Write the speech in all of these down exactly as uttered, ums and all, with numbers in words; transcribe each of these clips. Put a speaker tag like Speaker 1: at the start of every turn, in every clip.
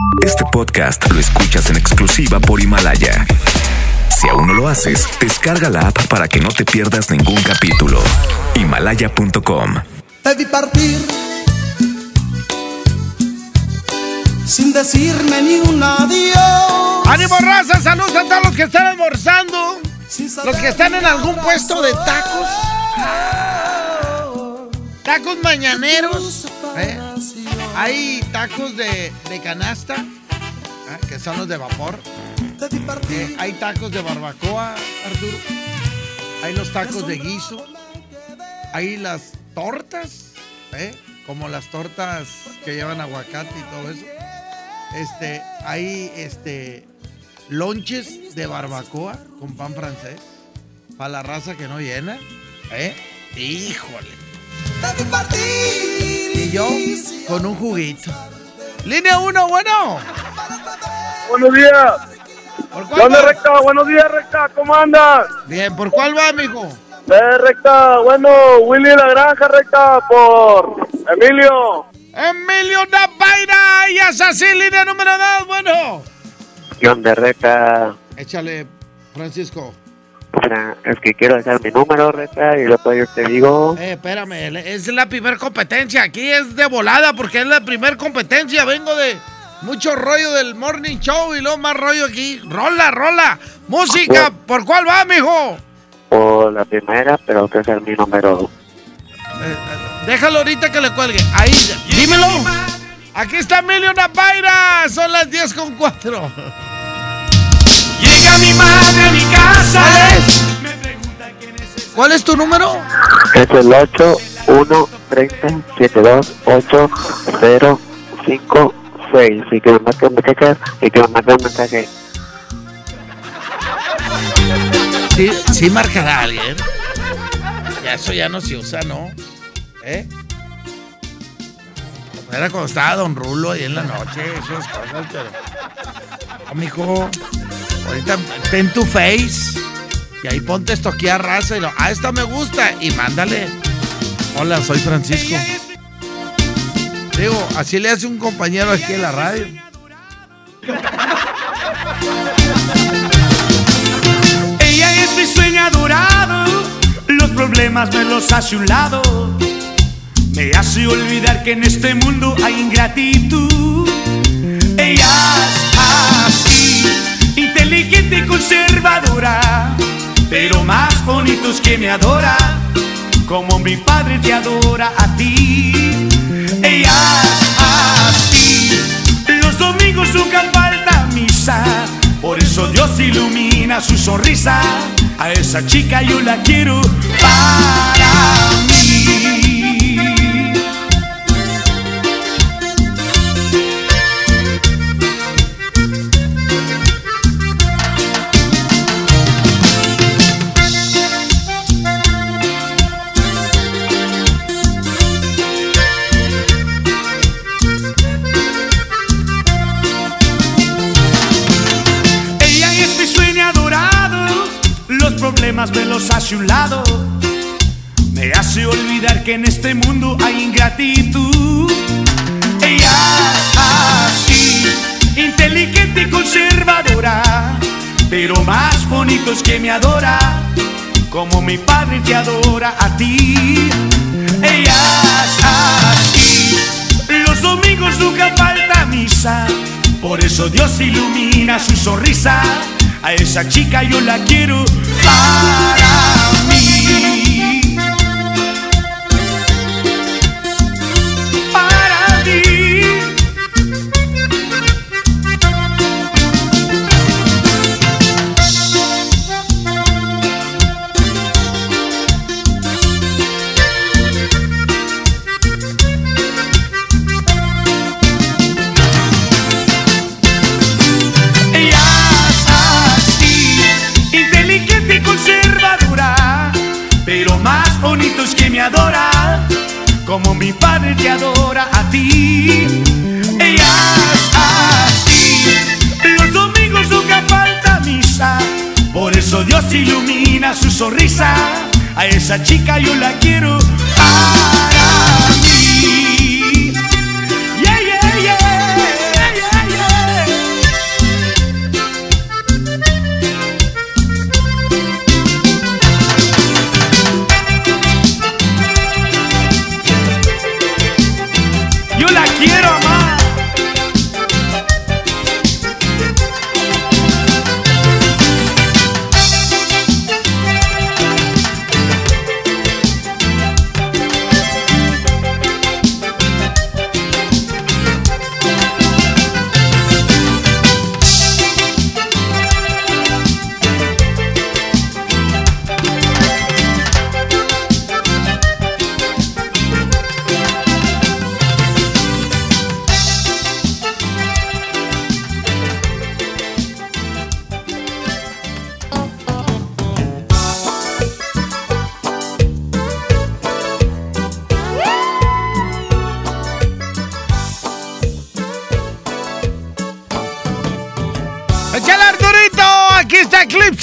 Speaker 1: Este podcast lo escuchas en exclusiva por Himalaya. Si aún no lo haces, descarga la app para que no te pierdas ningún capítulo. Himalaya punto com.
Speaker 2: Te vi partir sin decirme ni un adiós.
Speaker 3: ¡Ánimo, raza! ¡Saludos a todos los que están almorzando! Los que están en algún puesto de tacos. Tacos mañaneros. ¿eh? Hay tacos de, de canasta, ¿eh? que son los de vapor. Eh, hay tacos de barbacoa, Arturo. Hay los tacos de guiso. Hay las tortas, ¿eh? como las tortas que llevan aguacate y todo eso. Este, hay este lonches de barbacoa con pan francés para la raza que no llena, ¿eh? Híjole. Y yo con un juguito. Línea uno, bueno.
Speaker 4: Buenos días.
Speaker 3: ¿Por cuál
Speaker 4: ¿Dónde,
Speaker 3: va?
Speaker 4: Recta? Buenos días, Recta. ¿Cómo andas?
Speaker 3: Bien, ¿por cuál va, mijo?
Speaker 4: Eh, Recta. Bueno, Willy La Granja, Recta, por Emilio.
Speaker 3: Emilio Napaira y Asasí, línea número dos, bueno.
Speaker 5: ¿Qué onda, Recta?
Speaker 3: Échale, Francisco.
Speaker 5: Mira, es que quiero dejar mi número, Recta, y después yo te digo.
Speaker 3: Eh, espérame, es la primer competencia. Aquí es de volada porque es la primer competencia. Vengo de mucho rollo del morning show y luego más rollo aquí. Rola, rola. Música, ¿por cuál va, mijo?
Speaker 5: Por la primera, pero que es el mi número.
Speaker 3: Eh, déjalo ahorita que le cuelgue. Ahí, dímelo. Aquí está Emilio Napaira. Son las diez con cuatro.
Speaker 6: Llega mi madre a mi casa.
Speaker 3: ¿Cuál es? ¿Cuál es tu número?
Speaker 5: Es el ocho uno tres cero siete dos ocho cero cinco seis. Y que me marque un mensaje. Y que me marque un mensaje.
Speaker 3: Sí, sí marcará a alguien. Ya eso ya no se usa, ¿no? ¿Eh? Era cuando estaba Don Rulo ahí en la noche, esas cosas, pero... Oh, mijo, ahorita ten tu face y ahí ponte estoquear raza y lo... Ah, esta me gusta y mándale. Hola, soy Francisco. Digo, así le hace un compañero aquí en la radio.
Speaker 6: Ella es mi sueño adorado, los problemas me los hace un lado, me hace olvidar que en este mundo hay ingratitud. Ella es así, inteligente y conservadora, pero más bonito es que me adora, como mi padre te adora a ti. Ella es así, los domingos nunca falta misa, por eso Dios ilumina su sonrisa. A esa chica yo la quiero para mí. Problemas me los hace un lado, me hace olvidar que en este mundo hay ingratitud. Ella es así, inteligente y conservadora, pero más bonito es que me adora, como mi padre te adora a ti. Ella es así, los domingos nunca falta misa, por eso Dios ilumina su sonrisa. A esa chica yo la quiero para mí. Para ti. Que me adora, como mi padre te adora a ti. Ella es así, los domingos nunca falta misa, por eso Dios ilumina su sonrisa. A esa chica yo la quiero para mí. Yeah, yeah, yeah, yeah, yeah.
Speaker 3: ¡Échale, Arturito! ¡Aquí está Eclipse!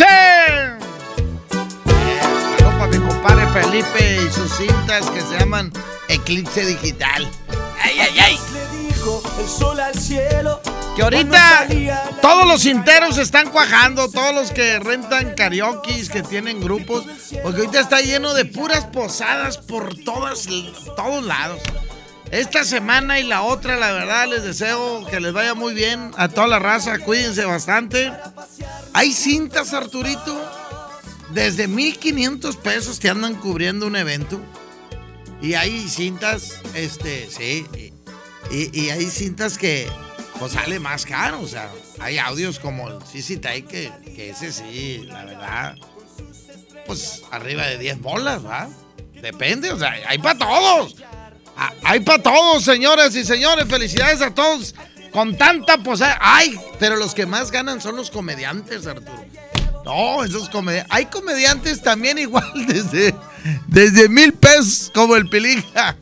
Speaker 3: Saludos para mi compadre Felipe y sus cintas que se llaman Eclipse Digital. ¡Ay, ay, ay!
Speaker 7: El sol al cielo.
Speaker 3: Que ahorita todos los cinteros están cuajando, todos los que rentan karaokes, que tienen grupos, porque ahorita está lleno de puras posadas por todas, todos lados. Esta semana y la otra, la verdad, les deseo que les vaya muy bien a toda la raza, cuídense bastante. Hay cintas, Arturito, desde mil quinientos pesos te andan cubriendo un evento. Y hay cintas, este, sí, y, y hay cintas que pues sale más caro, o sea, hay audios como el C C Take que, que ese sí, la verdad, pues arriba de diez bolas, ¿va? Depende, o sea, hay para todos. Hay para todos, señores y señores. Felicidades a todos con tanta posada. Ay, pero los que más ganan son los comediantes, Arturo. No, esos comediantes. Hay comediantes también igual desde, desde mil pesos como el Pilín.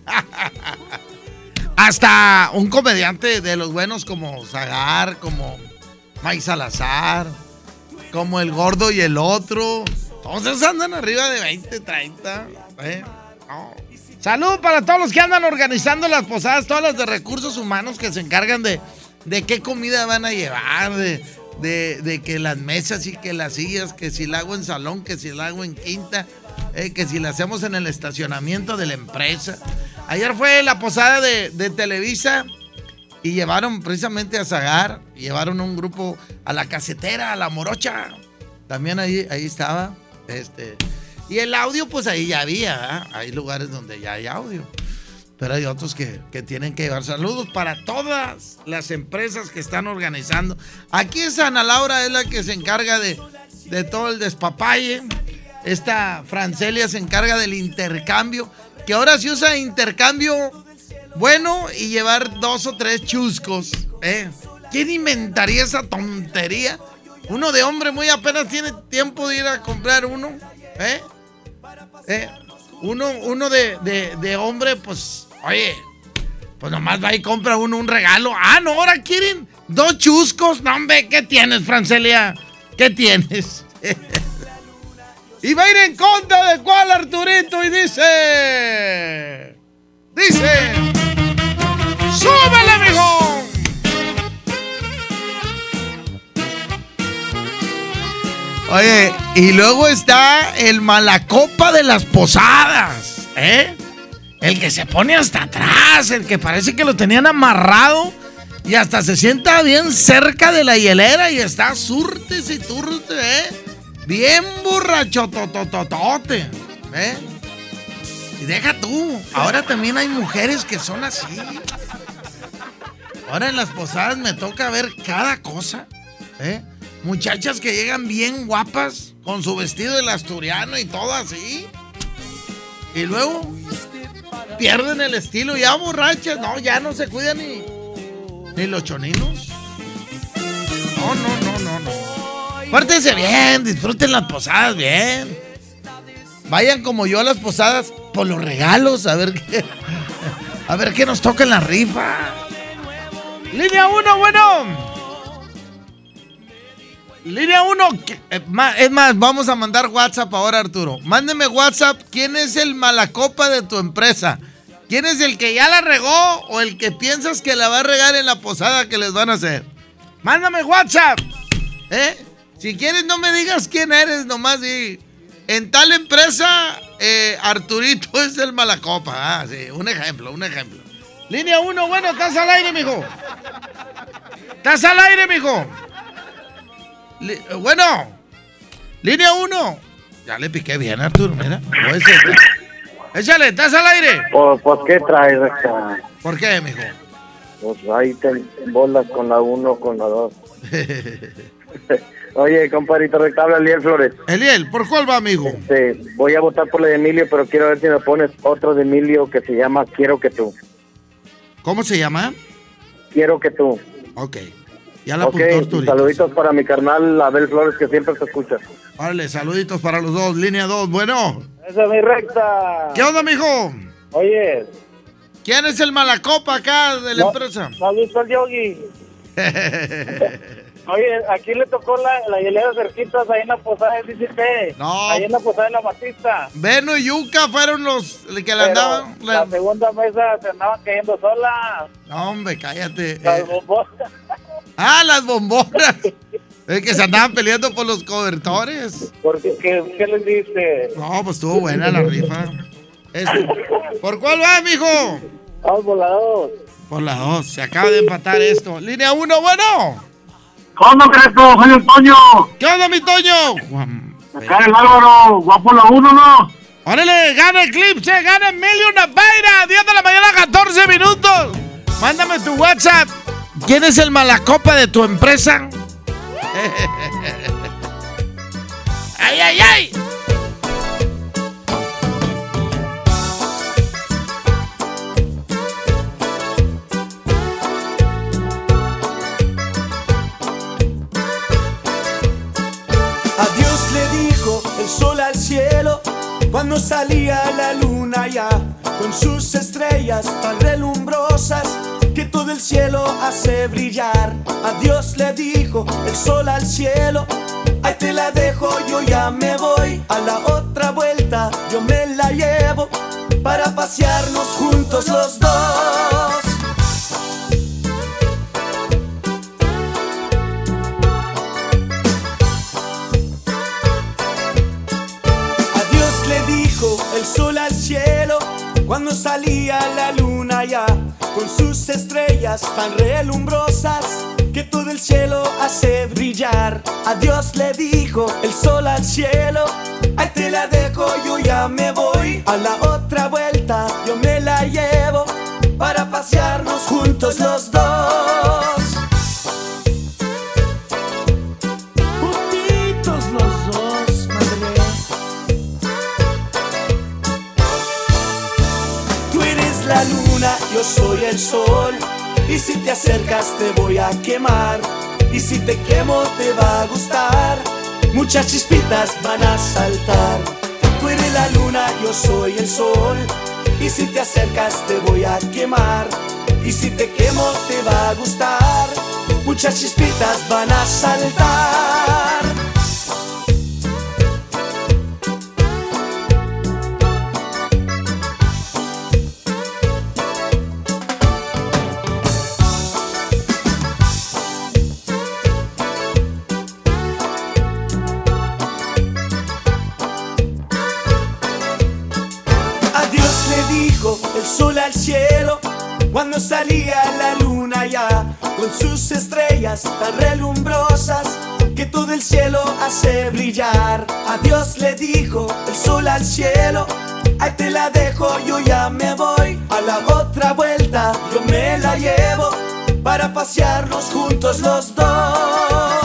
Speaker 3: Hasta un comediante de los buenos como Zagar, como Mike Salazar, como El Gordo y el Otro. Todos esos andan arriba de veinte, treinta. ¿Eh? No. Salud para todos los que andan organizando las posadas, todos los de recursos humanos que se encargan de, de qué comida van a llevar, de, de, de que las mesas y que las sillas, que si la hago en salón, que si la hago en quinta, eh, que si la hacemos en el estacionamiento de la empresa. Ayer fue la posada de, de Televisa y llevaron precisamente a Zagar, llevaron un grupo a La Casetera, a La Morocha. También ahí, ahí estaba, este... Y el audio, pues ahí ya había, ¿eh? Hay lugares donde ya hay audio. Pero hay otros que, que tienen que llevar saludos para todas las empresas que están organizando. Aquí en Ana Laura es la que se encarga de, de todo el despapalle. Esta Francelia se encarga del intercambio. Que ahora se usa intercambio bueno y llevar dos o tres chuscos. ¿eh? ¿Quién inventaría esa tontería? Uno de hombre muy apenas tiene tiempo de ir a comprar uno. ¿Eh? ¿Eh? Uno, uno de, de, de hombre, pues, oye, pues nomás va y compra uno un regalo. Ah, no, ahora quieren dos chuscos. No, hombre, ¿qué tienes, Francelia? ¿Qué tienes? Y va a ir en contra de cuál, Arturito, y dice... Dice... ¡Súbele, amigo! Oye, y luego está el malacopa de las posadas, ¿eh? El que se pone hasta atrás, el que parece que lo tenían amarrado y hasta se sienta bien cerca de la hielera y está surtes y turte, ¿eh? Bien borracho, totototote, ¿eh? Y deja tú, ahora también hay mujeres que son así. Ahora en las posadas me toca ver cada cosa, ¿eh? Muchachas que llegan bien guapas, con su vestido del asturiano y todo así. Y luego pierden el estilo, ya borrachas. No, ya no se cuidan ni, ni los choninos. No, no, no, no, no. Pórtense bien, disfruten las posadas bien. Vayan como yo a las posadas por los regalos, a ver qué, a ver qué nos toca en la rifa. Línea uno, bueno. Línea uno, es más, vamos a mandar WhatsApp ahora, Arturo. Mándeme WhatsApp, ¿quién es el malacopa de tu empresa? ¿Quién es el que ya la regó o el que piensas que la va a regar en la posada que les van a hacer? Mándame WhatsApp, ¿eh? Si quieres no me digas quién eres, nomás di, en tal empresa, eh, Arturito es el malacopa. Ah, sí, un ejemplo, un ejemplo. Línea uno, bueno, estás al aire, mijo. Estás al aire, mijo. Li- bueno, línea uno. Ya le piqué bien, Arturo, mira. Pues échale, ¿estás al aire?
Speaker 5: Pues, pues ¿qué traes, Recta?
Speaker 3: ¿Por qué, mijo?
Speaker 5: Pues ahí te bolas con la uno, con la dos. Oye, compadrito Recta, habla Eliel Flores.
Speaker 3: Eliel, ¿por cuál va, amigo?
Speaker 5: Este, voy a votar por la de Emilio, pero quiero ver si me pones otro de Emilio que se llama Quiero que tú.
Speaker 3: ¿Cómo se llama?
Speaker 5: Quiero que tú.
Speaker 3: Ok. Ya la
Speaker 5: Ok,
Speaker 3: apuntó Arturito.
Speaker 5: saluditos para mi carnal Abel Flores, que siempre te escucha.
Speaker 3: Vale, saluditos para los dos. Línea dos, bueno.
Speaker 4: Esa es mi Recta.
Speaker 3: ¿Qué onda, mijo?
Speaker 4: Oye.
Speaker 3: ¿Quién es el malacopa acá de la
Speaker 4: no,
Speaker 3: empresa?
Speaker 4: ¿No has visto al Yogi? Oye, aquí le tocó la, la hielera cerquitas ahí en la posada del D C P.
Speaker 3: No.
Speaker 4: Ahí en la posada de la Matista.
Speaker 3: Beno y Yuca fueron los que le
Speaker 4: Pero
Speaker 3: andaban.
Speaker 4: la
Speaker 3: La...
Speaker 4: segunda mesa se andaban cayendo solas.
Speaker 3: No, hombre, cállate.
Speaker 4: Las
Speaker 3: Eh,
Speaker 4: bombonas.
Speaker 3: Ah, las bombonas. Es que se andaban peleando por los cobertores.
Speaker 4: ¿Por qué, qué, qué les dice?
Speaker 3: No, pues estuvo buena la rifa. Este, ¿por cuál va, mijo?
Speaker 4: Vamos por la dos.
Speaker 3: Por la dos. Se acaba de empatar esto. Línea uno, bueno.
Speaker 4: ¿Cómo crees tú, soy Antonio?
Speaker 3: ¿Qué onda, mi Toño? Juan.
Speaker 4: Acá el Álvaro, va por la uno, ¿no?
Speaker 3: Órale, gana Eclipse, gana Emilio Naveira. diez de la mañana, catorce minutos. Mándame tu WhatsApp. ¿Quién es el malacopa de tu empresa? ¡Ay, ay, ay!
Speaker 7: Adiós le dijo el sol al cielo cuando salía la luna ya con sus estrellas tan relumbrosas que todo el cielo hace brillar. Adiós le dijo el sol al cielo, ahí te la dejo, yo ya me voy. A la otra vuelta yo me la llevo para pasearnos juntos los dos. Adiós le dijo el sol al cielo cuando salía la luna ya con sus estrellas tan relumbrosas que todo el cielo hace brillar. Adiós le dijo el sol al cielo, ahí te la dejo, yo ya me voy. A la otra vuelta yo me la llevo para pasearnos juntos los dos. Juntitos los dos, madre. Tú eres la luna, yo soy el sol, y si te acercas te voy a quemar, y si te quemo te va a gustar, muchas chispitas van a saltar. Tú eres la luna, yo soy el sol, y si te acercas te voy a quemar, y si te quemo te va a gustar, muchas chispitas van a saltar. El sol al cielo cuando salía la luna ya con sus estrellas tan relumbrosas que todo el cielo hace brillar. Adiós le dijo el sol al cielo, ahí te la dejo, yo ya me voy. A la otra vuelta yo me la llevo para pasearnos juntos los dos.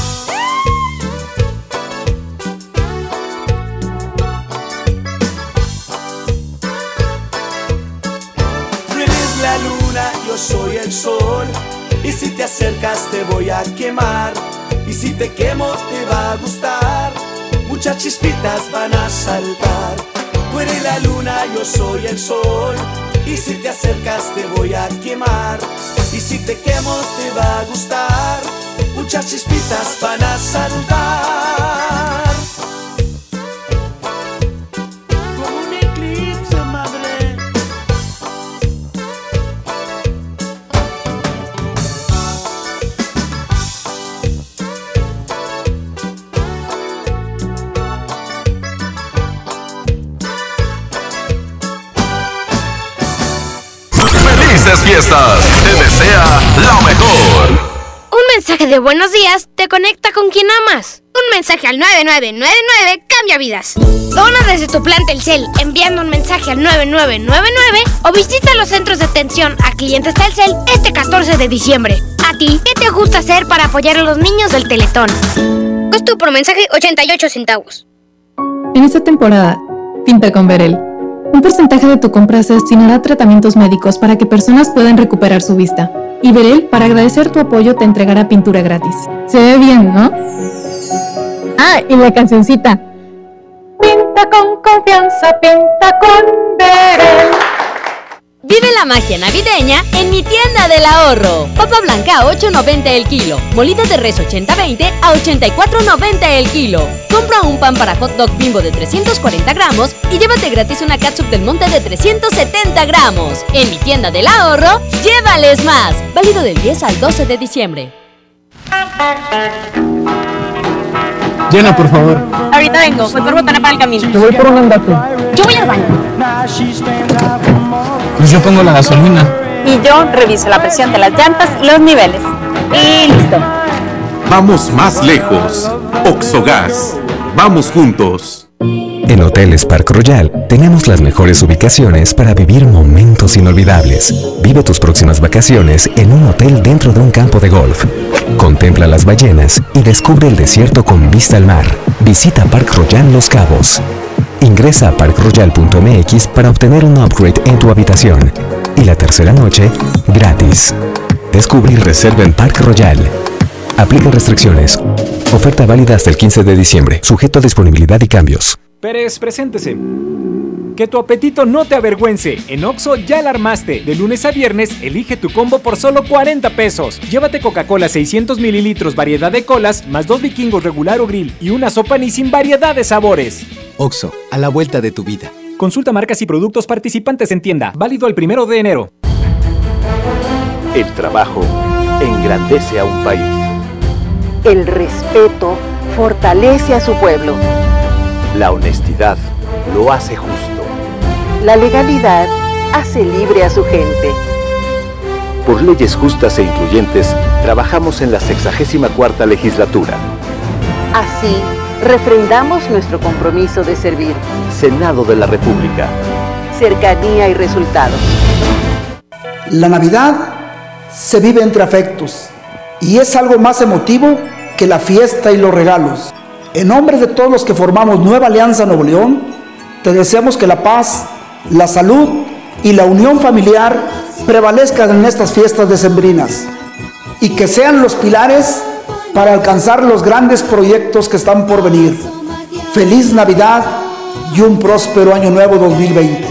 Speaker 7: La luna, yo soy el sol, y si te acercas te voy a quemar, y si te quemo te va a gustar, muchas chispitas van a saltar. Tú eres la luna, yo soy el sol, y si te acercas te voy a quemar, y si te quemo te va a gustar, muchas chispitas van a saltar. Como un eclipse, madre.
Speaker 1: ¡Felices fiestas! Te desea lo mejor.
Speaker 8: Un mensaje de buenos días te conecta con quien amas. Un mensaje al nueve nueve nueve nueve cambia vidas. Dona desde tu plan Telcel enviando un mensaje al nueve nueve nueve nueve o visita los centros de atención a clientes Telcel este catorce de diciembre. ¿A ti qué te gusta hacer para apoyar a los niños del Teletón? Costo por mensaje ochenta y ocho centavos.
Speaker 9: En esta temporada, pinta con Verel. Un porcentaje de tu compra se destinará a tratamientos médicos para que personas puedan recuperar su vista. Y Verel, para agradecer tu apoyo, te entregará pintura gratis. Se ve bien, ¿no? Ah, y la cancioncita. Pinta con confianza, pinta con Verel.
Speaker 10: Vive la magia navideña en mi tienda del ahorro. Papa blanca a ocho noventa el kilo. Molida de res ochenta veinte a ochenta y cuatro noventa el kilo. Compra un pan para hot dog Bimbo de trescientos cuarenta gramos y llévate gratis una catsup del monte de trescientos setenta gramos. En mi tienda del ahorro, llévales más. Válido del diez al doce de diciembre.
Speaker 11: Llena, por favor.
Speaker 12: Ahorita vengo, voy por botana para el camino.
Speaker 11: Te voy por un andate.
Speaker 12: Yo voy al baño.
Speaker 11: Pues yo pongo la gasolina.
Speaker 12: Y yo reviso la presión de las llantas y los niveles. Y listo.
Speaker 13: Vamos más lejos. Oxogas. Vamos juntos.
Speaker 1: En Hoteles Park Royal tenemos las mejores ubicaciones para vivir momentos inolvidables. Vive tus próximas vacaciones en un hotel dentro de un campo de golf. Contempla las ballenas y descubre el desierto con vista al mar. Visita Park Royal Los Cabos. Ingresa a park royal punto m x para obtener un upgrade en tu habitación. Y la tercera noche, gratis. Descubre y reserva en Park Royal. Aplican restricciones. Oferta válida hasta el quince de diciembre. Sujeto a disponibilidad y cambios.
Speaker 14: Pérez, preséntese. Que tu apetito no te avergüence. En Oxxo ya la armaste. De lunes a viernes, elige tu combo por solo cuarenta pesos. Llévate Coca-Cola seiscientos mililitros, variedad de colas, más dos vikingos regular o grill y una sopa ni sin variedad de sabores.
Speaker 15: Oxxo, a la vuelta de tu vida.
Speaker 14: Consulta marcas y productos participantes en tienda. Válido el primero de enero.
Speaker 16: El trabajo engrandece a un país.
Speaker 17: El respeto fortalece a su pueblo.
Speaker 16: La honestidad lo hace justo.
Speaker 17: La legalidad hace libre a su gente.
Speaker 16: Por leyes justas e incluyentes, trabajamos en la sexagésima cuarta legislatura.
Speaker 17: Así, refrendamos nuestro compromiso de servir.
Speaker 16: Senado de la República.
Speaker 17: Cercanía y resultados.
Speaker 2: La Navidad se vive entre afectos y es algo más emotivo que la fiesta y los regalos. En nombre de todos los que formamos Nueva Alianza Nuevo León, te deseamos que la paz, la salud y la unión familiar prevalezcan en estas fiestas decembrinas y que sean los pilares para alcanzar los grandes proyectos que están por venir. Feliz Navidad y un próspero Año Nuevo dos mil veinte.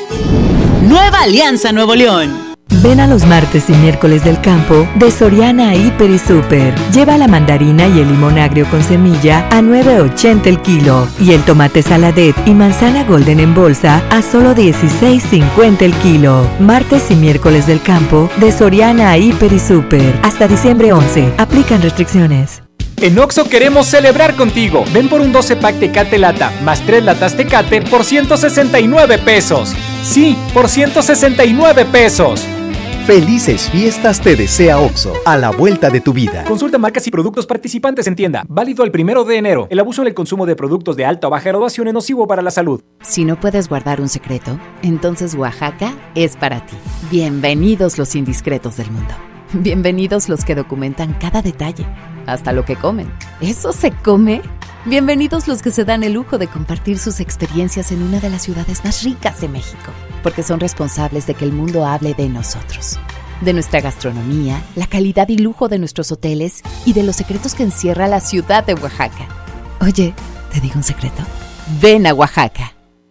Speaker 18: Nueva Alianza Nuevo León.
Speaker 19: Ven a los martes y miércoles del campo de Soriana Hiper y Super. Lleva la mandarina y el limón agrio con semilla a nueve ochenta el kilo y el tomate saladet y manzana golden en bolsa a solo dieciséis cincuenta el kilo. Martes y miércoles del campo de Soriana Hiper y Super. Hasta diciembre once. Aplican restricciones.
Speaker 14: En Oxxo queremos celebrar contigo. Ven por un doce pack Tecate Lata más tres latas Tecate por ciento sesenta y nueve pesos. Sí, por ciento sesenta y nueve pesos.
Speaker 15: Felices fiestas te desea Oxxo, a la vuelta de tu vida.
Speaker 14: Consulta marcas y productos participantes en tienda. Válido el primero de enero. El abuso en el consumo de productos de alta o baja graduación es nocivo para la salud.
Speaker 20: Si no puedes guardar un secreto, entonces Oaxaca es para ti. Bienvenidos los indiscretos del mundo. Bienvenidos los que documentan cada detalle, hasta lo que comen. ¿Eso se come? Bienvenidos los que se dan el lujo de compartir sus experiencias en una de las ciudades más ricas de México, porque son responsables de que el mundo hable de nosotros, de nuestra gastronomía, la calidad y lujo de nuestros hoteles y de los secretos que encierra la ciudad de Oaxaca. Oye, ¿te digo un secreto? Ven a Oaxaca.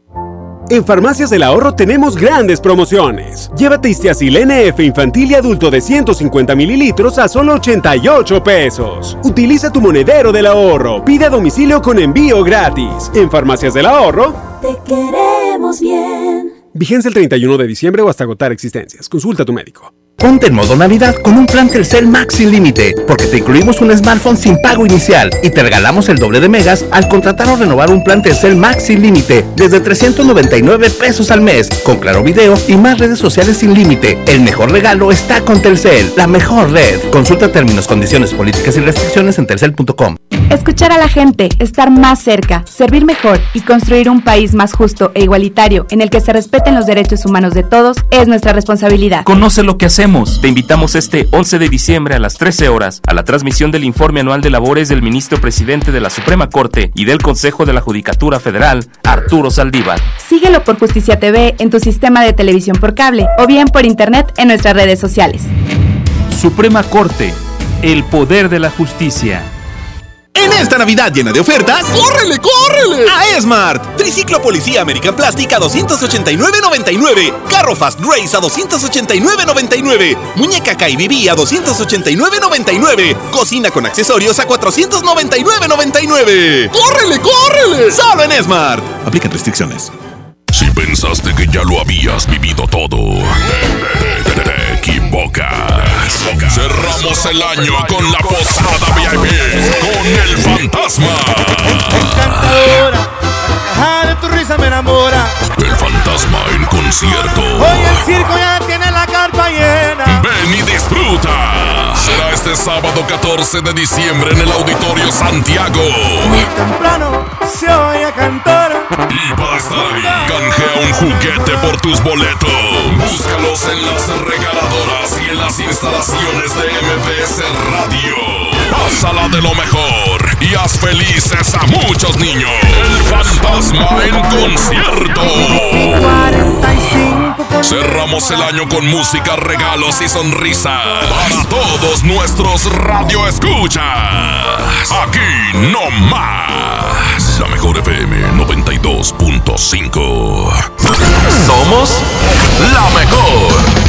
Speaker 21: En Farmacias del Ahorro tenemos grandes promociones. Llévate Histiazil N F infantil y adulto de ciento cincuenta mililitros a solo ochenta y ocho pesos. Utiliza tu monedero del ahorro. Pide a domicilio con envío gratis. En Farmacias del Ahorro,
Speaker 22: te queremos bien.
Speaker 21: Vigencia el treinta y uno de diciembre o hasta agotar existencias. Consulta a tu médico.
Speaker 23: Ponte en modo Navidad con un plan Telcel Max sin límite, porque te incluimos un smartphone sin pago inicial y te regalamos el doble de megas al contratar o renovar un plan Telcel Max sin límite desde trescientos noventa y nueve pesos al mes, con claro video y más redes sociales sin límite. El mejor regalo está con Telcel, la mejor red. Consulta términos, condiciones, políticas y restricciones en telcel punto com.
Speaker 24: Escuchar a la gente, estar más cerca, servir mejor y construir un país más justo e igualitario en el que se respeten los derechos humanos de todos es nuestra responsabilidad.
Speaker 25: Conoce lo que hacemos. Te invitamos este once de diciembre a las trece horas a la transmisión del informe anual de labores del ministro presidente de la Suprema Corte y del Consejo de la Judicatura Federal, Arturo Saldívar.
Speaker 24: Síguelo por Justicia T V en tu sistema de televisión por cable o bien por internet en nuestras redes sociales.
Speaker 25: Suprema Corte, el poder de la justicia.
Speaker 3: En esta Navidad llena de ofertas, ¡córrele, córrele! A Esmart. Triciclo Policía American Plastic a doscientos ochenta y nueve noventa y nueve. Carro Fast Race a doscientos ochenta y nueve noventa y nueve. Muñeca K B B a doscientos ochenta y nueve noventa y nueve. Cocina con accesorios a cuatrocientos noventa y nueve noventa y nueve. ¡Córrele, córrele! Solo en Esmart. Aplican restricciones.
Speaker 4: Si pensaste que ya lo habías vivido todo, te, te, te equivocas. Cerramos el año con la posada V I P con el fantasma.
Speaker 5: Encantadora, la carcajada de tu risa me enamora.
Speaker 4: El fantasma en concierto.
Speaker 5: Hoy el circo ya tiene la carpa llena.
Speaker 4: Ven y disfruta. Será este sábado catorce de diciembre en el Auditorio Santiago.
Speaker 5: Muy temprano se oye cantar.
Speaker 4: Y para estar ahí, canjea un juguete por tus boletos. Búscalos en las regaladoras y en las instalaciones de M B S Radio. Pásala de lo mejor y haz felices a muchos niños. El fantasma en concierto. Cerramos el año con música, regalos y sonrisas para todos nuestros radioescuchas. Aquí no más. La mejor F M noventa y dos punto cinco.
Speaker 3: Somos la mejor.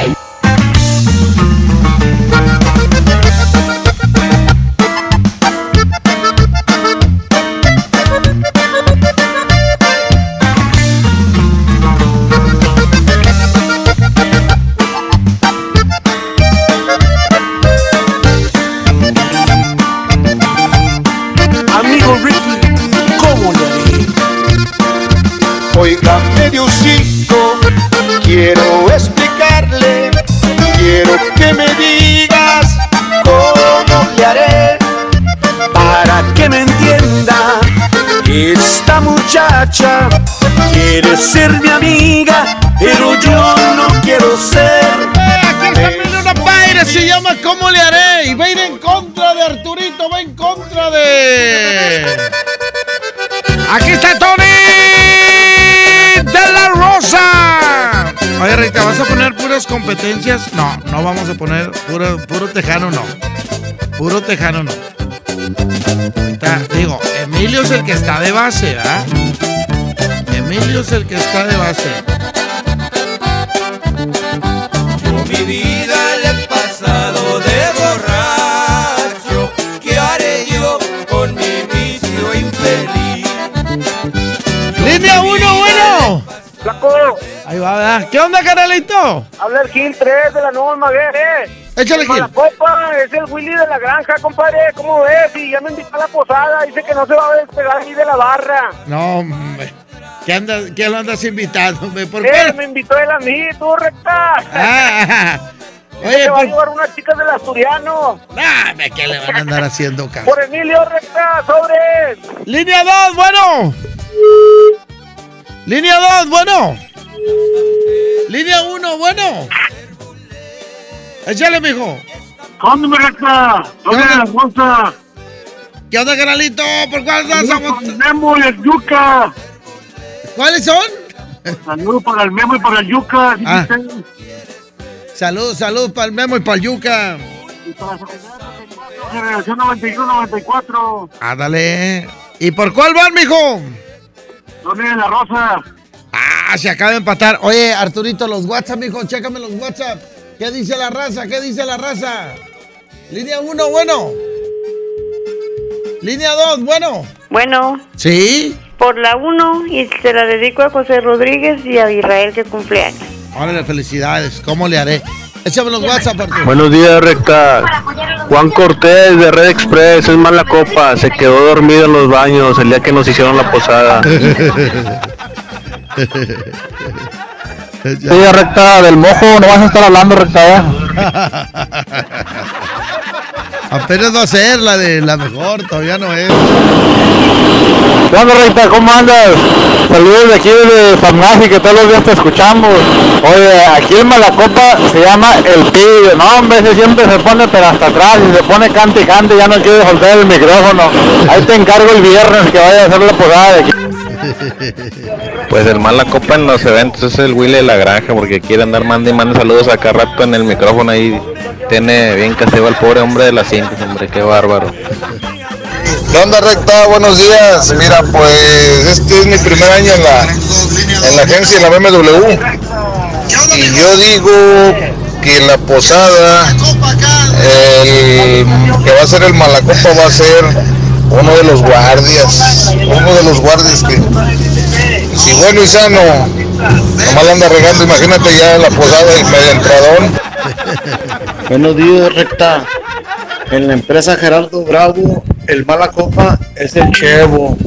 Speaker 6: Óigame Diosito, quiero explicarle, quiero que me digas cómo le haré para que me entienda. Esta muchacha quiere ser mi amiga, pero yo no quiero ser.
Speaker 7: Eh, aquí está mi Luna Paire, se llama ¿Cómo le haré? Y va a ir en contra de Arturito, va en contra de... Aquí está Tony de la Rosa. Oye, Rita, ¿vas a poner puras competencias? No, no vamos a poner puro, puro tejano, no. Puro tejano, no. Está, digo, Emilio es el que está de base, ¿verdad? Emilio es el que está de base.
Speaker 5: Yo mi vida le he pasado de borracho. ¿Qué haré yo con mi vicio infeliz?
Speaker 7: Línea uno, bueno.
Speaker 26: Flaco.
Speaker 7: Ahí va, ¿verdad? ¿Qué onda, canalito?
Speaker 26: Habla el Gil tres de la Nueva Maguere.
Speaker 7: Échale, Gil.
Speaker 26: La copa, es el Willy de la granja, compadre. ¿Cómo ves? Y ya me invitó a la posada. Dice que no se va a despegar ahí de la barra.
Speaker 7: No, hombre. ¿Qué, anda, ¿Qué lo andas invitando? ¿Por
Speaker 26: eh,
Speaker 7: qué?
Speaker 26: Me invitó él a mí, tú, recta.
Speaker 7: Ah,
Speaker 26: oye, se va por... a llevar unas chicas del Asturiano.
Speaker 7: Nah, ¿qué le van a andar haciendo caso?
Speaker 26: Por Emilio, recta, sobres.
Speaker 7: Línea dos, bueno. Línea dos, bueno. Línea uno, bueno. Échale, mijo.
Speaker 26: ¿Dónde me recta? ¿Dónde me la bolsa?
Speaker 7: ¿Qué onda, canalito? ¿Por cuál vas a votar?
Speaker 26: El Memo y el Yuca.
Speaker 7: ¿Cuáles son?
Speaker 26: Saludos para el Memo y para el Yuca.
Speaker 7: Ah. Salud, salud para el Memo y para el Yuca.
Speaker 26: Y para la generación noventa y uno noventa y cuatro.
Speaker 7: Ándale. ¿Y por cuál van, mijo?
Speaker 26: ¿Dónde de la Rosa?
Speaker 7: Ah, se acaba de empatar. Oye, Arturito, los WhatsApp, mijo, chécame los WhatsApp. ¿Qué dice la raza? ¿Qué dice la raza? Línea uno, bueno. Línea dos, bueno.
Speaker 27: Bueno.
Speaker 7: ¿Sí?
Speaker 27: Por la uno, y se la dedico a José Rodríguez y a Israel, que cumple años.
Speaker 7: Órale, felicidades. ¿Cómo le haré? Échame los WhatsApp, Arturo.
Speaker 28: Buenos días, recta. Juan Cortés de Red Express, es mala copa. Se quedó dormido en los baños el día que nos hicieron la posada. Sí, recta, del mojo, no vas a estar hablando, recta.
Speaker 7: Apenas va a ser la de la mejor, todavía no es.
Speaker 28: ¿Qué onda, recta? ¿Cómo andas? Saludos de aquí de Farmacia, que todos los días te escuchamos. Oye, aquí en Malacopa se llama El Pillo. No, hombre, ese siempre se pone pero hasta atrás y se pone cante y cante, ya no quiere soltar el micrófono. Ahí te encargo el viernes que vaya a hacer la posada de aquí.
Speaker 29: Pues el mala copa en los eventos es el Willy de la granja, porque quiere andar manda y manda saludos a cada rato en el micrófono ahí. Tiene bien casero al pobre hombre de las cintas, hombre, qué bárbaro.
Speaker 1: ¿Qué onda, Recta? Buenos días. Mira, pues este es mi primer año en la, en la agencia, en la B M W. Y yo digo que la posada, el que va a ser el Malacopa va a ser uno de los guardias. Uno de los guardias que, si bueno y sano, nomás la anda regando, imagínate ya en la posada y medio entradón.
Speaker 28: Buenos días, Recta. En la empresa Gerardo Bravo, el mala copa es el Chevo.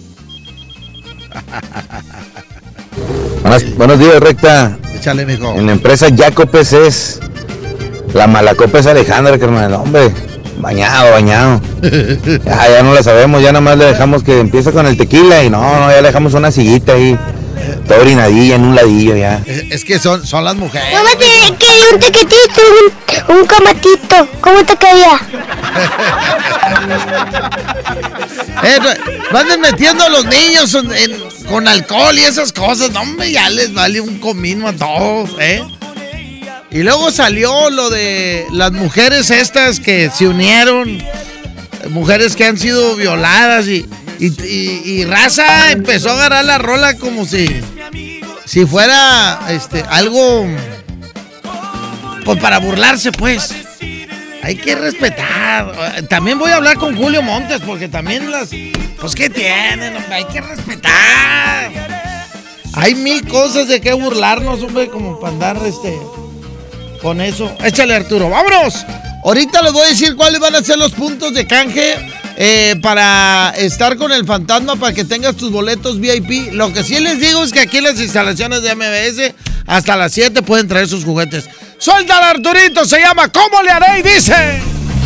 Speaker 8: Buenas, buenos días, Recta.
Speaker 7: Échale, mijo.
Speaker 8: En la empresa Jacopes es la mala copa es Alejandra, carnal. Hombre, bañado, bañado. Ya, ya no la sabemos, ya nada más le dejamos que empiece con el tequila y no, no, ya le dejamos una sillita ahí. Toda orinadilla en un ladillo ya.
Speaker 7: Es, es que son, son las mujeres.
Speaker 9: Mamá, te quería un tequetito, un, un camatito. ¿Cómo te caía?
Speaker 7: eh, no, no anden metiendo a los niños en, en, con alcohol y esas cosas. No, hombre, ya les vale un comino a todos, ¿eh? Y luego salió lo de las mujeres estas que se unieron. Mujeres que han sido violadas y... Y, y, y raza empezó a agarrar la rola como si si fuera este algo pues para burlarse, pues. Hay que respetar. También voy a hablar con Julio Montes porque también las pues ¿qué tienen? Hombre? Hay que respetar. Hay mil cosas de qué burlarnos, hombre, como para andar este con eso. Échale, Arturo, vámonos. Ahorita les voy a decir cuáles van a ser los puntos de canje Eh, para estar con el fantasma, para que tengas tus boletos V I P. Lo que sí les digo es que aquí en las instalaciones de M B S hasta las siete pueden traer sus juguetes. Suéltala, Arturito, se llama ¿Cómo le haré? Y dice...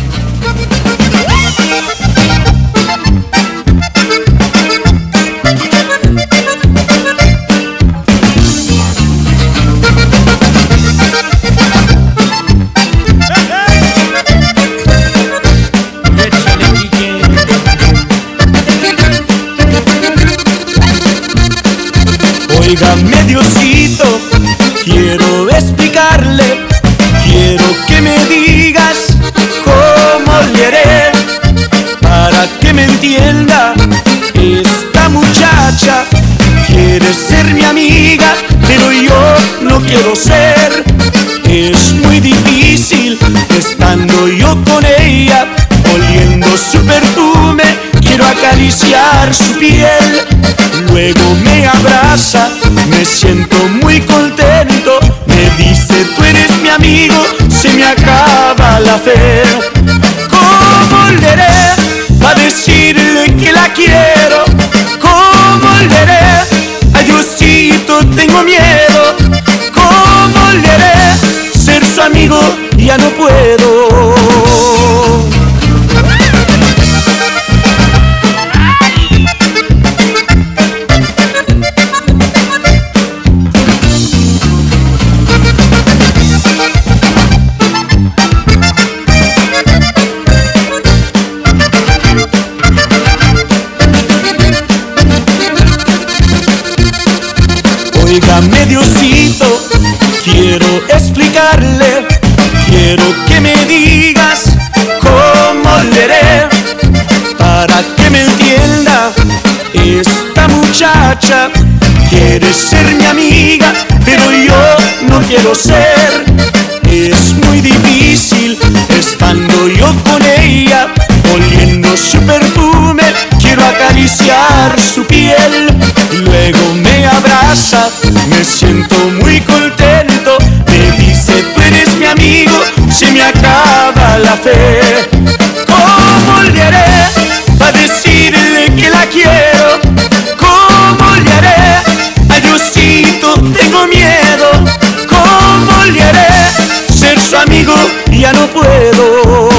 Speaker 5: Óigame, Diosito, quiero explicarle, quiero que me digas cómo le haré para que me entienda. Esta muchacha quiere ser mi amiga, pero yo no quiero ser. Es muy difícil estando yo con ella, oliendo su perfume, quiero acariciar su piel. Luego me abraza, me siento muy contento, me dice tú eres mi amigo, se me acaba la fe. ¿Cómo le haré para decirle que la quiero? ¿Cómo le haré? Ay, Diosito, tengo miedo. ¿Cómo le haré? Ser su amigo ya no puedo. Óigame, Diosito, quiero explicarle, quiero que me digas cómo le haré para que me entienda. Esta muchacha quiere ser mi amiga, pero yo no quiero ser. Es muy difícil estando yo con ella, oliendo su perfume, quiero acariciar su piel. Luego me abraza, me siento muy contento, me dice tú eres mi amigo, se me acaba la fe. ¿Cómo le haré para decirle que la quiero? ¿Cómo le haré? Ay, Diosito, tengo miedo. ¿Cómo le haré? Ser su amigo ya no puedo.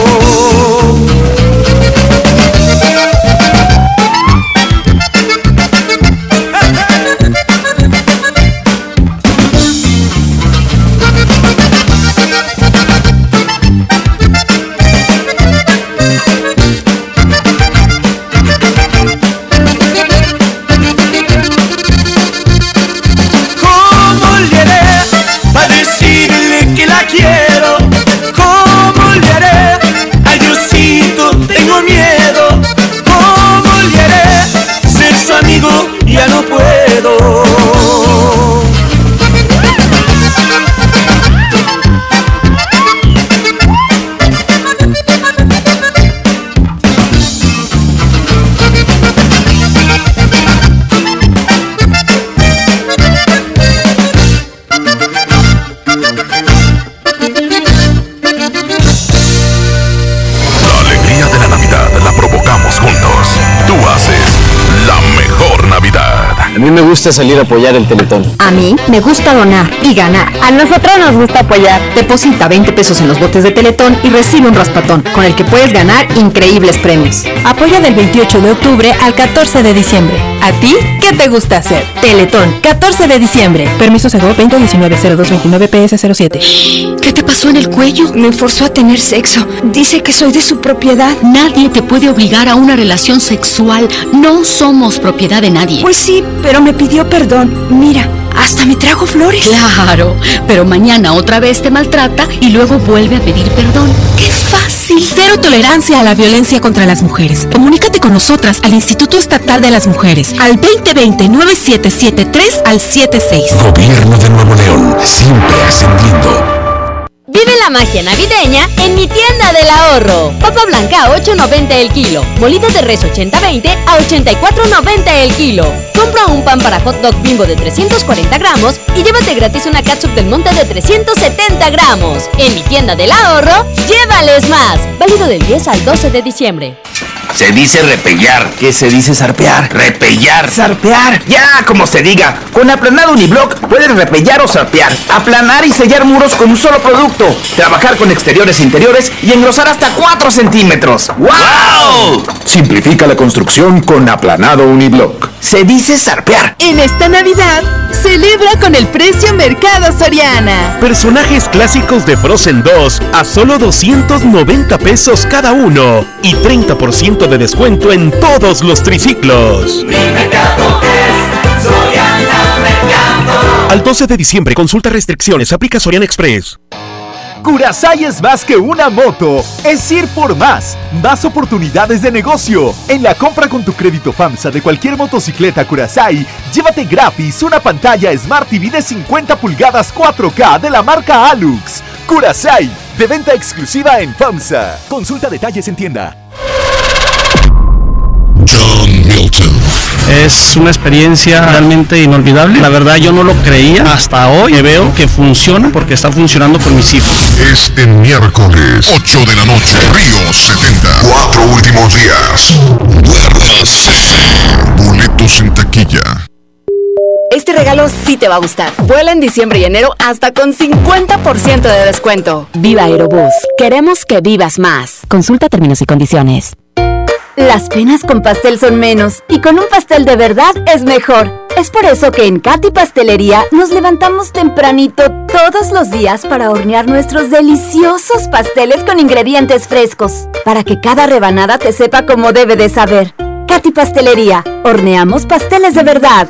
Speaker 2: mí me gusta salir a apoyar el Teletón.
Speaker 10: A mí me gusta donar y ganar. A nosotros nos gusta apoyar. Deposita veinte pesos en los botes de Teletón y recibe un raspatón, con el que puedes ganar increíbles premios. Apoya del veintiocho de octubre al catorce de diciembre. ¿A ti qué te gusta hacer? Teletón, catorce de diciembre. Permiso Segov veinte diecinueve cero dos veintinueve P S cero siete.
Speaker 11: ¿Qué te pasó en el cuello? Me forzó a tener sexo. Dice que soy de su propiedad.
Speaker 12: Nadie te puede obligar a una relación sexual. No somos propiedad de nadie.
Speaker 11: Pues sí, pero me pidió perdón. Mira, hasta me trajo flores.
Speaker 12: Claro, pero mañana otra vez te maltrata y luego vuelve a pedir perdón.
Speaker 11: ¡Qué fácil!
Speaker 12: Cero tolerancia a la violencia contra las mujeres. Comunícate con nosotras al Instituto Estatal de las Mujeres al veinte veinte nueve siete siete tres al setenta y seis.
Speaker 4: Gobierno de Nuevo León, siempre ascendiendo.
Speaker 13: Vive la magia navideña en mi tienda del ahorro. Papa blanca a ocho noventa el kilo. Molida de res ochenta veinte a ochenta y cuatro noventa el kilo. Compra un pan para hot dog Bimbo de trescientos cuarenta gramos y llévate gratis una catsup del monte de trescientos setenta gramos. En mi tienda del ahorro, llévales más. Válido del diez al doce de diciembre.
Speaker 23: Se dice repellar.
Speaker 2: ¿Qué se dice zarpear?
Speaker 23: Repellar.
Speaker 2: Zarpear.
Speaker 23: Ya, como se diga. Con aplanado uniblock puedes repellar o zarpear. Aplanar y sellar muros con un solo producto. Trabajar con exteriores e interiores y engrosar hasta cuatro centímetros. ¡Wow!
Speaker 4: Simplifica la construcción con aplanado uniblock.
Speaker 23: Se dice zarpear.
Speaker 10: En esta Navidad, celebra con el precio Mercado Soriana.
Speaker 3: Personajes clásicos de Frozen dos a solo doscientos noventa pesos cada uno y treinta por ciento de descuento en todos los triciclos.
Speaker 5: Mi mercado es Soriana Mercado.
Speaker 3: Al doce de diciembre, consulta restricciones, aplica Soriana Express.
Speaker 16: Curaçao es más que una moto, es ir por más, más oportunidades de negocio. En la compra con tu crédito FAMSA de cualquier motocicleta Curaçao, llévate gratis una pantalla Smart T V de cincuenta pulgadas cuatro K de la marca Alux. Curaçao, de venta exclusiva en FAMSA. Consulta detalles en tienda.
Speaker 4: John Milton.
Speaker 17: Es una experiencia realmente inolvidable. La verdad yo no lo creía hasta hoy que veo que funciona porque está funcionando con mis hijos.
Speaker 4: Este miércoles, ocho de la noche, Río setenta. Cuatro últimos días. Duérmase. Boletos en taquilla.
Speaker 10: Este regalo sí te va a gustar. Vuela en diciembre y enero hasta con cincuenta por ciento de descuento.
Speaker 13: Viva Aerobús. Queremos que vivas más. Consulta términos y condiciones.
Speaker 10: Las penas con pastel son menos y con un pastel de verdad es mejor. Es por eso que en Katy Pastelería nos levantamos tempranito todos los días para hornear nuestros deliciosos pasteles con ingredientes frescos, para que cada rebanada te sepa como debe de saber. Katy Pastelería, horneamos pasteles de verdad.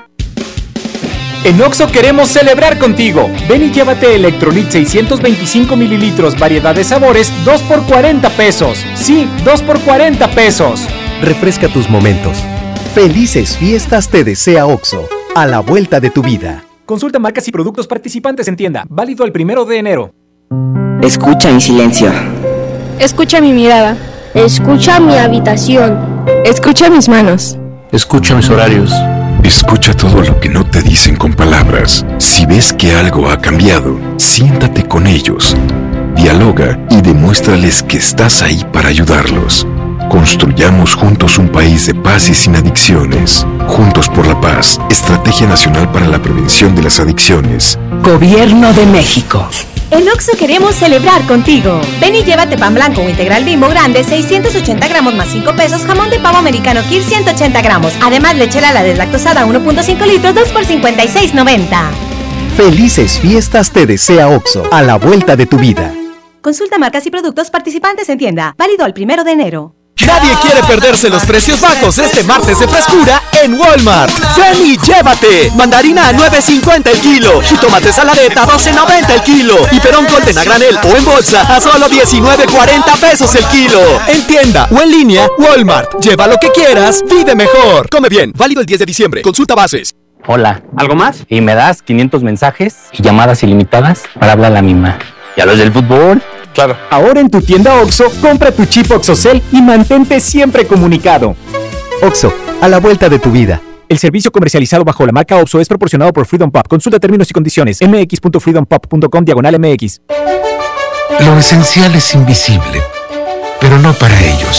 Speaker 14: En Oxxo queremos celebrar contigo. Ven y llévate Electrolit seiscientos veinticinco mililitros, variedad de sabores, dos por cuarenta pesos. Sí, dos por cuarenta pesos.
Speaker 15: Refresca tus momentos. Felices fiestas te desea Oxxo, a la vuelta de tu vida.
Speaker 14: Consulta marcas y productos participantes en tienda. Válido el primero de enero.
Speaker 2: Escucha mi silencio.
Speaker 10: Escucha mi mirada.
Speaker 9: Escucha mi habitación.
Speaker 10: Escucha mis manos.
Speaker 2: Escucha mis horarios.
Speaker 4: Escucha todo lo que no te dicen con palabras. Si ves que algo ha cambiado, siéntate con ellos. Dialoga y demuéstrales que estás ahí para ayudarlos. Construyamos juntos un país de paz y sin adicciones. Juntos por la paz. Estrategia Nacional para la Prevención de las Adicciones.
Speaker 13: Gobierno de México.
Speaker 10: En Oxxo queremos celebrar contigo. Ven y llévate pan blanco o integral Bimbo grande, seiscientos ochenta gramos más cinco pesos, jamón de pavo americano Kir ciento ochenta gramos. Además, lechera la deslactosada uno punto cinco litros, dos por cincuenta y seis noventa.
Speaker 15: Felices fiestas te desea Oxxo, a la vuelta de tu vida.
Speaker 10: Consulta marcas y productos participantes en tienda. Válido al primero de enero.
Speaker 3: Nadie quiere perderse los precios bajos este martes de frescura en Walmart. Ven y llévate. Mandarina a nueve cincuenta el kilo. Jitomate saladeta doce noventa el kilo. Y perón golden a granel o en bolsa a solo diecinueve cuarenta pesos el kilo. En tienda o en línea, Walmart. Lleva lo que quieras, vive mejor. Come bien. Válido el diez de diciembre. Consulta bases.
Speaker 2: Hola, ¿algo más? Y me das quinientos mensajes y llamadas ilimitadas para hablar a la misma. ¿Y a los del fútbol?
Speaker 14: Claro. Ahora en tu tienda Oxxo, compra tu chip OXXOCEL y mantente siempre comunicado.
Speaker 15: Oxxo, a la vuelta de tu vida.
Speaker 14: El servicio comercializado bajo la marca Oxxo es proporcionado por Freedom Pop. Consulta términos y condiciones. mx punto freedom pop punto com diagonal mx.
Speaker 4: Lo esencial es invisible, pero no para ellos.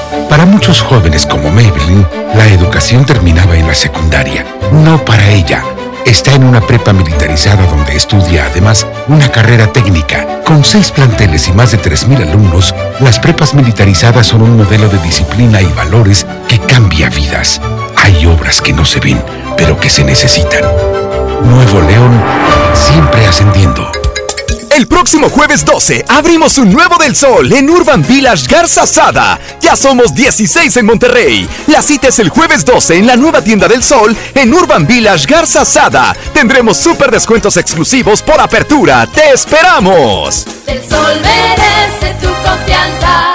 Speaker 6: Para muchos jóvenes como Maybelline, la educación terminaba en la secundaria. No para ella. Está en una prepa militarizada donde estudia además una carrera técnica. Con seis planteles y más de tres mil alumnos, las prepas militarizadas son un modelo de disciplina y valores que cambia vidas. Hay obras que no se ven, pero que se necesitan. Nuevo León, siempre ascendiendo.
Speaker 18: El próximo jueves doce abrimos un nuevo del Sol en Urban Village Garza Sada. Ya somos dieciséis en Monterrey. La cita es el jueves doce en la nueva tienda del Sol en Urban Village Garza Sada. Tendremos súper descuentos exclusivos por apertura. ¡Te esperamos!
Speaker 19: Del Sol merece tu confianza.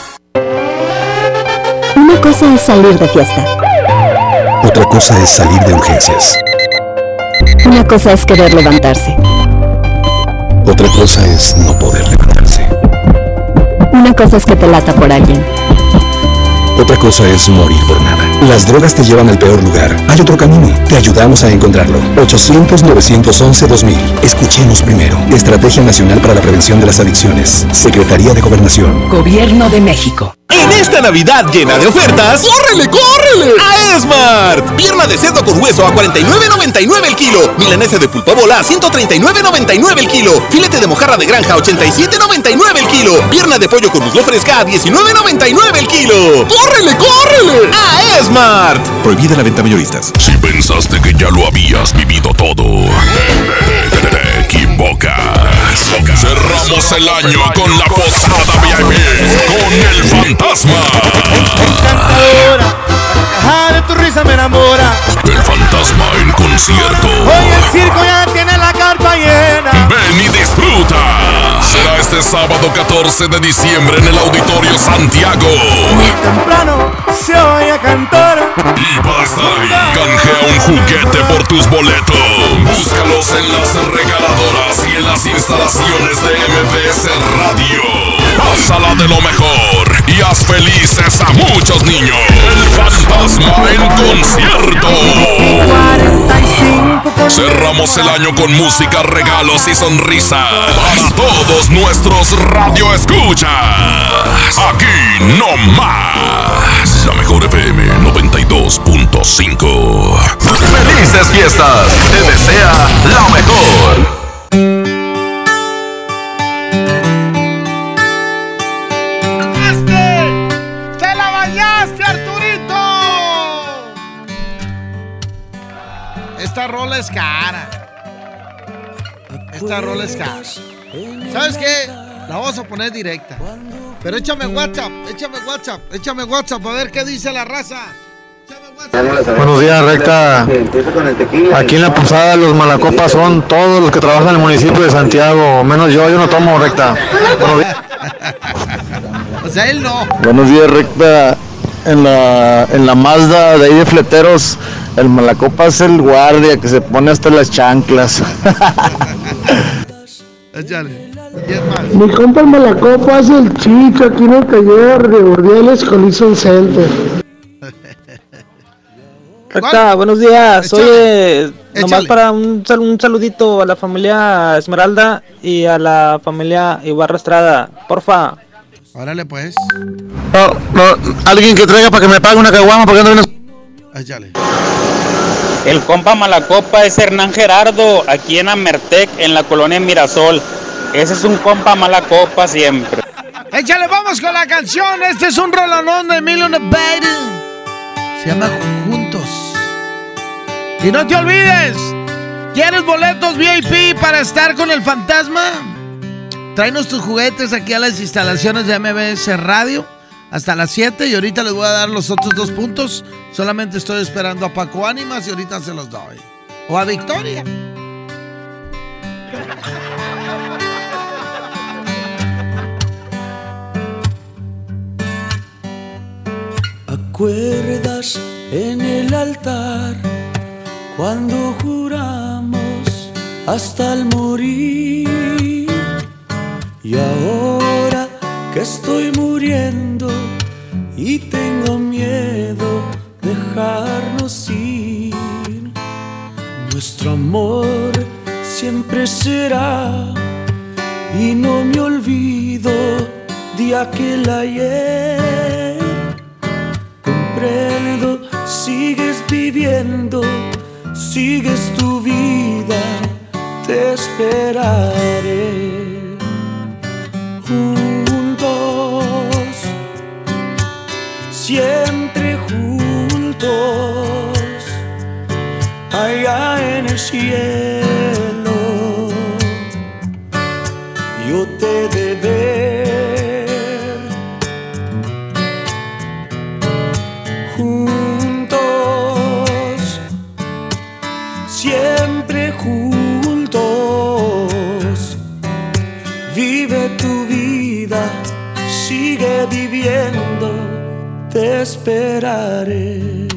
Speaker 10: Una cosa es salir de fiesta.
Speaker 20: Otra cosa es salir de urgencias.
Speaker 10: Una cosa es querer levantarse.
Speaker 20: Otra cosa es no poder levantarse.
Speaker 10: Una cosa es que te lata por alguien.
Speaker 20: Otra cosa es morir por nada. Las drogas te llevan al peor lugar. Hay otro camino. Te ayudamos a encontrarlo. ochocientos, novecientos once, dos mil. Escuchemos primero. Estrategia Nacional para la Prevención de las Adicciones. Secretaría de Gobernación.
Speaker 12: Gobierno de México.
Speaker 3: En esta Navidad llena de ofertas, ¡córrele, córrele! A Esmart. Pierna de cerdo con hueso a cuarenta y nueve noventa y nueve el kilo. Milanesa de pulpa bola a ciento treinta y nueve noventa y nueve el kilo. Filete de mojarra de granja a ochenta y siete noventa y nueve el kilo. Pierna de pollo con muslo fresca a diecinueve noventa y nueve el kilo. ¡Córrele, córrele! A Esmart.
Speaker 4: Prohibida la venta mayoristas. Si pensaste que ya lo habías vivido todo, te, te, te equivocas. Cerramos el año con la posada V I P con el fantasma.
Speaker 5: Encantadora, la carcajada de tu risa me enamora.
Speaker 4: El fantasma en concierto.
Speaker 5: Hoy el circo ya tiene la carpa llena.
Speaker 4: Ven y disfruta. Será este sábado catorce de diciembre en el Auditorio Santiago.
Speaker 5: Muy temprano se oye cantar.
Speaker 4: Y para estar ahí, canjea un juguete por tus boletos. Búscalos en las regaladoras y en las instalaciones de M V S Radio. Pásala de lo mejor y haz felices a muchos niños. El fantasma en concierto. Cerramos el año con música, regalos y sonrisas para todos nuestros radioescuchas. Aquí no más. La mejor F M noventa y dos punto cinco. ¡Felices fiestas! Te desea la mejor.
Speaker 7: Esta rola es cara. Esta rola es cara. ¿Sabes qué? La vamos a poner directa. Pero échame WhatsApp, échame WhatsApp, échame WhatsApp a ver qué dice la raza.
Speaker 28: Buenos días, recta. Aquí en la posada los malacopas son todos los que trabajan en el municipio de Santiago, menos yo, yo no tomo, recta.
Speaker 7: O sea, él no.
Speaker 28: Buenos días, recta. En la, en la Mazda de ahí de Fleteros, el malacopa es el guardia que se pone hasta las chanclas.
Speaker 7: Échale. ¿Y es más?
Speaker 21: Mi compa el malacopa es el chicho aquí en el taller de Urdiales Collision Center.
Speaker 22: Recta, buenos días. Oye, nomás para un, sal, un saludito a la familia Esmeralda y a la familia Ibarra Estrada, porfa.
Speaker 7: Órale pues.
Speaker 28: No, no, alguien que traiga para que me pague una caguama porque no viene.
Speaker 7: Échale.
Speaker 24: El compa Malacopa es Hernán Gerardo, aquí en Amertec, en la colonia Mirasol. Ese es un compa Malacopa siempre.
Speaker 7: Échale, vamos con la canción. Este es un rolonón de Emilio Nevada. Se llama Juntos. Y no te olvides, ¿quieres boletos V I P para estar con el fantasma? Tráenos tus juguetes aquí a las instalaciones de M V S Radio hasta las siete y ahorita les voy a dar los otros dos puntos. Solamente estoy esperando a Paco Ánimas y ahorita se los doy. O a Victoria.
Speaker 5: ¿Acuerdas en el altar cuando juramos hasta el morir? Y ahora que estoy muriendo y tengo miedo dejarnos ir, nuestro amor siempre será y no me olvido de aquel ayer. viviendo, sigues tu vida, te esperaré. Juntos, siempre juntos, allá en el cielo, yo te he de ver. Juntos, siempre juntos, vive tu vida, sigue viviendo, te esperaré.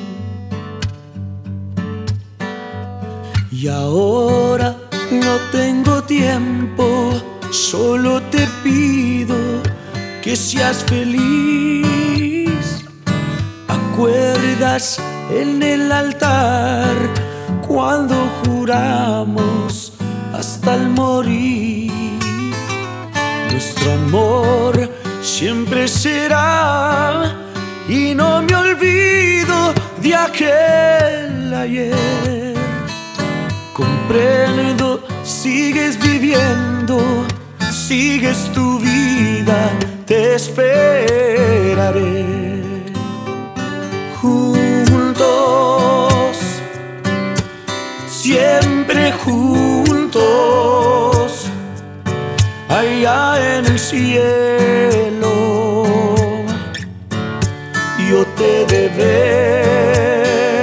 Speaker 5: Y ahora no tengo tiempo, solo te pido que seas feliz. ¿Acuerdas en el altar cuando juramos hasta el morir? Nuestro amor siempre será, y no me olvido de aquel ayer. Comprendo, sigues viviendo, sigues tu vida, te esperaré. Juntos, siempre juntos, allá en el cielo, yo te he de ver.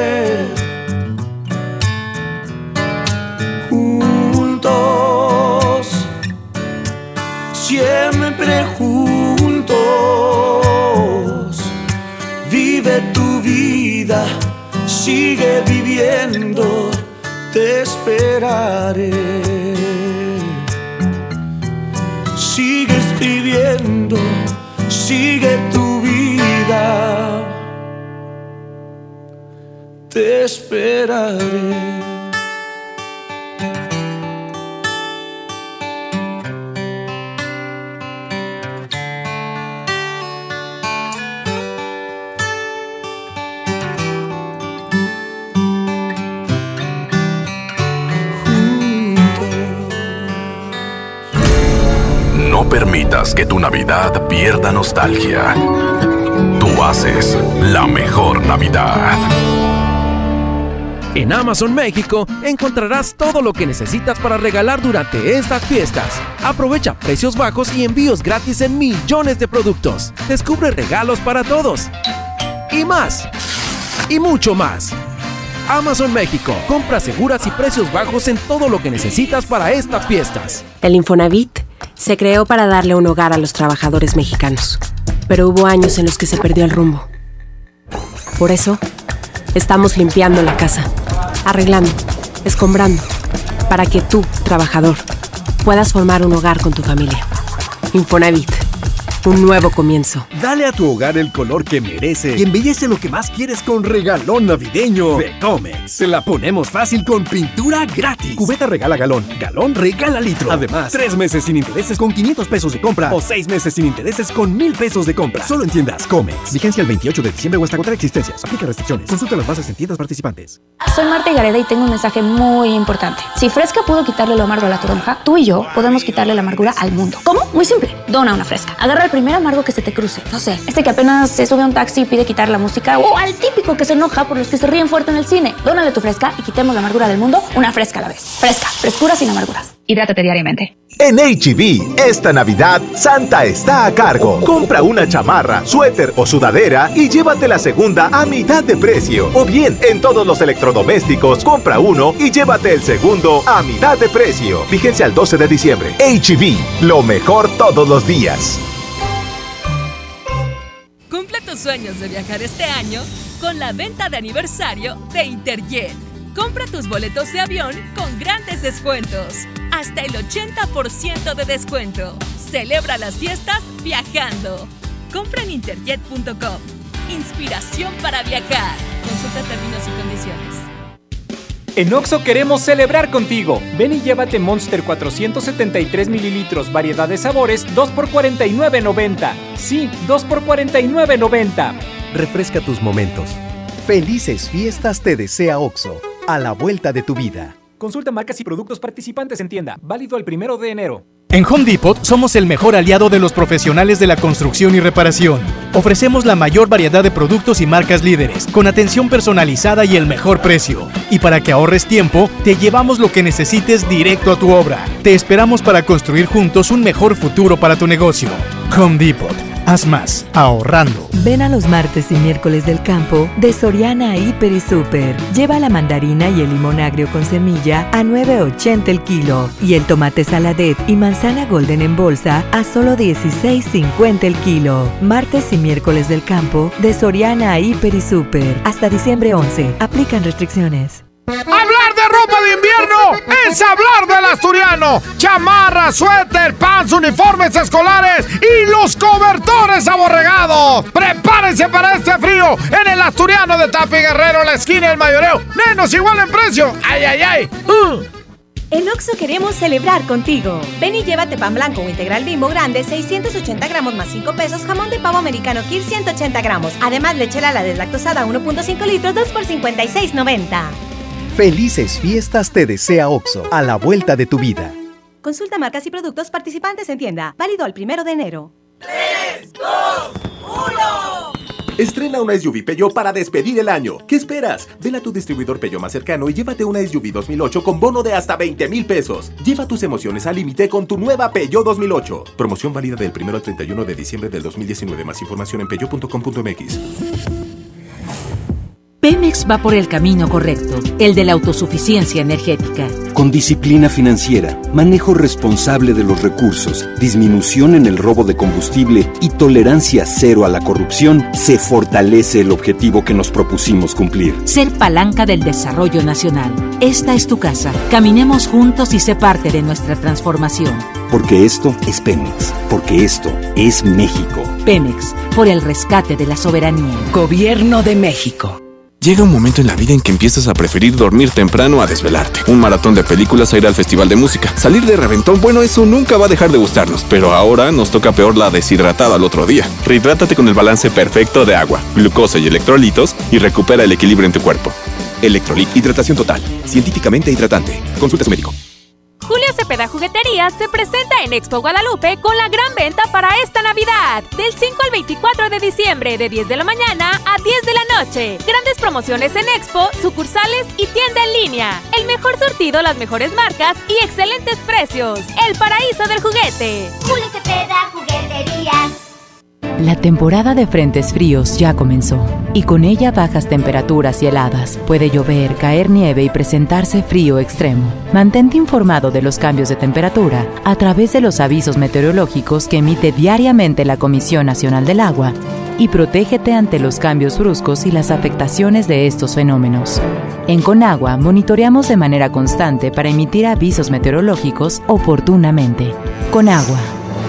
Speaker 5: Juntos, siempre juntos, vive tu vida, sigue viviendo, te esperaré. Sigues viviendo, sigue tu vida, te esperaré.
Speaker 4: No permitas que tu Navidad pierda nostalgia. Tú haces la mejor Navidad.
Speaker 1: En Amazon México encontrarás todo lo que necesitas para regalar durante estas fiestas. Aprovecha precios bajos y envíos gratis en millones de productos. Descubre regalos para todos. Y más. Y mucho más. Amazon México. Compras seguras y precios bajos en todo lo que necesitas para estas fiestas.
Speaker 8: El Infonavit se creó para darle un hogar a los trabajadores mexicanos, pero hubo años en los que se perdió el rumbo. Por eso, estamos limpiando la casa, arreglando, escombrando, para que tú, trabajador, puedas formar un hogar con tu familia. Infonavit, un nuevo comienzo.
Speaker 15: Dale a tu hogar el color que merece y embellece lo que más quieres con regalón navideño de Comex. Se la ponemos fácil con pintura gratis. Cubeta regala galón, galón regala litro. Además, tres meses sin intereses con quinientos pesos de compra o seis meses sin intereses con mil pesos de compra. Solo en tiendas Comex. Vigencia el veintiocho de diciembre o hasta agotar existencias. Aplica restricciones. Consulta las bases en tiendas participantes.
Speaker 11: Soy Marta Gareda y tengo un mensaje muy importante. Si Fresca pudo quitarle lo amargo a la toronja, tú y yo podemos quitarle la amargura al mundo. ¿Cómo? Muy simple. Dona una Fresca. Agarra el primer amargo que se te cruce. No sé, este que apenas se sube a un taxi y pide quitar la música, o al típico que se enoja por los que se ríen fuerte en el cine. Dónale tu Fresca y quitemos la amargura del mundo una Fresca a la vez. Fresca, frescura sin amarguras. Hidrátate diariamente.
Speaker 16: En H E B, esta Navidad, Santa está a cargo. Compra una chamarra, suéter o sudadera y llévate la segunda a mitad de precio. O bien, en todos los electrodomésticos, compra uno y llévate el segundo a mitad de precio. Vigencia al doce de diciembre. H E B, lo mejor todos los días.
Speaker 23: Cumple tus sueños de viajar este año con la venta de aniversario de Interjet. Compra tus boletos de avión con grandes descuentos. Hasta el ochenta por ciento de descuento. Celebra las fiestas viajando. Compra en interjet punto com. Inspiración para viajar. Consulta términos y condiciones.
Speaker 14: En Oxxo queremos celebrar contigo. Ven y llévate Monster cuatrocientos setenta y tres mililitros, variedad de sabores, dos por cuarenta y nueve noventa. Sí, dos por cuarenta y nueve noventa.
Speaker 15: Refresca tus momentos.
Speaker 2: Felices fiestas te desea OXXO, a la vuelta de tu vida.
Speaker 14: Consulta marcas y productos participantes en tienda. Válido el primero de enero.
Speaker 6: En Home Depot somos el mejor aliado de los profesionales de la construcción y reparación. Ofrecemos la mayor variedad de productos y marcas líderes, con atención personalizada y el mejor precio. Y para que ahorres tiempo, te llevamos lo que necesites directo a tu obra. Te esperamos para construir juntos un mejor futuro para tu negocio. Home Depot. Haz más, ahorrando.
Speaker 9: Ven a los martes y miércoles del campo de Soriana Hiper y Super. Lleva la mandarina y el limón agrio con semilla a nueve ochenta el kilo y el tomate saladet y manzana golden en bolsa a solo dieciséis cincuenta el kilo. Martes y miércoles del campo de Soriana Hiper y Super. Hasta diciembre once. Aplican restricciones.
Speaker 7: Hablar de ropa de invierno es hablar del asturiano. Chamarra, suéter, pants, uniformes escolares y los cobertores aborregados. Prepárense para este frío en el asturiano de Tapi Guerrero, la esquina del Mayoreo. Menos igual en precio. ¡Ay, ay, ay! Uh.
Speaker 13: En Oxxo queremos celebrar contigo. Ven y llévate pan blanco o integral Bimbo grande, seiscientos ochenta gramos más cinco pesos, jamón de pavo americano Kir ciento ochenta gramos. Además, leche Lala deslactosada uno punto cinco litros, dos por cincuenta y seis noventa.
Speaker 2: Felices fiestas te desea OXXO, a la vuelta de tu vida.
Speaker 13: Consulta marcas y productos participantes en tienda. Válido el primero de enero.
Speaker 3: tres, dos, uno. Estrena una S U V Peugeot para despedir el año. ¿Qué esperas? Ven a tu distribuidor Peugeot más cercano y llévate una S U V dos mil ocho con bono de hasta veinte mil pesos. Lleva tus emociones al límite con tu nueva Peugeot dos mil ocho. Promoción válida del primero al treinta y uno de diciembre del dos mil diecinueve. Más información en peugeot punto com punto m x.
Speaker 17: Pemex va por el camino correcto, el de la autosuficiencia energética.
Speaker 25: Con disciplina financiera, manejo responsable de los recursos, disminución en el robo de combustible y tolerancia cero a la corrupción, se fortalece el objetivo que nos propusimos cumplir.
Speaker 17: Ser palanca del desarrollo nacional. Esta es tu casa. Caminemos juntos y sé parte de nuestra transformación.
Speaker 25: Porque esto es Pemex. Porque esto es México.
Speaker 17: Pemex, por el rescate de la soberanía.
Speaker 26: Gobierno de México.
Speaker 27: Llega un momento en la vida en que empiezas a preferir dormir temprano a desvelarte. Un maratón de películas a ir al festival de música. Salir de reventón, bueno, eso nunca va a dejar de gustarnos. Pero ahora nos toca peor la deshidratada al otro día. Rehidrátate con el balance perfecto de agua, glucosa y electrolitos y recupera el equilibrio en tu cuerpo.
Speaker 3: Electrolit, hidratación total. Científicamente hidratante. Consulta a su médico.
Speaker 29: Julio Cepeda Jugueterías se presenta en Expo Guadalupe con la gran venta para esta Navidad. Del cinco al veinticuatro de diciembre, de diez de la mañana a diez de la noche. Grandes promociones en Expo, sucursales y tienda en línea. El mejor surtido, las mejores marcas y excelentes precios. El paraíso del juguete.
Speaker 19: Julio Cepeda Jugueterías.
Speaker 30: La temporada de frentes fríos ya comenzó, y con ella bajas temperaturas y heladas. Puede llover, caer nieve y presentarse frío extremo. Mantente informado de los cambios de temperatura a través de los avisos meteorológicos que emite diariamente la Comisión Nacional del Agua y protégete ante los cambios bruscos y las afectaciones de estos fenómenos. En Conagua monitoreamos de manera constante para emitir avisos meteorológicos oportunamente. Conagua.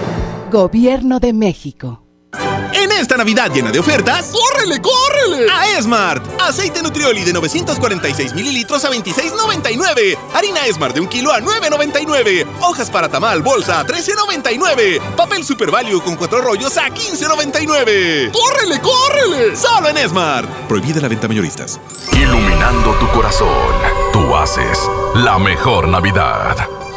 Speaker 12: Gobierno de México.
Speaker 3: En esta Navidad llena de ofertas, ¡córrele, córrele! A Esmart. Aceite Nutrioli de novecientos cuarenta y seis mililitros a veintiséis noventa y nueve. Harina Esmart de un kilo a nueve noventa y nueve. Hojas para tamal bolsa a trece noventa y nueve. Papel Super Value con cuatro rollos a quince noventa y nueve. ¡Córrele, córrele! Solo en Esmart. Prohibida la venta mayoristas.
Speaker 4: Iluminando tu corazón, tú haces la mejor Navidad.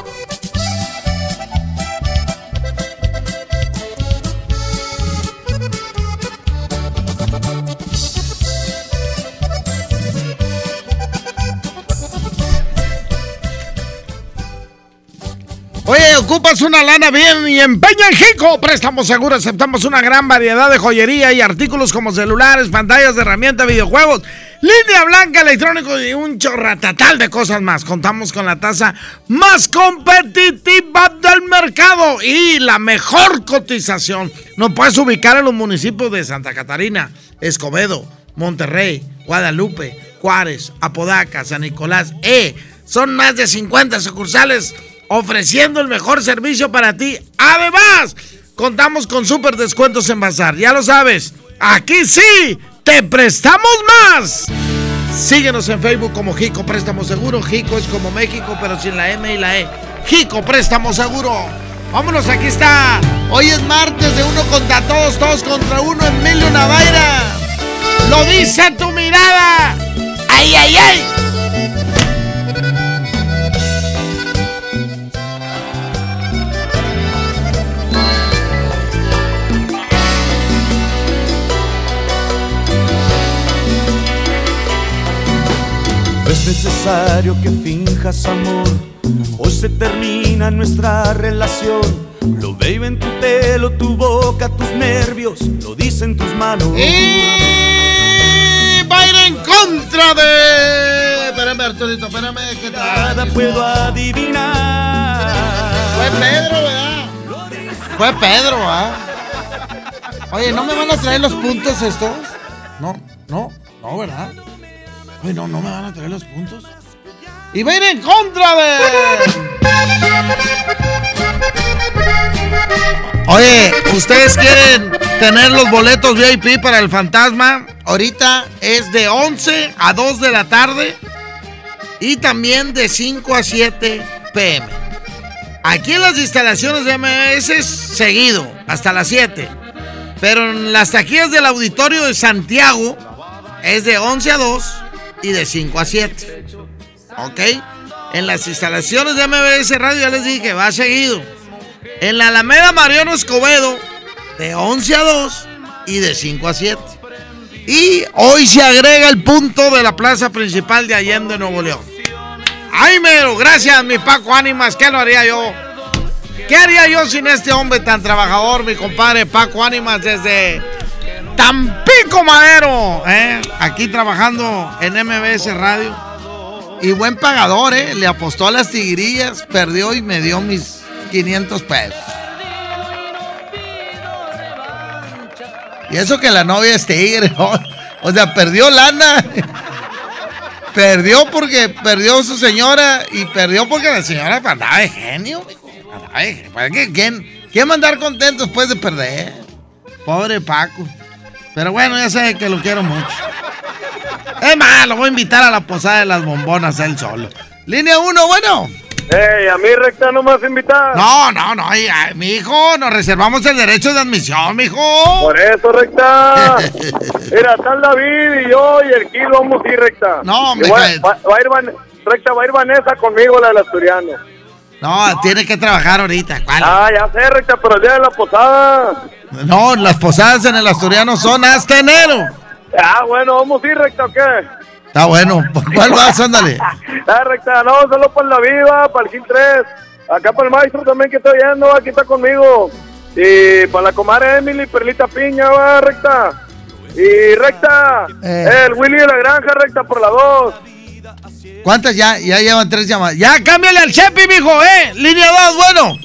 Speaker 7: Oye, ocupas una lana bien y empeña en Jico. Préstamo Seguro, aceptamos una gran variedad de joyería y artículos como celulares, pantallas de herramientas, videojuegos, línea blanca, electrónicos y un chorratatal de cosas más. Contamos con la tasa más competitiva del mercado y la mejor cotización. Nos puedes ubicar en los municipios de Santa Catarina, Escobedo, Monterrey, Guadalupe, Juárez, Apodaca, San Nicolás. Eh, son más de cincuenta sucursales ofreciendo el mejor servicio para ti. Además, contamos con súper descuentos en Bazar. Ya lo sabes, aquí sí te prestamos más. Síguenos en Facebook como Jico Préstamo Seguro. Jico es como México, pero sin la M y la E. Jico Préstamo Seguro. Vámonos, aquí está. Hoy es martes de uno contra todos, todos contra uno. Emilio Navaira. Los lo dice tu mirada. ¡Ay, ay, ay!
Speaker 1: No es necesario que finjas amor, hoy se termina nuestra relación. Lo veo en tu pelo, tu boca, tus nervios, lo dicen tus manos.
Speaker 7: Y va a ir en contra de... Espérame, Arturito, espérame. Que
Speaker 1: nada puedo adivinar.
Speaker 7: Fue Pedro, ¿verdad? Fue Pedro, ¿verdad? Oye, ¿no me van a traer los puntos estos? No, no, no, ¿verdad? Oye, no, no me van a traer los puntos. Y va a ir en contra de... Oye, ¿ustedes quieren tener los boletos V I P para el Fantasma? Ahorita es de once a dos de la tarde y también de cinco a siete pe eme. Aquí en las instalaciones de M S es seguido, hasta las siete. Pero en las taquillas del Auditorio de Santiago es de once a dos y de cinco a siete. ¿Ok? En las instalaciones de M B S Radio ya les dije, va seguido. En la Alameda Mariano Escobedo, de once a dos y de cinco a siete. Y hoy se agrega el punto de la plaza principal de Allende, Nuevo León. ¡Ay, mero! Gracias, mi Paco Ánimas. ¿Qué lo haría yo? ¿Qué haría yo sin este hombre tan trabajador, mi compadre Paco Ánimas, desde Tampico Madero? ¿eh? Aquí trabajando en M B S Radio. Y buen pagador, ¿eh? Le apostó a las tigrillas, perdió y me dio mis quinientos pesos. Y eso que la novia es tigre, ¿no? O sea, perdió lana. Perdió porque perdió su señora y perdió porque la señora andaba de genio. Andaba de genio. ¿Quién, ¿Quién va a andar contento después de perder? Pobre Paco. Pero bueno, ya sabe que lo quiero mucho. Es más, lo voy a invitar a la posada de las bombonas él solo. Línea uno, bueno.
Speaker 5: Ey, a mí, Recta, no me vas a invitar.
Speaker 7: No, no, no, ya, mi hijo, nos reservamos el derecho de admisión, mi hijo.
Speaker 5: Por eso, Recta. Mira, tal David y yo y el Kilo vamos a ir, Recta.
Speaker 7: No, me
Speaker 5: va, va, va a ir Van, Recta, va a ir Vanessa conmigo, la del Asturiano.
Speaker 7: No, tiene que trabajar ahorita. ¿Cuál?
Speaker 5: Ah, ya sé, Recta, pero el día de la posada.
Speaker 7: No, las posadas en el Asturiano son hasta enero.
Speaker 5: Ah, bueno, ¿vamos a ir, Recta, o qué?
Speaker 7: Está bueno, ¿por cuál vas? Ándale.
Speaker 5: Ah, Recta, no, solo para la Viva, para el Gil tres. Acá para el maestro también que estoy viendo, aquí está conmigo. Y para la comadre Emily, Perlita Piña, va, Recta. Y Recta, eh. el Willy de la Granja, Recta, por la dos.
Speaker 7: ¿Cuántas ya? Ya llevan tres llamadas. Ya, cámbiale al Chepi, mijo, ¿eh? Línea dos, bueno.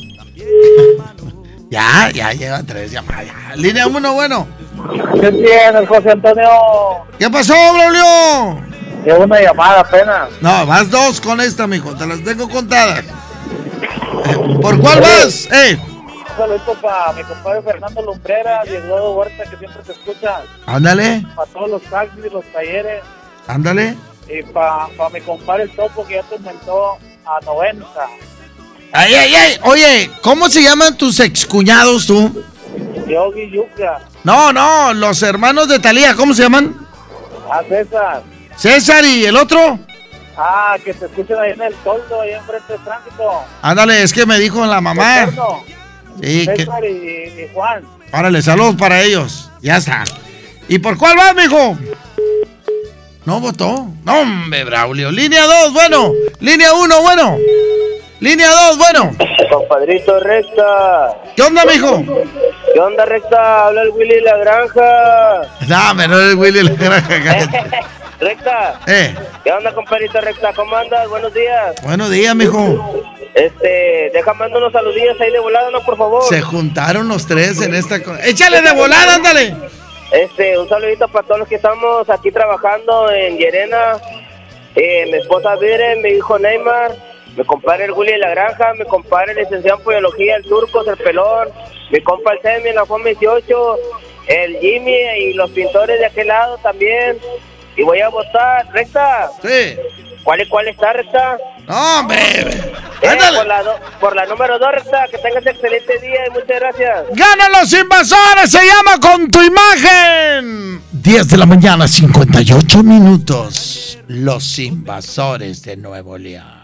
Speaker 7: Ya, ya llevan tres llamadas. Ya. Línea uno, bueno.
Speaker 8: ¿Qué tienes, José Antonio?
Speaker 7: ¿Qué pasó, Braulio?
Speaker 8: Llevo una llamada apenas.
Speaker 7: No, vas dos con esta, mijo. Te las tengo contadas. ¿Por cuál vas? Eh.
Speaker 8: Un saludo para mi compadre Fernando Lumbrera y Eduardo Huerta, que siempre te escucha.
Speaker 7: Ándale.
Speaker 8: Para todos los taxis y los talleres.
Speaker 7: Ándale.
Speaker 8: Y para pa mi compadre el Topo, que ya te aumentó a noventa.
Speaker 7: Ay, ay, ay. Oye, ¿cómo se llaman tus excuñados tú?
Speaker 8: Yogi y Yuka.
Speaker 7: No, no, los hermanos de Talía, ¿cómo se llaman?
Speaker 8: Ah, César.
Speaker 7: César, ¿y el otro?
Speaker 8: Ah, que te escuchan ahí en el toldo, ahí enfrente del tránsito.
Speaker 7: Ándale, es que me dijo la mamá. Sí,
Speaker 8: César
Speaker 7: que...
Speaker 8: y, y Juan.
Speaker 7: Árale, saludos para ellos. Ya está. ¿Y por cuál vas, mijo? No votó. No, hombre, Braulio. Línea dos, bueno. Línea uno, bueno. Línea dos, bueno.
Speaker 8: Compadrito, Recta.
Speaker 7: ¿Qué onda, mijo?
Speaker 8: ¿Qué onda, Recta? Habla el Willy de la Granja.
Speaker 7: No, me no es el Willy de la Granja.
Speaker 8: Recta.
Speaker 7: Eh.
Speaker 8: ¿Qué onda, compadrito, Recta? ¿Cómo andas? Buenos días.
Speaker 7: Buenos días, mijo.
Speaker 8: Este, déjame mandar unos saludillos ahí de volada, ¿no? Por favor.
Speaker 7: Se juntaron los tres en esta... ¡Échale de volada, ándale!
Speaker 8: Este, un saludito para todos los que estamos aquí trabajando en Llerena. Eh, mi esposa Viren, mi hijo Neymar, mi compadre el Willy de la Granja, mi compadre el licenciado en Poliología, el Turcos, el Pelón, mi compa el Semi en la Juan veintiocho, el Jimmy y los pintores de aquel lado también. Y voy a votar, Recta.
Speaker 7: Sí.
Speaker 8: ¿Cuál es cuál está, Recta?
Speaker 7: No, hombre.
Speaker 8: Eh, por, la do, por la número dos, recta, que tengas excelente día y muchas gracias.
Speaker 7: ¡Ganan los invasores! Se llama Con tu imagen. diez de la mañana, cincuenta y ocho minutos. Los invasores de Nuevo León.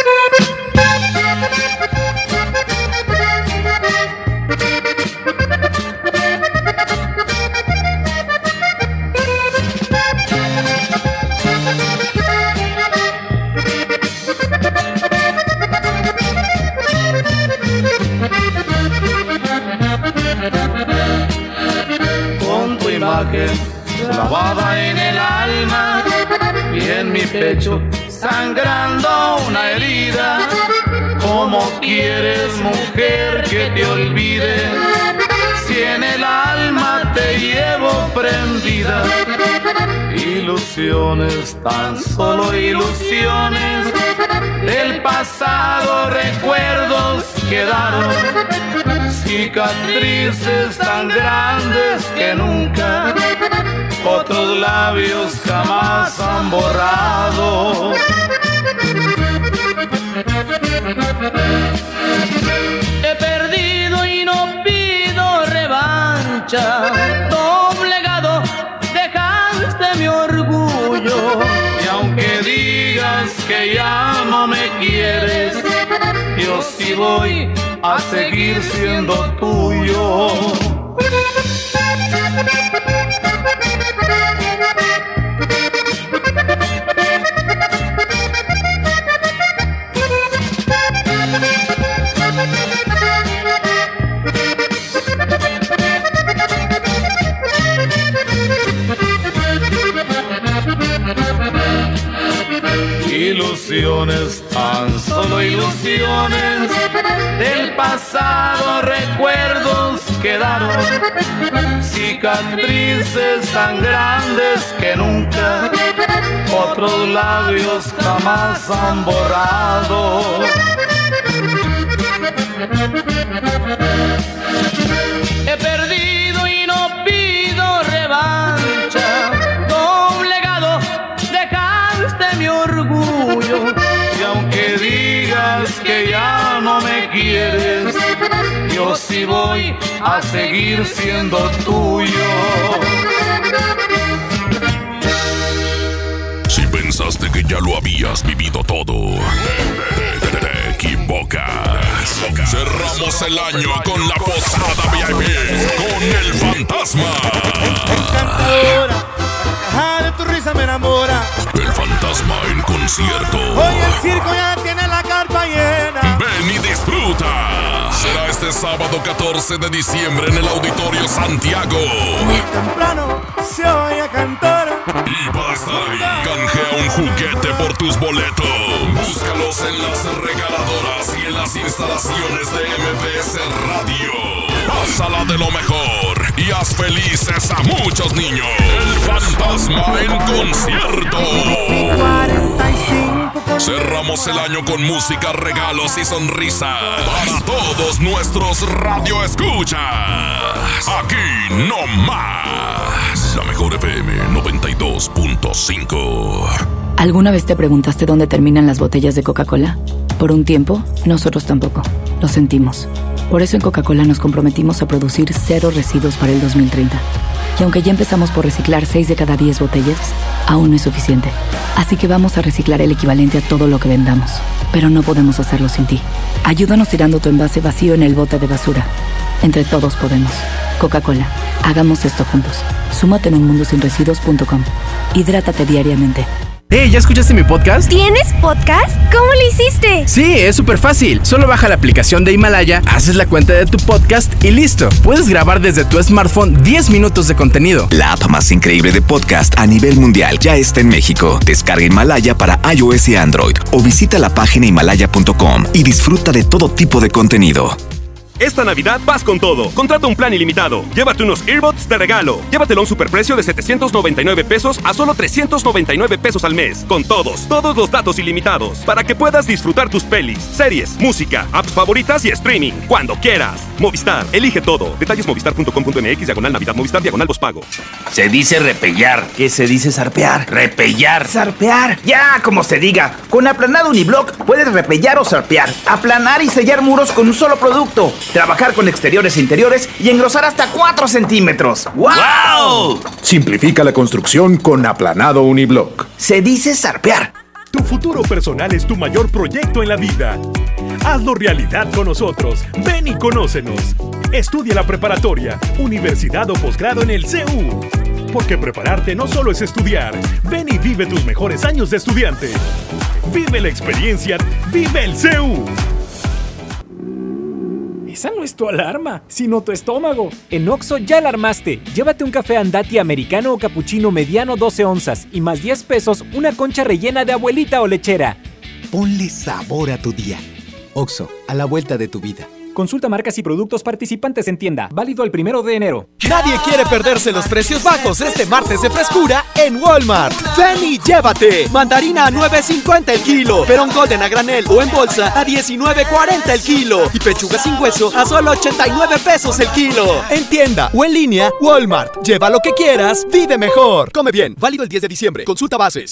Speaker 10: Con tu imagen clavada en el alma y en mi pecho sangrando una herida. ¿Cómo quieres, mujer, que te olvide si en el alma te llevo prendida? Ilusiones, tan solo ilusiones, del pasado recuerdos quedaron, cicatrices tan grandes que nunca otros labios jamás han borrado. He perdido y no pido revancha, doblegado dejaste mi orgullo, y aunque digas que ya no me quieres, yo sí voy a seguir siendo tuyo. Ilusiones, tan solo ilusiones, del pasado recuerdos quedaron, cicatrices tan grandes que nunca otros labios jamás han borrado. He perdido y no pido revancha, doblegado dejaste mi orgullo, y aunque digas que ya no me quieres, yo sí voy a seguir siendo tuyo.
Speaker 4: Si pensaste que ya lo habías vivido todo, te, te, te equivocas. Cerramos el año con la posada V I P con el fantasma.
Speaker 1: Encantadora, la de tu risa me enamora.
Speaker 4: El fantasma en concierto.
Speaker 1: Hoy el circo ya tiene la carpa llena.
Speaker 4: Ven y disfruta. Será este sábado catorce de diciembre en el Auditorio Santiago.
Speaker 1: Muy temprano se oye cantar.
Speaker 4: Y para estar ahí, canjea un juguete por tus boletos. Búscalos en las regaladoras y en las instalaciones de M V S Radio. Pásala de lo mejor y haz felices a muchos niños. El fantasma en concierto. Cerramos el año con música, regalos y sonrisas para todos nuestros radioescuchas. Aquí no más. La mejor F M noventa y dos punto cinco.
Speaker 30: ¿Alguna vez te preguntaste dónde terminan las botellas de Coca-Cola? Por un tiempo, nosotros tampoco. Lo sentimos. Por eso en Coca-Cola nos comprometimos a producir cero residuos para el dos mil treinta. Y aunque ya empezamos por reciclar seis de cada diez botellas, aún no es suficiente. Así que vamos a reciclar el equivalente a todo lo que vendamos. Pero no podemos hacerlo sin ti. Ayúdanos tirando tu envase vacío en el bote de basura. Entre todos podemos. Coca-Cola, hagamos esto juntos. Súmate en un mundo sin residuos punto com. Hidrátate diariamente.
Speaker 11: Hey, ¿ya escuchaste mi podcast?
Speaker 16: ¿Tienes podcast? ¿Cómo lo hiciste?
Speaker 11: Sí, es súper fácil. Solo baja la aplicación de Himalaya, haces la cuenta de tu podcast y listo. Puedes grabar desde tu smartphone diez minutos de contenido.
Speaker 18: La app más increíble de podcast a nivel mundial ya está en México. Descarga Himalaya para iOS y Android o visita la página himalaya punto com y disfruta de todo tipo de contenido.
Speaker 20: Esta Navidad vas con todo. Contrata un plan ilimitado. Llévate unos earbuds de regalo. Llévatelo a un superprecio de setecientos noventa y nueve pesos a solo trescientos noventa y nueve pesos al mes. Con todos, todos los datos ilimitados. Para que puedas disfrutar tus pelis, series, música, apps favoritas y streaming. Cuando quieras. Movistar, elige todo. Detalles movistar punto com punto m x, diagonal Navidad, Movistar, diagonal pospago.
Speaker 2: Se dice repellar.
Speaker 6: ¿Qué se dice zarpear?
Speaker 2: Repellar.
Speaker 6: Zarpear. Ya, como se diga. Con aplanado uniblock puedes repellar o zarpear. Aplanar y sellar muros con un solo producto. Trabajar con exteriores e interiores y engrosar hasta cuatro centímetros. ¡Wow!
Speaker 2: ¡Wow!
Speaker 9: Simplifica la construcción con aplanado uniblock.
Speaker 6: Se dice zarpear.
Speaker 14: Tu futuro personal es tu mayor proyecto en la vida. Hazlo realidad con nosotros. Ven y conócenos. Estudia la preparatoria, universidad o posgrado en el C U. Porque prepararte no solo es estudiar. Ven y vive tus mejores años de estudiante. Vive la experiencia. Vive el C U.
Speaker 15: Esa no es tu alarma, sino tu estómago. En Oxxo ya alarmaste. Llévate un café Andati americano o capuchino mediano doce onzas y más diez pesos una concha rellena de abuelita o lechera.
Speaker 21: Ponle sabor a tu día. Oxxo, a la vuelta de tu vida.
Speaker 15: Consulta marcas y productos participantes en tienda. Válido el primero de enero.
Speaker 3: Nadie quiere perderse los precios bajos este martes de frescura en Walmart. Ven y llévate. Mandarina a nueve cincuenta el kilo. Perón Golden a granel o en bolsa a diecinueve cuarenta el kilo. Y pechuga sin hueso a solo ochenta y nueve pesos el kilo. En tienda o en línea, Walmart. Lleva lo que quieras, vive mejor. Come bien. Válido el diez de diciembre. Consulta bases.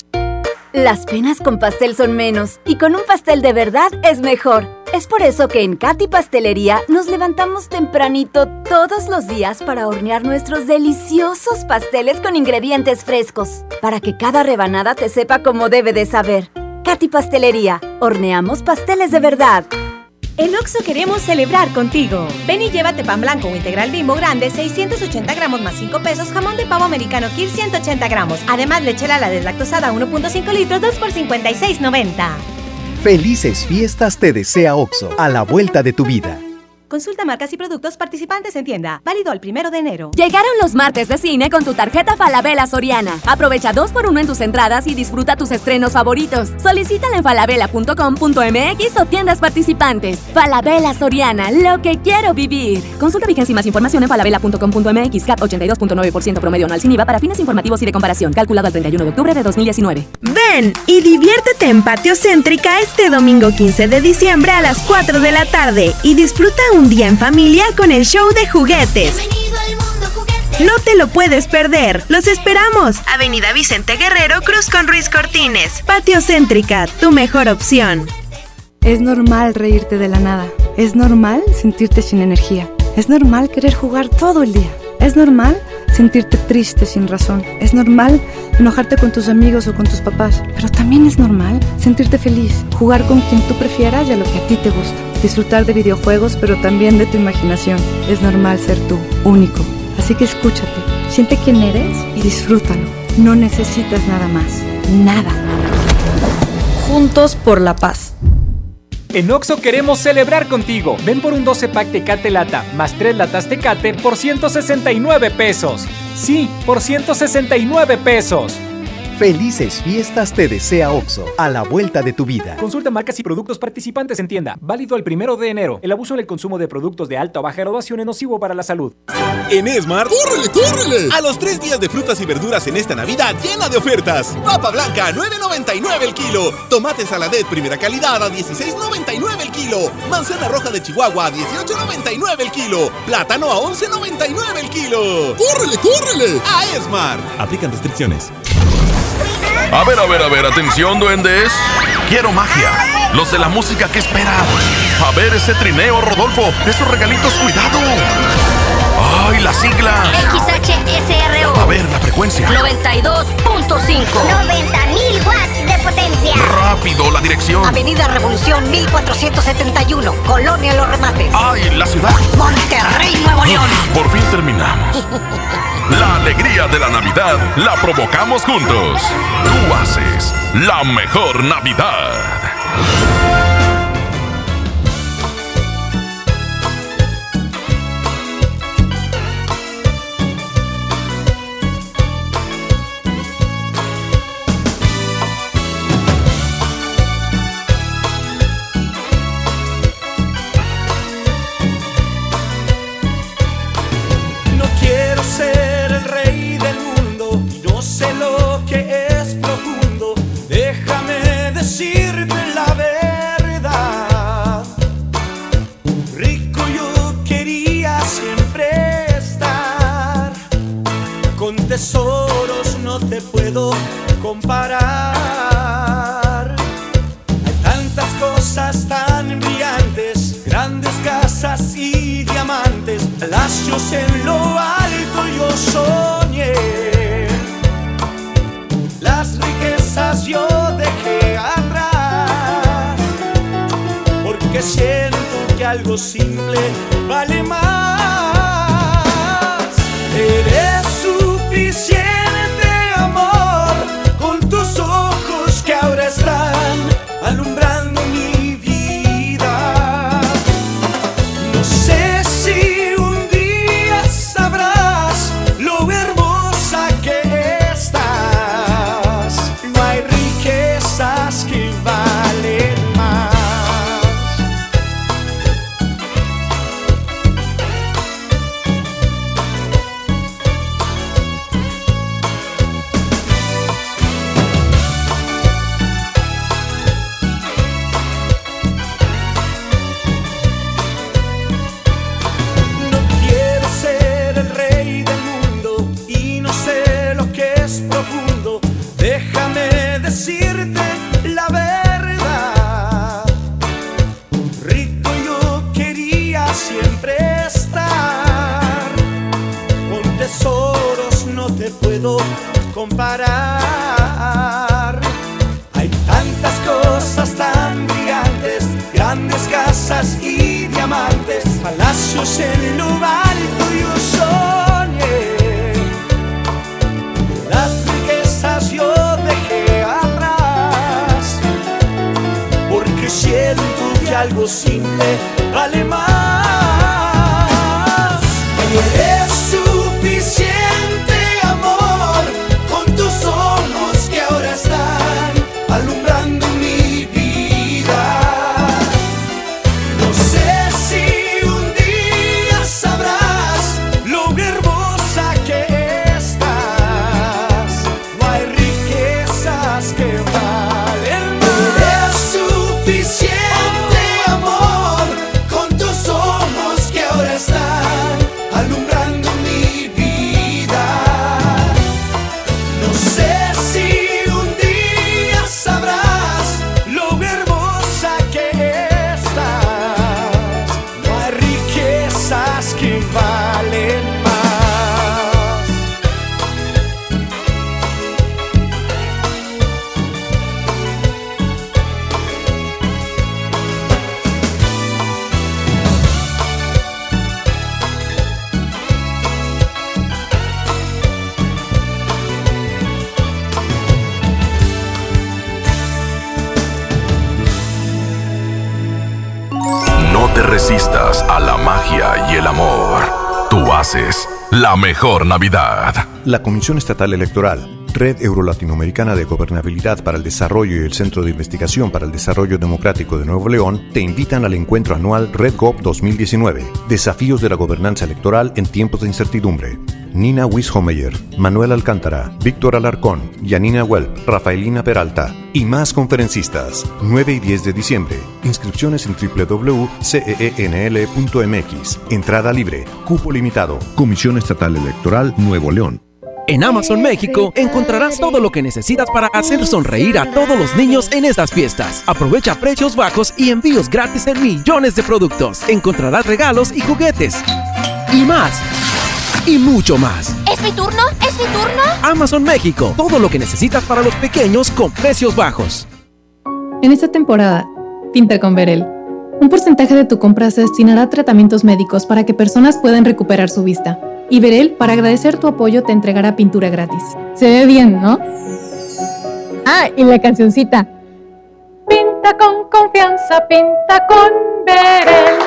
Speaker 22: Las penas con pastel son menos y con un pastel de verdad es mejor. Es por eso que en Katy Pastelería nos levantamos tempranito todos los días para hornear nuestros deliciosos pasteles con ingredientes frescos, para que cada rebanada te sepa como debe de saber. Katy Pastelería, horneamos pasteles de verdad.
Speaker 13: En Oxxo queremos celebrar contigo. Ven y llévate pan blanco o integral Bimbo grande, seiscientos ochenta gramos más cinco pesos, jamón de pavo americano Kir ciento ochenta gramos. Además, lechera la deslactosada uno punto cinco litros, dos por cincuenta y seis noventa.
Speaker 23: Felices fiestas te desea Oxxo, a la vuelta de tu vida.
Speaker 13: Consulta marcas y productos participantes en tienda. Válido el primero de enero.
Speaker 24: Llegaron los martes de cine con tu tarjeta Falabella Soriana. Aprovecha dos por uno en tus entradas y disfruta tus estrenos favoritos. Solicítala en falabella punto com punto m x o tiendas participantes. Falabella Soriana, lo que quiero vivir. Consulta vigencia y más información en falabella punto com punto m x. C A T ochenta y dos punto nueve por ciento promedio anual sin I V A para fines informativos y de comparación. Calculado al treinta y uno de octubre de dos mil diecinueve.
Speaker 28: Ven y diviértete en Patio Céntrica este domingo quince de diciembre a las cuatro de la tarde y disfruta un día en familia con el show de juguetes.
Speaker 19: Bienvenido al mundo juguete.
Speaker 28: No te lo puedes perder. Los esperamos. Avenida Vicente Guerrero, Cruz con Ruiz Cortines. Patio Céntrica, tu mejor opción.
Speaker 31: Es normal reírte de la nada. Es normal sentirte sin energía. Es normal querer jugar todo el día. Es normal sentirte triste sin razón. Es normal enojarte con tus amigos o con tus papás. Pero también es normal sentirte feliz, jugar con quien tú prefieras y a lo que a ti te gusta. Disfrutar de videojuegos, pero también de tu imaginación. Es normal ser tú, único. Así que escúchate, siente quién eres y disfrútalo. No necesitas nada más. Nada.
Speaker 28: Juntos por la paz.
Speaker 15: En Oxxo queremos celebrar contigo. Ven por un doce pack Tecate Lata más tres latas Tecate por ciento sesenta y nueve pesos. Sí, por ciento sesenta y nueve pesos.
Speaker 23: Felices fiestas te desea Oxxo, a la vuelta de tu vida.
Speaker 15: Consulta marcas y productos participantes en tienda. Válido el primero de enero. El abuso en el consumo de productos de alta o baja graduación es nocivo para la salud.
Speaker 3: En Esmart, ¡córrele, córrele! A los tres días de frutas y verduras en esta Navidad llena de ofertas. Papa blanca a nueve noventa y nueve el kilo. Tomate saladet primera calidad a dieciséis noventa y nueve el kilo. Manzana roja de Chihuahua a dieciocho noventa y nueve el kilo. Plátano a once noventa y nueve el kilo. ¡Córrele, córrele! A Esmart. Aplican restricciones.
Speaker 4: A ver, a ver, a ver, atención, duendes. Quiero magia. Los de la música, ¿qué esperan? A ver ese trineo, Rodolfo. Esos regalitos, cuidado. ¡Ay, las siglas!
Speaker 19: X H S R O.
Speaker 4: A ver, la frecuencia.
Speaker 19: noventa y dos punto cinco. noventa mil watts de potencia.
Speaker 4: Rápido, la dirección.
Speaker 19: Avenida Revolución mil cuatrocientos setenta y uno. Colonia Los Remates.
Speaker 4: ¡Ay, la ciudad!
Speaker 19: Monterrey, Nuevo León.
Speaker 4: Por fin terminamos. La alegría de la Navidad la provocamos juntos. Tú haces la mejor Navidad.
Speaker 1: Sé lo que es profundo, déjame decirte la verdad. puedo comparar. Hay tantas cosas tan brillantes, grandes casas y diamantes, palacios en lo alto yo soñé. Las riquezas yo dejé atrás, porque siento que algo simple vale más. Eres suficiente, amor, con tus ojos que ahora están alumbrando mi vida. No sé si un día sabrás lo hermosa que estás. No hay riquezas que valen más. Déjame decirte la verdad. Rico yo quería siempre estar. Con tesoros no te puedo comparar. Hay tantas cosas tan brillantes, grandes casas y diamantes, palacios en lo alto yo soñé. Las riquezas yo dejé atrás, porque siento que algo simple vale más. Eres suficiente, amor, con tus ojos que ahora están alumbrando mi vida. No sé si un día sabrás lo hermosa que estás. No hay riquezas que valen más. Eres suficiente, amor, con tus ojos que ahora están alumbrando mi vida. No sé si un día sabrás lo hermosa que estás. No hay riquezas que valen más.
Speaker 4: No te resistas a la magia y el amor. Tú haces la mejor Navidad.
Speaker 5: La Comisión Estatal Electoral, Red Euro-Latinoamericana de Gobernabilidad para el Desarrollo y el Centro de Investigación para el Desarrollo Democrático de Nuevo León te invitan al encuentro anual RedGov dos mil diecinueve. Desafíos de la gobernanza electoral en tiempos de incertidumbre. Nina Wishomeyer, Manuel Alcántara, Víctor Alarcón, Yanina Welp, Rafaelina Peralta y más conferencistas. nueve y diez de diciembre. Inscripciones en doble u doble u doble u punto c e e n l punto m x. Entrada libre. Cupo limitado. Comisión Estatal Electoral Nuevo León.
Speaker 7: En Amazon México encontrarás todo lo que necesitas para hacer sonreír a todos los niños en estas fiestas. Aprovecha precios bajos y envíos gratis en millones de productos. Encontrarás regalos y juguetes. Y más. Y mucho más.
Speaker 19: ¿Es mi turno? ¿Es mi turno?
Speaker 7: Amazon México. Todo lo que necesitas para los pequeños con precios bajos.
Speaker 8: En esta temporada, pinta con Verel. Un porcentaje de tu compra se destinará a tratamientos médicos para que personas puedan recuperar su vista. Y Verel, para agradecer tu apoyo, te entregará pintura gratis. Se ve bien, ¿no? Ah, y la cancioncita. Pinta con confianza, pinta con Verel.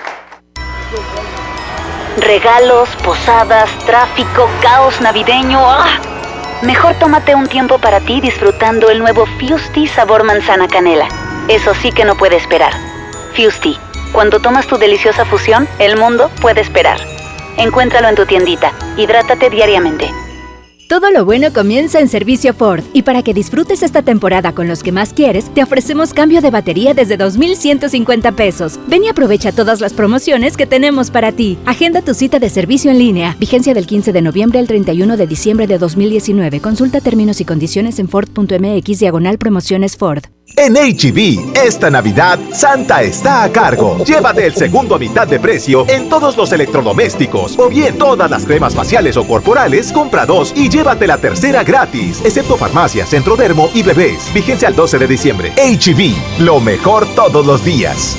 Speaker 10: Regalos, posadas, tráfico, caos navideño. ¡Ah! Mejor tómate un tiempo para ti disfrutando el nuevo Fusti sabor manzana canela. Eso sí que no puede esperar. Fusti, cuando tomas tu deliciosa fusión, el mundo puede esperar. Encuéntralo en tu tiendita. Hidrátate diariamente.
Speaker 22: Todo lo bueno comienza en Servicio Ford. Y para que disfrutes esta temporada con los que más quieres, te ofrecemos cambio de batería desde dos mil ciento cincuenta pesos. Ven y aprovecha todas las promociones que tenemos para ti. Agenda tu cita de servicio en línea. Vigencia del quince de noviembre al treinta y uno de diciembre de dos mil diecinueve. Consulta términos y condiciones en Ford punto M X diagonal promociones Ford.
Speaker 11: En H E B, esta Navidad, Santa está a cargo. Llévate el segundo a mitad de precio en todos los electrodomésticos. O bien, todas las cremas faciales o corporales, compra dos y llévate la tercera gratis. Excepto farmacias, Centrodermo y bebés. Vigencia al doce de diciembre. H E B, lo mejor todos los días.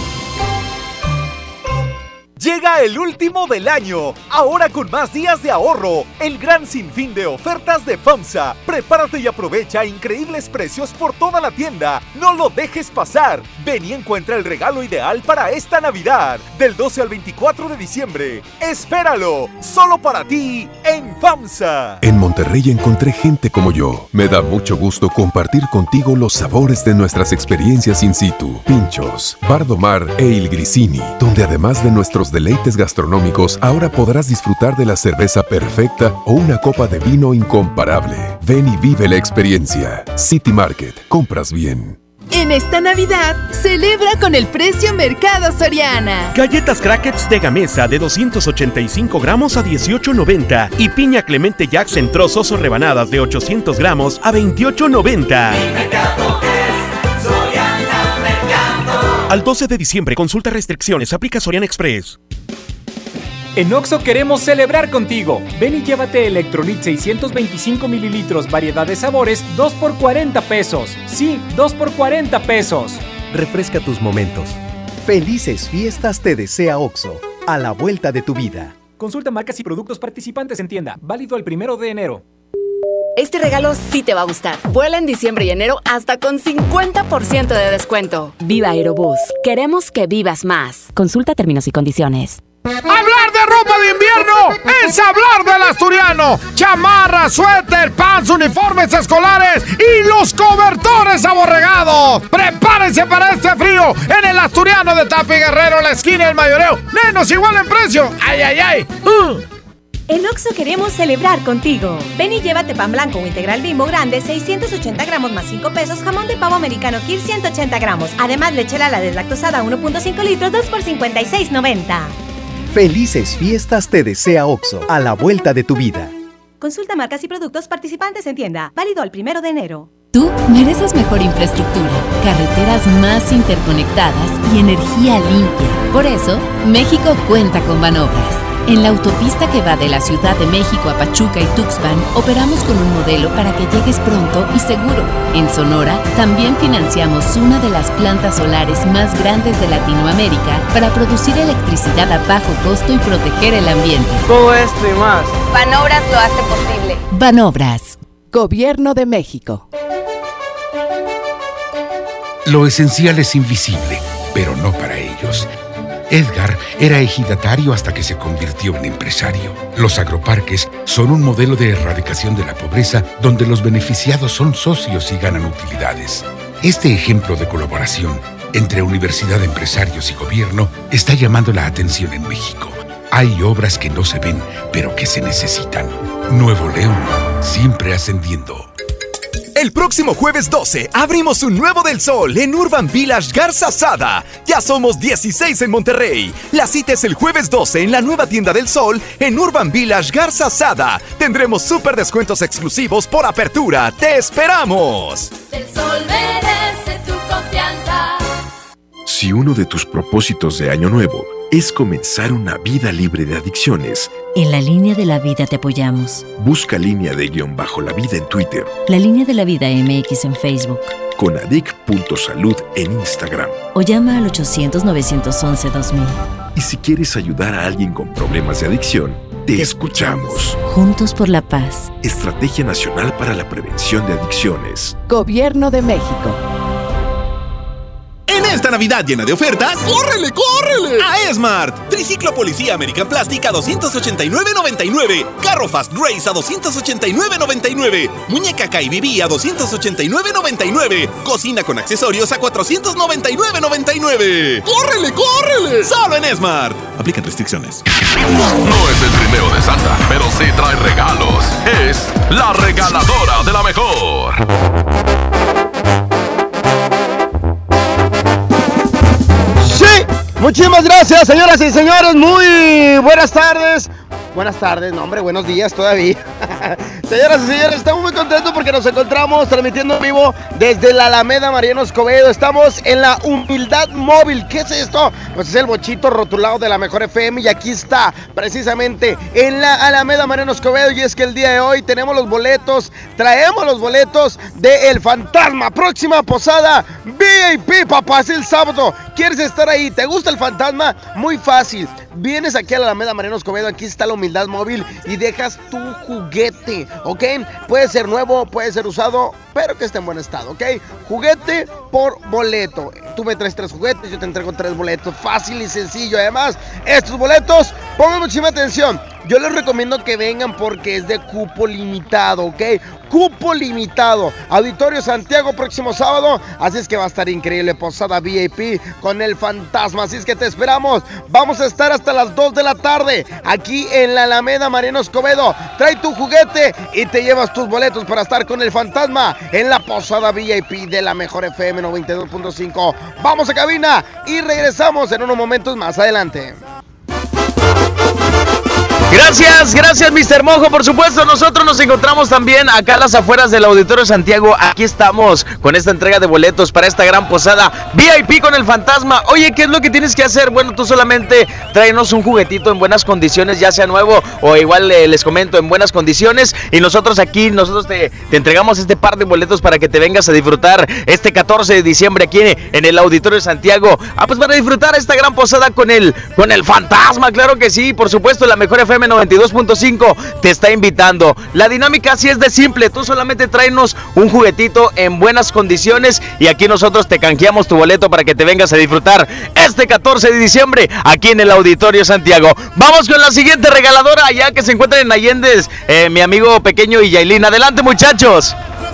Speaker 12: Llega el último del año, ahora con más días de ahorro, el gran sinfín de ofertas de FAMSA. Prepárate y aprovecha increíbles precios por toda la tienda. No lo dejes pasar. Ven y encuentra el regalo ideal para esta Navidad, del doce al veinticuatro de diciembre. Espéralo, solo para ti en FAMSA.
Speaker 16: En Monterrey encontré gente como yo. Me da mucho gusto compartir contigo los sabores de nuestras experiencias in situ. Pinchos, Bardo Mar e Il Grisini, donde además de nuestros deleites gastronómicos, ahora podrás disfrutar de la cerveza perfecta o una copa de vino incomparable. Ven y vive la experiencia. City Market, compras bien.
Speaker 28: En esta Navidad, celebra con el precio Mercado Soriana.
Speaker 17: Galletas Crackers de Gamesa de doscientos ochenta y cinco gramos a dieciocho noventa y piña Clemente Jacks en trozos o rebanadas de ochocientos gramos a veintiocho noventa. Al doce de diciembre, consulta restricciones, aplica Soriana Express.
Speaker 15: En Oxxo queremos celebrar contigo. Ven y llévate Electrolit seiscientos veinticinco mililitros, variedad de sabores, dos por cuarenta pesos. Sí, dos por cuarenta pesos.
Speaker 23: Refresca tus momentos. Felices fiestas te desea Oxxo, a la vuelta de tu vida.
Speaker 15: Consulta marcas y productos participantes en tienda. Válido el primero de enero.
Speaker 24: Este regalo sí te va a gustar. Vuela en diciembre y enero hasta con cincuenta por ciento de descuento. Viva Aerobús. Queremos que vivas más. Consulta términos y condiciones.
Speaker 18: Hablar de ropa de invierno es hablar del asturiano. Chamarras, suéter, pants, uniformes escolares y los cobertores aborregados. Prepárense para este frío en el asturiano de Tapi Guerrero, la esquina del Mayoreo. Menos igual en precio. ¡Ay, ay, ay! Uh.
Speaker 13: En Oxxo queremos celebrar contigo. Ven y llévate pan blanco o integral Bimbo grande, seiscientos ochenta gramos más cinco pesos, jamón de pavo americano Kir ciento ochenta gramos. Además, leche Lala deslactosada uno punto cinco litros, dos por cincuenta y seis noventa.
Speaker 23: Felices fiestas te desea Oxxo, a la vuelta de tu vida.
Speaker 13: Consulta marcas y productos participantes en tienda. Válido el primero de enero.
Speaker 24: Tú mereces mejor infraestructura, carreteras más interconectadas y energía limpia. Por eso, México cuenta con Banobras. En la autopista que va de la Ciudad de México a Pachuca y Tuxpan, operamos con un modelo para que llegues pronto y seguro. En Sonora, también financiamos una de las plantas solares más grandes de Latinoamérica para producir electricidad a bajo costo y proteger el ambiente.
Speaker 20: Todo esto y más.
Speaker 24: Banobras lo hace posible. Banobras.
Speaker 28: Gobierno de México.
Speaker 25: Lo esencial es invisible, pero no para ellos. Edgar era ejidatario hasta que se convirtió en empresario. Los agroparques son un modelo de erradicación de la pobreza donde los beneficiados son socios y ganan utilidades. Este ejemplo de colaboración entre universidad, empresarios y gobierno está llamando la atención en México. Hay obras que no se ven, pero que se necesitan. Nuevo León, siempre ascendiendo.
Speaker 3: El próximo jueves doce abrimos un nuevo del Sol en Urban Village Garza Sada. Ya somos dieciséis en Monterrey. La cita es el jueves doce en la nueva tienda del Sol en Urban Village Garza Sada. Tendremos súper descuentos exclusivos por apertura. ¡Te esperamos!
Speaker 19: El Sol merece tu confianza.
Speaker 26: Si uno de tus propósitos de Año Nuevo es comenzar una vida libre de adicciones,
Speaker 24: en la Línea de la Vida te apoyamos.
Speaker 26: Busca Línea de guión bajo la vida en Twitter.
Speaker 24: La Línea de la Vida M X en Facebook.
Speaker 26: Conadic punto salud en Instagram.
Speaker 24: O llama al ochocientos, novecientos once, dos mil.
Speaker 26: Y si quieres ayudar a alguien con problemas de adicción, te, te escuchamos.
Speaker 24: Juntos por la paz.
Speaker 26: Estrategia Nacional para la Prevención de Adicciones.
Speaker 28: Gobierno de México.
Speaker 3: En esta Navidad llena de ofertas, ¡córrele, córrele! A Esmart. Triciclo Policía American Plastic a doscientos ochenta y nueve noventa y nueve. Carro Fast Race a doscientos ochenta y nueve noventa y nueve. Muñeca Kai B B a doscientos ochenta y nueve noventa y nueve. Cocina con accesorios a cuatrocientos noventa y nueve noventa y nueve. ¡Córrele, córrele! Solo en Esmart. Aplican restricciones.
Speaker 4: No es el trineo de Santa, pero sí trae regalos. Es la regaladora de la mejor.
Speaker 1: Sí, muchísimas gracias, señoras y señores. Muy buenas tardes. Buenas tardes, no hombre, buenos días todavía. Señoras y señores, estamos muy contentos porque nos encontramos transmitiendo en vivo desde la Alameda Mariano Escobedo. Estamos en la Humildad Móvil. ¿Qué es esto? Pues es el bochito rotulado de la Mejor F M y aquí está, precisamente en la Alameda Mariano Escobedo. Y es que el día de hoy tenemos los boletos, traemos los boletos de El Fantasma. Próxima posada V I P, papá, es el sábado. ¿Quieres estar ahí? ¿Te gusta El Fantasma? Muy fácil. Vienes aquí a la Alameda Mariano Escobedo, aquí está la Humildad Móvil y dejas tu juguete, ¿ok? Puede ser nuevo, puede ser usado, pero que esté en buen estado, ¿ok? Juguete por boleto. Tú me traes tres juguetes, yo te entrego tres boletos. Fácil y sencillo. Además, estos boletos, pongan muchísima atención. Yo les recomiendo que vengan porque es de cupo limitado, ¿ok? Cupo limitado. Auditorio Santiago próximo sábado. Así es que va a estar increíble. Posada V I P con El Fantasma. Así es que te esperamos. Vamos a estar hasta las dos de la tarde aquí en la Alameda Mariano Escobedo. Trae tu juguete y te llevas tus boletos para estar con El Fantasma en la Posada V I P de la Mejor F M noventa y dos punto cinco. Vamos a cabina y regresamos en unos momentos más adelante.
Speaker 2: Gracias, gracias mister Mojo, por supuesto. Nosotros nos encontramos también acá a las afueras del Auditorio Santiago. Aquí estamos con esta entrega de boletos para esta gran posada V I P con El Fantasma. Oye, ¿qué es lo que tienes que hacer? Bueno, tú solamente tráenos un juguetito en buenas condiciones, ya sea nuevo o igual eh, les comento, en buenas condiciones. Y nosotros aquí, nosotros te, te entregamos este par de boletos para que te vengas a disfrutar este catorce de diciembre aquí en, en el Auditorio Santiago. Ah, pues para disfrutar esta gran posada con el, con el Fantasma, claro que sí. Por supuesto, la Mejor F M noventa y dos punto cinco te está invitando. La dinámica así es de simple, tú solamente tráenos un juguetito en buenas condiciones y aquí nosotros te canjeamos tu boleto para que te vengas a disfrutar este catorce de diciembre aquí en el Auditorio Santiago. Vamos con la siguiente regaladora allá que se encuentra en Allende, eh, mi amigo Pequeño y Yailin. Adelante, muchachos.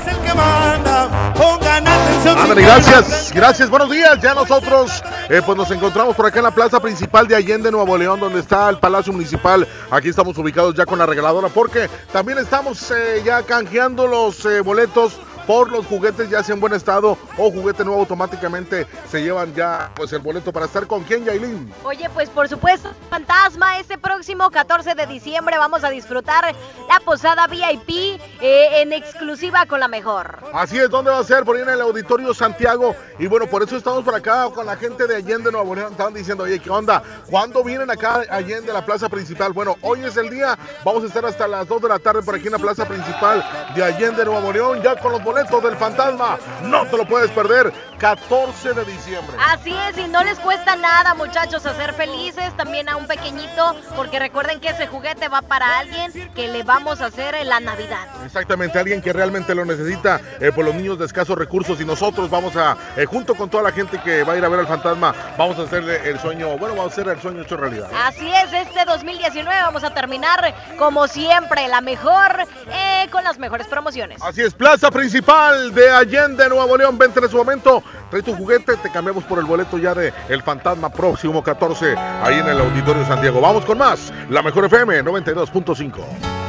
Speaker 18: Ándale, gracias, gracias, buenos días. Ya nosotros eh, pues nos encontramos por acá en la plaza principal de Allende, Nuevo León, donde está el Palacio Municipal. Aquí estamos ubicados ya con la regaladora porque también estamos eh, ya canjeando los eh, boletos por los juguetes ya sea en buen estado o juguete nuevo. Automáticamente se llevan ya pues el boleto para estar con quién, Yailin.
Speaker 6: Oye, pues por supuesto, Fantasma, este próximo catorce de diciembre vamos a disfrutar la posada V I P eh, en exclusiva con la Mejor.
Speaker 18: Así es, ¿dónde va a ser? Por ahí en el Auditorio Santiago. Y bueno, por eso estamos por acá con la gente de Allende, Nuevo León. Estaban diciendo, oye, ¿qué onda? ¿Cuándo vienen acá a Allende, la plaza principal? Bueno, hoy es el día. Vamos a estar hasta las dos de la tarde por aquí en la plaza principal de Allende, Nuevo León, ya con los boletos del Fantasma. No te lo puedes perder, catorce de diciembre.
Speaker 6: Así es, y no les cuesta nada, muchachos, hacer felices también a un pequeñito, porque recuerden que ese juguete va para alguien que le vamos a hacer en la Navidad.
Speaker 18: Exactamente, alguien que realmente lo necesita, eh, por los niños de escasos recursos, y nosotros vamos a, eh, junto con toda la gente que va a ir a ver al Fantasma, vamos a hacerle el sueño, bueno, vamos a hacer el sueño hecho realidad.
Speaker 6: Así es, este dos mil diecinueve vamos a terminar como siempre, la mejor, eh, con las mejores promociones.
Speaker 18: Así es, plaza principal de Allende, Nuevo León. Vente en su momento, trae tu juguete, te cambiamos por el boleto ya de El Fantasma próximo catorce, ahí en el Auditorio Santiago. Vamos con más, la Mejor F M noventa y dos punto cinco.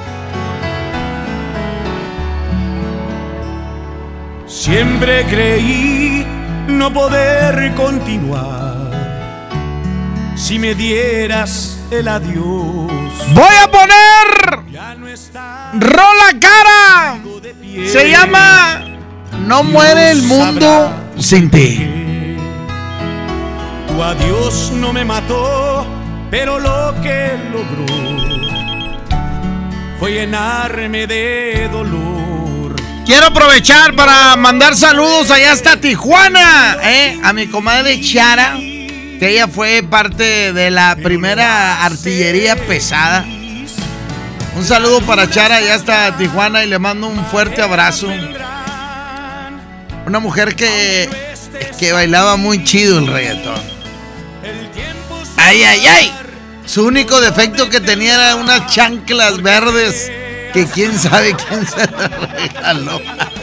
Speaker 9: Siempre creí no poder continuar si me dieras el adiós.
Speaker 18: Voy a poner Rola Cara. Se llama No muere el mundo sin ti.
Speaker 9: Tu adiós no me mató, pero lo que logró fue llenarme de dolor.
Speaker 18: Quiero aprovechar para mandar saludos allá hasta Tijuana, eh, a mi comadre Chara, que ella fue parte de la primera artillería pesada. Un saludo para Chara allá hasta Tijuana y le mando un fuerte abrazo. Una mujer que
Speaker 5: que bailaba muy chido el reggaetón. Ay, ay, ay. Su único defecto que tenía era unas chanclas verdes que quién sabe quién se las regaló.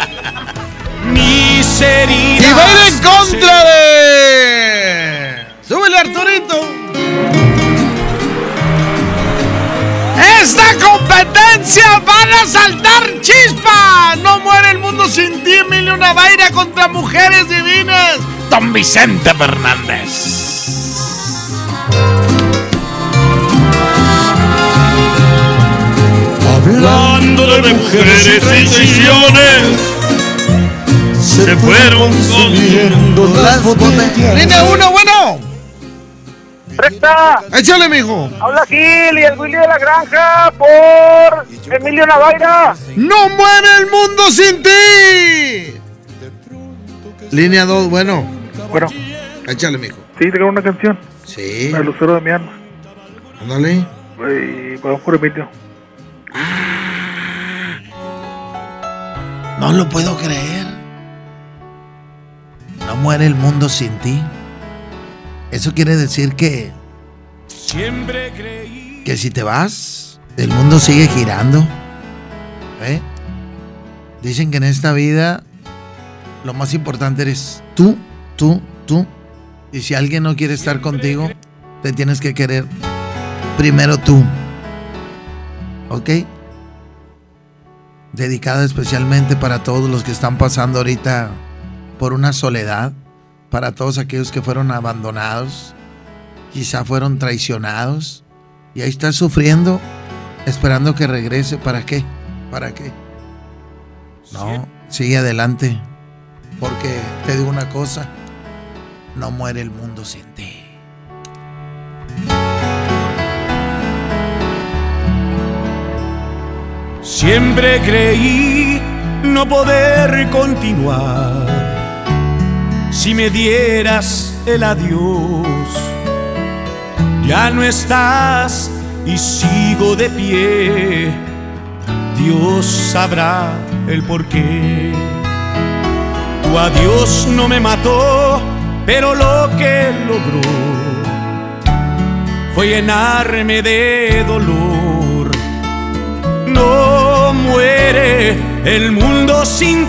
Speaker 9: Mis heridas.
Speaker 5: Y va a ir en contra de... ¡Súbele, Arturito!
Speaker 18: ¡Esta competencia van a saltar chispa! ¡No muere el mundo sin ti, Emilio Navaira contra Mujeres Divinas! Don Vicente Fernández.
Speaker 9: Hablando de mujeres y traiciones, se fueron consumiendo las botellas.
Speaker 5: Línea uno, bueno.
Speaker 7: ¡Recta!
Speaker 5: Échale, mijo.
Speaker 7: Habla Gil y el Willy de la Granja por Emilio Navaira.
Speaker 5: ¡No muere el mundo sin ti! Línea dos, bueno.
Speaker 7: Bueno.
Speaker 5: Échale, mijo.
Speaker 7: Sí, te una canción.
Speaker 5: Sí.
Speaker 7: El lucero de mi alma.
Speaker 5: Ándale.
Speaker 7: Y vamos por Emilio.
Speaker 5: No lo puedo creer. No muere el mundo sin ti. Eso quiere decir que
Speaker 9: Siempre creí
Speaker 5: que si te vas, el mundo sigue girando. ¿Eh? Dicen que en esta vida lo más importante eres tú, tú, tú. Y si alguien no quiere estar contigo, te tienes que querer primero tú. ¿Ok? Dedicada especialmente para todos los que están pasando ahorita por una soledad, para todos aquellos que fueron abandonados, quizá fueron traicionados, y ahí estás sufriendo, esperando que regrese. ¿Para qué? ¿Para qué? No, sigue adelante, porque te digo una cosa, no muere el mundo sin ti.
Speaker 9: Siempre creí no poder continuar si me dieras el adiós. Ya no estás y sigo de pie. Dios sabrá el porqué. Tu adiós no me mató, pero lo que logró fue llenarme de dolor. No muere el mundo sin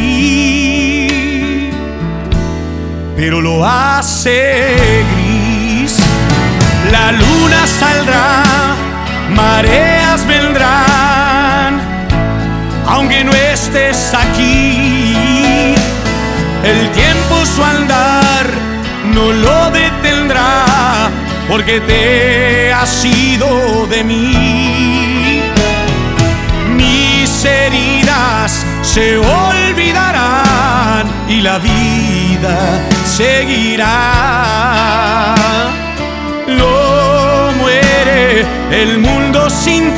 Speaker 9: ti, pero lo hace gris. La luna saldrá, mareas vendrán, aunque no estés aquí. El tiempo su andar no lo detendrá, porque te has ido de mí. Mis heridas se olvidarán y la vida seguirá. No muere el mundo sin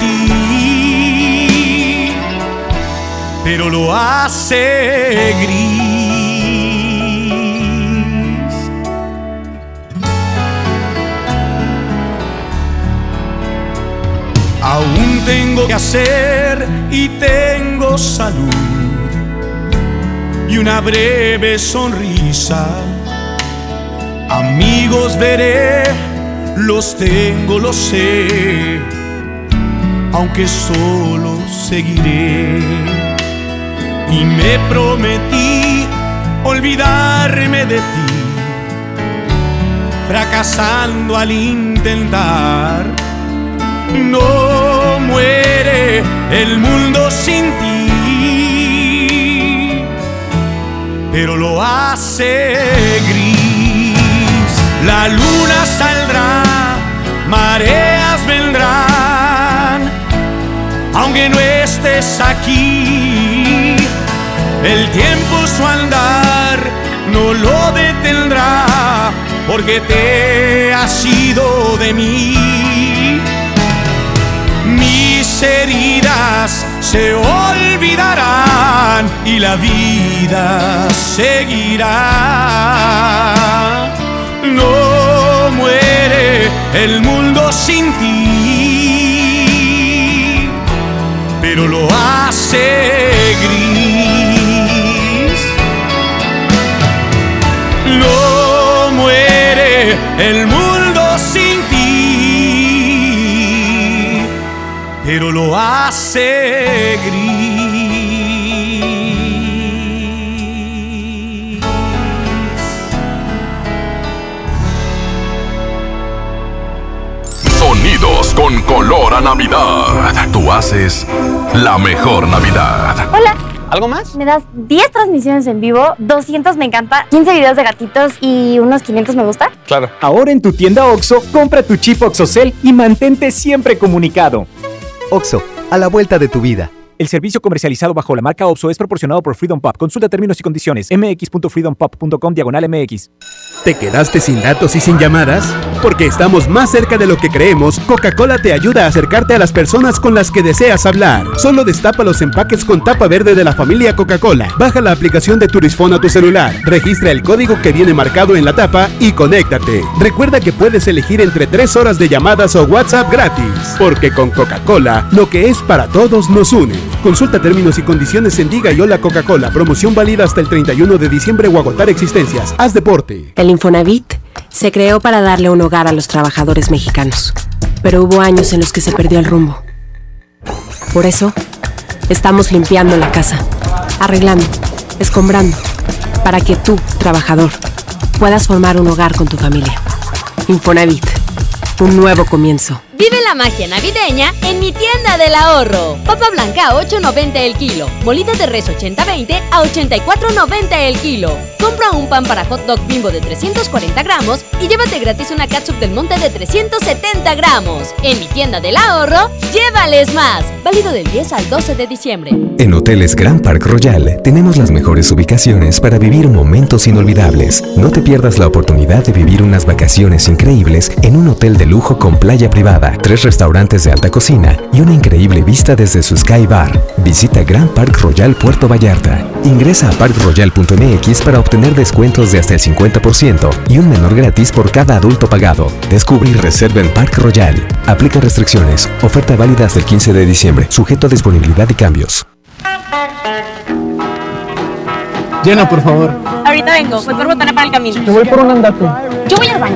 Speaker 9: ti, pero lo hace gris. Aún tengo que hacer y tengo salud y una breve sonrisa. Amigos veré, los tengo, lo sé, aunque solo seguiré. Y me prometí olvidarme de ti, fracasando al intentar. No muere el mundo sin ti, pero lo hace gris. La luna saldrá, mareas vendrán, aunque no estés aquí. El tiempo su andar no lo detendrá, porque te has ido de mí. Mis heridas se olvidarán y la vida seguirá. No muere el mundo sin ti, pero lo hace gris. el mundo sin ti, pero lo hace gris.
Speaker 4: Sonidos con color a Navidad. Tú haces la mejor Navidad.
Speaker 8: Hola.
Speaker 4: ¿Algo más?
Speaker 8: Me das diez transmisiones en vivo, doscientos me encanta, quince videos de gatitos y unos quinientos me gusta.
Speaker 15: Claro. Ahora en tu tienda OXXO, compra tu chip OXXOCEL y mantente siempre comunicado.
Speaker 23: OXXO, a la vuelta de tu vida.
Speaker 15: El servicio comercializado bajo la marca OXXO es proporcionado por Freedom Pop. Consulta términos y condiciones. mx.freedompop.com diagonal mx.
Speaker 17: ¿Te quedaste sin datos y sin llamadas? Porque estamos más cerca de lo que creemos, Coca-Cola te ayuda a acercarte a las personas con las que deseas hablar. Solo destapa los empaques con tapa verde de la familia Coca-Cola. Baja la aplicación de Turisfón a tu celular. Registra el código que viene marcado en la tapa y conéctate. Recuerda que puedes elegir entre tres horas de llamadas o WhatsApp gratis. Porque con Coca-Cola, lo que es para todos nos une. Consulta términos y condiciones en Diga y Hola Coca-Cola. Promoción válida hasta el treinta y uno de diciembre o agotar existencias. Haz deporte.
Speaker 10: El Infonavit se creó para darle un hogar a los trabajadores mexicanos. Pero hubo años en los que se perdió el rumbo. Por eso, estamos limpiando la casa, arreglando, escombrando, para que tú, trabajador, puedas formar un hogar con tu familia. Infonavit, un nuevo comienzo.
Speaker 24: Vive la magia navideña en mi tienda del ahorro. Papa blanca a ocho noventa el kilo. Molida de res ochenta veinte a ochenta y cuatro noventa el kilo. Compra un pan para hot dog Bimbo de trescientos cuarenta gramos y llévate gratis una catsup del monte de trescientos setenta gramos. En mi tienda del ahorro, llévales más. Válido del diez al doce de diciembre.
Speaker 11: En Hoteles Grand Park Royal tenemos las mejores ubicaciones para vivir momentos inolvidables. No te pierdas la oportunidad de vivir unas vacaciones increíbles en un hotel de lujo con playa privada, tres restaurantes de alta cocina y una increíble vista desde su Sky Bar. Visita Grand Park Royal Puerto Vallarta. Ingresa a park royal punto m x para obtener descuentos de hasta el cincuenta por ciento y un menor gratis por cada adulto pagado. Descubre y reserva en Park Royal. Aplica restricciones. Oferta válida hasta el quince de diciembre. Sujeto a disponibilidad y cambios.
Speaker 14: Llena, por favor.
Speaker 8: Ahorita vengo, voy por botana para el camino.
Speaker 14: Yo voy por un andate.
Speaker 8: Yo voy al baño.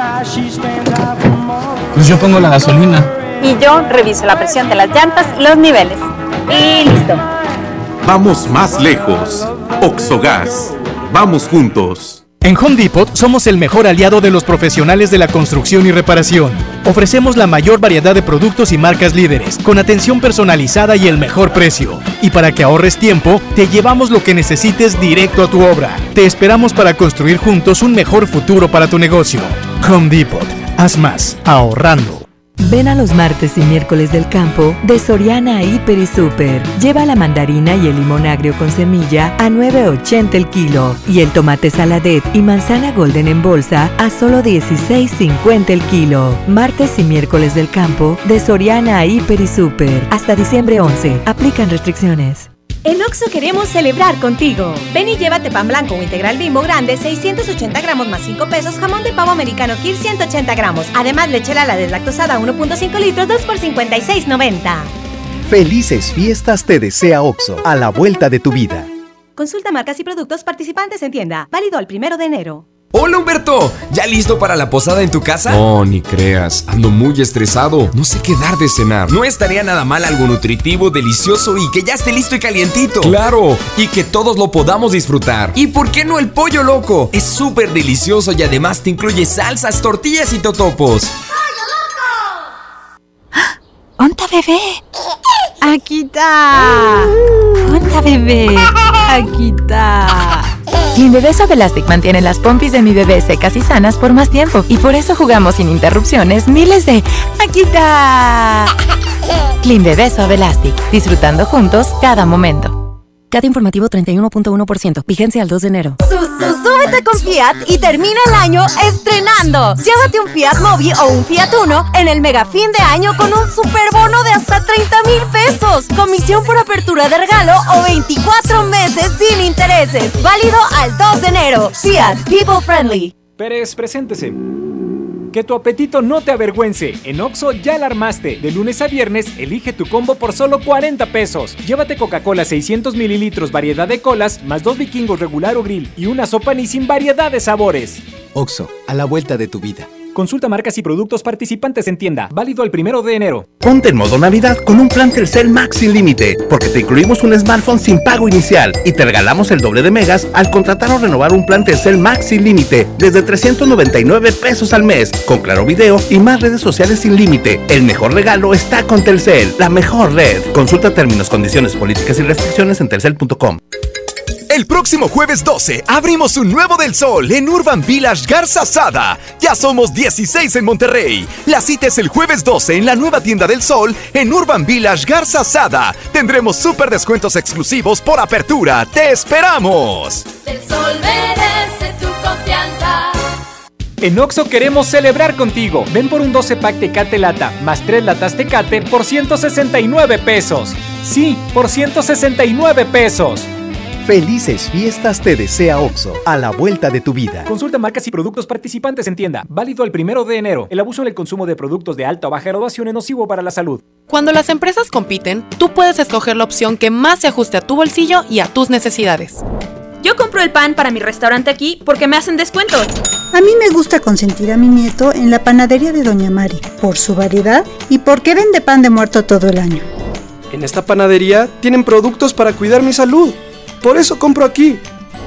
Speaker 14: Pues yo pongo la gasolina.
Speaker 8: Y yo reviso la presión de las llantas y los niveles. Y listo.
Speaker 26: Vamos más lejos. Oxogas. Vamos juntos.
Speaker 15: En Home Depot somos el mejor aliado de los profesionales de la construcción y reparación. Ofrecemos la mayor variedad de productos y marcas líderes, con atención personalizada y el mejor precio. Y para que ahorres tiempo, te llevamos lo que necesites directo a tu obra. Te esperamos para construir juntos un mejor futuro para tu negocio. Home Depot. Haz más, ahorrando.
Speaker 20: Ven a los martes y miércoles del campo de Soriana Hiper y Super. Lleva la mandarina y el limón agrio con semilla a nueve ochenta el kilo y el tomate saladet y manzana golden en bolsa a solo dieciséis cincuenta el kilo. Martes y miércoles del campo de Soriana Hiper y Super. Hasta diciembre once. Aplican restricciones.
Speaker 13: En OXXO queremos celebrar contigo. Ven y llévate pan blanco o integral Bimbo grande, seiscientos ochenta gramos más cinco pesos, jamón de pavo americano Kir ciento ochenta gramos. Además, leche Lala deslactosada uno punto cinco litros, dos por cincuenta y seis noventa.
Speaker 23: Felices fiestas te desea OXXO, a la vuelta de tu vida.
Speaker 13: Consulta marcas y productos participantes en tienda. Válido al primero de enero.
Speaker 21: ¡Hola, Humberto! ¿Ya listo para la posada en tu casa?
Speaker 22: No, ni creas. Ando muy estresado. No sé qué dar de cenar.
Speaker 21: No estaría nada mal algo nutritivo, delicioso y que ya esté listo y calientito.
Speaker 22: ¡Claro! Y que todos lo podamos disfrutar.
Speaker 21: ¿Y por qué no el pollo loco? Es súper delicioso y además te incluye salsas, tortillas y totopos.
Speaker 27: ¡Pollo loco! ¡Onta bebé!
Speaker 6: Aquí está.
Speaker 27: ¡Onta bebé! Aquí está. Clean Bebé Suave Elastic mantiene las pompis de mi bebé secas y sanas por más tiempo. Y por eso jugamos sin interrupciones miles de ¡aquí está! Clean Bebé Suave Elastic. Disfrutando juntos cada momento.
Speaker 24: Cat informativo treinta y uno punto uno por ciento. Vigencia al dos de enero.
Speaker 6: Súbete con Fiat y termina el año estrenando. Llévate un Fiat Mobi o un Fiat Uno en el mega fin de año con un superbono de hasta treinta mil pesos. Comisión por apertura de regalo o veinticuatro meses sin intereses. Válido al dos de enero. Fiat People Friendly.
Speaker 15: Pérez, preséntese. Que tu apetito no te avergüence. En OXXO ya la armaste. De lunes a viernes, elige tu combo por solo cuarenta pesos. Llévate Coca-Cola seiscientos mililitros, variedad de colas, más dos vikingos regular o grill y una sopa ni sin variedad de sabores.
Speaker 23: OXXO, a la vuelta de tu vida.
Speaker 15: Consulta marcas y productos participantes en tienda. Válido el primero de enero.
Speaker 1: Ponte en modo Navidad con un plan Telcel Max sin límite, porque te incluimos un smartphone sin pago inicial y te regalamos el doble de megas al contratar o renovar un plan Telcel Max sin límite desde trescientos noventa y nueve pesos al mes, con claro video y más redes sociales sin límite. El mejor regalo está con Telcel, la mejor red. Consulta términos, condiciones, políticas y restricciones en telcel punto com.
Speaker 2: El próximo jueves doce abrimos un nuevo del Sol en Urban Village Garza Sada. Ya somos dieciséis en Monterrey. La cita es el jueves doce en la nueva tienda del Sol en Urban Village Garza Sada. Tendremos súper descuentos exclusivos por apertura. ¡Te esperamos!
Speaker 3: El Sol merece tu confianza.
Speaker 15: En Oxxo queremos celebrar contigo. Ven por un doce pack Tecate Lata más tres latas Tecate por ciento sesenta y nueve pesos. Sí, por ciento sesenta y nueve pesos.
Speaker 23: Felices fiestas te desea Oxxo, a la vuelta de tu vida.
Speaker 15: Consulta marcas y productos participantes en tienda. Válido el primero de enero. El abuso en el consumo de productos de alta o baja graduación es nocivo para la salud.
Speaker 12: Cuando las empresas compiten, tú puedes escoger la opción que más se ajuste a tu bolsillo y a tus necesidades.
Speaker 16: Yo compro el pan para mi restaurante aquí porque me hacen descuento.
Speaker 19: A mí me gusta consentir a mi nieto en la panadería de Doña Mari, por su variedad y porque vende pan de muerto todo el año.
Speaker 25: En esta panadería tienen productos para cuidar mi salud. Por eso compro aquí.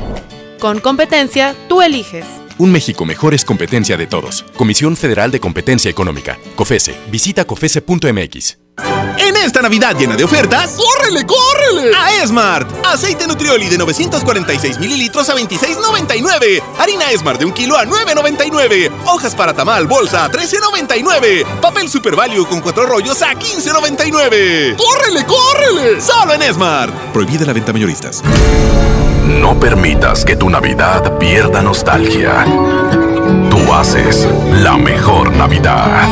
Speaker 12: Con competencia, tú eliges.
Speaker 28: Un México mejor es competencia de todos. Comisión Federal de Competencia Económica. COFESE. Visita cofese punto m x.
Speaker 29: En esta Navidad llena de ofertas, ¡córrele, córrele! A Esmart. Aceite Nutrioli de novecientos cuarenta y seis mililitros a veintiséis noventa y nueve. Harina Esmart de un kilo a nueve noventa y nueve. Hojas para tamal bolsa a trece noventa y nueve. Papel Super Value con cuatro rollos a quince noventa y nueve. ¡Córrele, córrele! Solo en Esmart. Prohibida la venta mayoristas.
Speaker 4: No permitas que tu Navidad pierda nostalgia. Tú haces la mejor Navidad.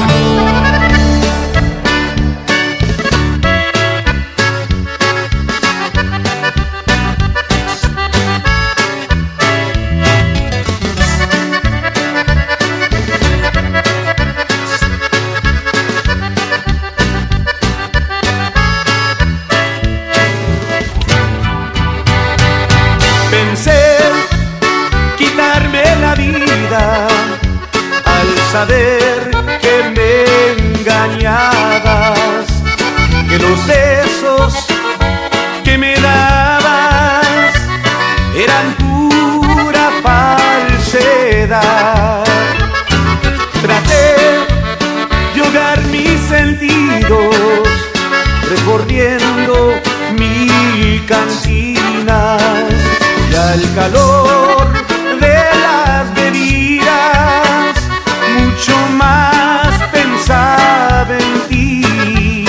Speaker 9: Saber que me engañabas, que los besos que me dabas eran pura falsedad. Traté de ahogar mis sentidos recorriendo mil cantinas y al calor de las bebidas mucho más pensaba en ti.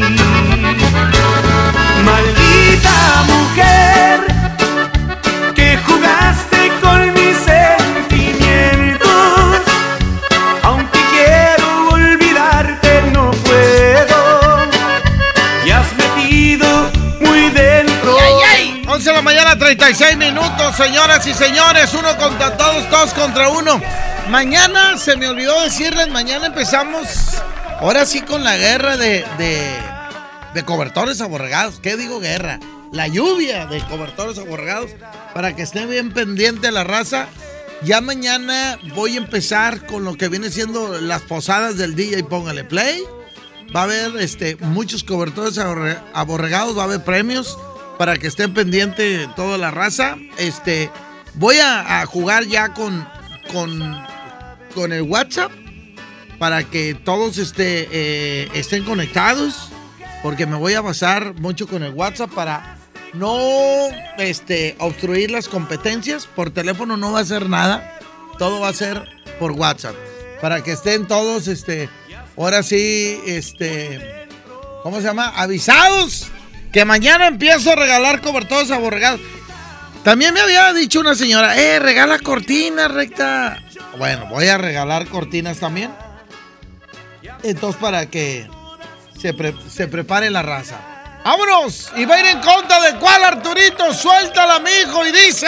Speaker 9: Maldita mujer que jugaste con mis sentimientos. Aunque quiero olvidarte no puedo. Y has metido muy dentro.
Speaker 18: ¡Ay, ay! once de la mañana, treinta y seis minutos, señoras y señores. Uno contra todos, todos contra uno. Mañana, se me olvidó decirles, mañana empezamos, ahora sí con la guerra de, de, de cobertores aborregados. ¿Qué digo guerra? La lluvia de cobertores aborregados, para que estén bien pendiente la raza. Ya mañana voy a empezar con lo que viene siendo las posadas del D J Póngale Play. Va a haber este, muchos cobertores aborregados, va a haber premios para que estén pendiente toda la raza. Este, voy a, a jugar ya con... con con el WhatsApp para que todos este, eh, estén conectados, porque me voy a basar mucho con el WhatsApp para no este, obstruir las competencias. Por teléfono no va a ser nada, todo va a ser por WhatsApp, para que estén todos este, ahora sí este, ¿cómo se llama? Avisados que mañana empiezo a regalar cobertores aborregados. También me había dicho una señora, eh, regala cortinas, recta. Bueno, voy a regalar cortinas también. Entonces, para que se, pre- se prepare la raza. ¡Vámonos! Y va a ir en contra de cuál, Arturito. Suéltala, mijo, y dice...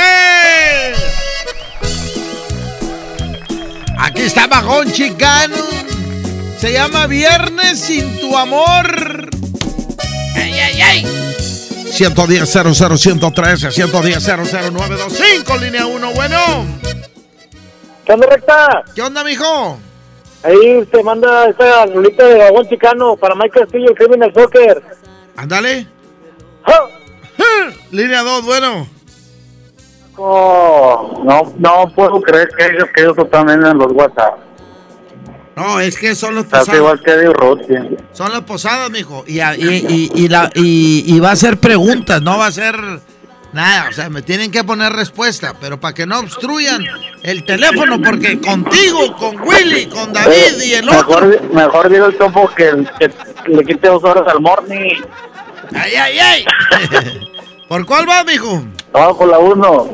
Speaker 18: Aquí está Bajón Chicano. Se llama Viernes sin tu amor. ¡Ay, ay, ay! ciento diez, cero cero, ciento trece, ciento diez, cero cero, nueve veinticinco, línea uno, bueno.
Speaker 7: ¿Qué onda, recta?
Speaker 18: ¿Qué onda, mijo?
Speaker 7: Ahí te manda esta rolita de Vagón Chicano para Mike Castillo, el Criminal Soccer.
Speaker 5: Ándale. Línea dos, bueno.
Speaker 7: Oh, no, no puedo creer que ellos, que ellos también en los WhatsApp.
Speaker 5: No, es que son los
Speaker 7: Estás
Speaker 5: posados.
Speaker 7: igual que Eddie Ruth.
Speaker 5: Son las posadas, mijo. Y, y, y, y, la, y, y va a ser preguntas, no va a ser nada. O sea, me tienen que poner respuesta, pero para que no obstruyan el teléfono, porque contigo, con Willy, con David y el otro.
Speaker 7: Mejor, mejor digo el topo que, que le quite dos horas al morning.
Speaker 5: ¡Ay, ay, ay! ¿Por cuál va, mijo?
Speaker 7: Vamos con la uno.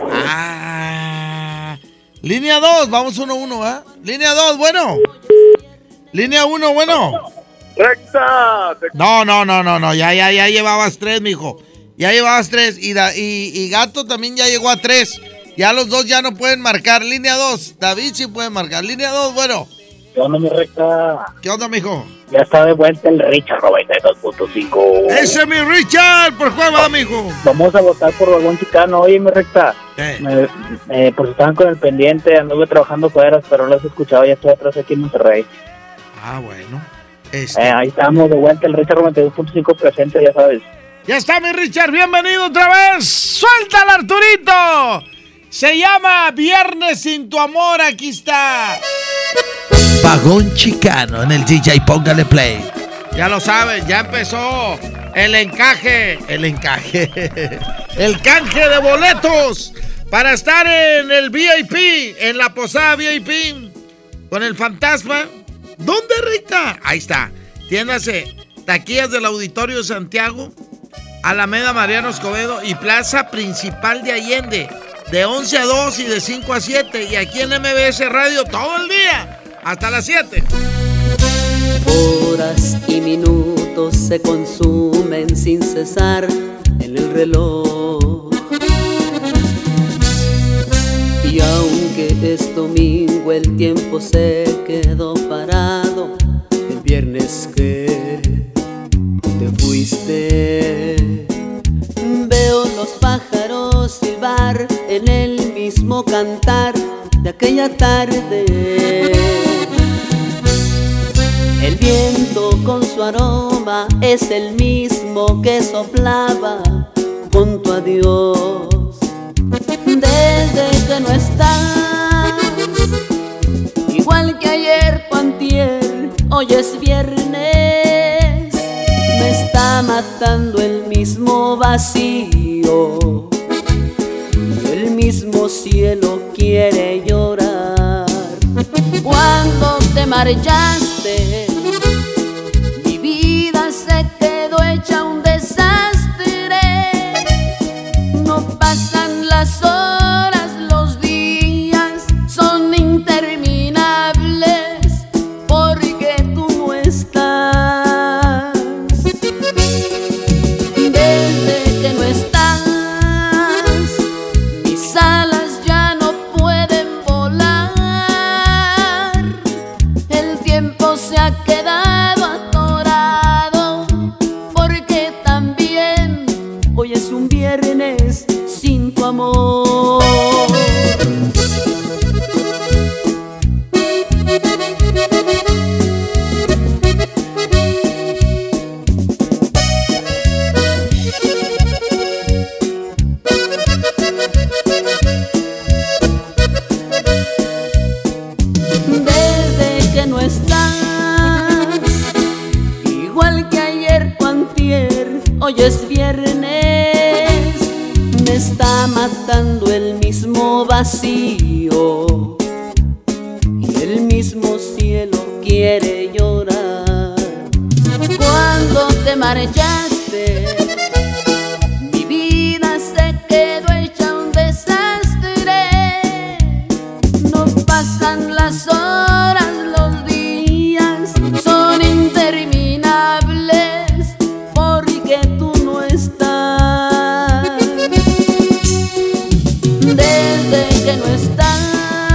Speaker 5: Ah, línea dos, vamos uno uno, ¿ah? ¿eh? Línea dos, bueno. Línea uno, bueno.
Speaker 7: Recta.
Speaker 5: No, no, no, no, no, ya, ya, ya llevabas tres, mijo. Ya llevabas tres y, da, y, y Gato también ya llegó a tres. Ya los dos ya no pueden marcar. Línea dos, David sí puede marcar. Línea dos, bueno.
Speaker 7: ¿Qué onda, mi Recta?
Speaker 5: ¿Qué onda, mijo?
Speaker 7: Ya está de vuelta el Richard noventa y dos punto cinco.
Speaker 5: ¡Ese es mi Richard! ¿Por cuál va, mijo?
Speaker 7: Vamos a votar por Vagón Chicano. Oye, mi Recta.
Speaker 5: Eh.
Speaker 7: Me, eh, por si estaban con el pendiente, anduve trabajando fuera, pero no los he escuchado. Ya estoy atrás aquí en Monterrey.
Speaker 5: Ah, bueno. Este...
Speaker 7: Eh, ahí estamos de vuelta, el Richard noventa y dos punto cinco presente, ya sabes.
Speaker 5: Ya está, mi Richard. Bienvenido otra vez. ¡Suéltala, Arturito! Se llama Viernes sin tu amor. Aquí está Vagón Chicano en el D J. Póngale play. Ya lo saben, ya empezó el encaje. El encaje. El canje de boletos para estar en el V I P, en la posada V I P con el fantasma. ¿Dónde, Rita? Ahí está. Tiéndase taquillas del Auditorio de Santiago, Alameda Mariano Escobedo y Plaza Principal de Allende, de once a dos y de cinco a siete. Y aquí en M B S Radio todo el día, hasta las siete.
Speaker 8: Horas y minutos se consumen sin cesar en el reloj. Y aunque es domingo, el tiempo se quedó parado. El viernes que te fuiste, veo los pájaros silbar en el mismo cantar de aquella tarde. El viento con su aroma es el mismo que soplaba con tu adiós. Desde que no estás, igual que ayer o antier, hoy es viernes, me está matando el mismo vacío. El mismo cielo quiere llorar. Cuando te marchaste, mi vida se quedó hecha un desastre. No pasan las horas, los días son interminables, porque tú no estás. Desde que no estás, mis alas ya no pueden volar. El tiempo se ha quedado atorado, porque también hoy es un viernes sin tu amor. Desde que no estás, igual que ayer o antier, hoy es viernes, me está matando el mismo vacío. Y el mismo cielo quiere llorar. Cuando te marchaste, mi vida se quedó hecha un desastre. No pasan las horas, los días son interminables, porque tú no estás. Desde que no estás,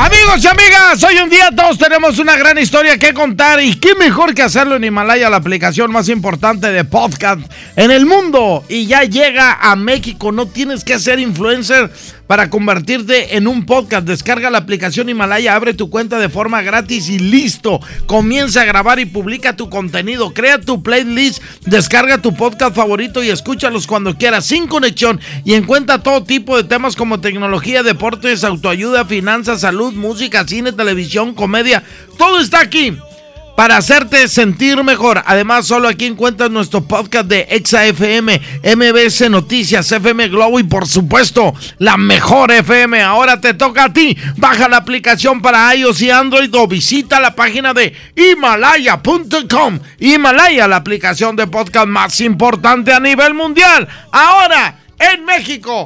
Speaker 5: Amigos y amigas, hoy un día todos tenemos una gran historia que contar y qué mejor que hacerlo en Himalaya, la aplicación más importante de podcast en el mundo, y ya llega a México. No tienes que ser influencer para convertirte en un podcast. Descarga la aplicación Himalaya, abre tu cuenta de forma gratis y listo. Comienza a grabar y publica tu contenido. Crea tu playlist, descarga tu podcast favorito y escúchalos cuando quieras, sin conexión, y encuentra todo tipo de temas como tecnología, deportes, autoayuda, finanzas, salud, música, cine, televisión, comedia. Todo está aquí para hacerte sentir mejor. Además, solo aquí encuentras nuestro podcast de Exa F M, M B S Noticias, F M Globo y por supuesto la mejor F M. Ahora te toca a ti. Baja la aplicación para iOS y Android o visita la página de Himalaya punto com. Himalaya, la aplicación de podcast más importante a nivel mundial. Ahora en México.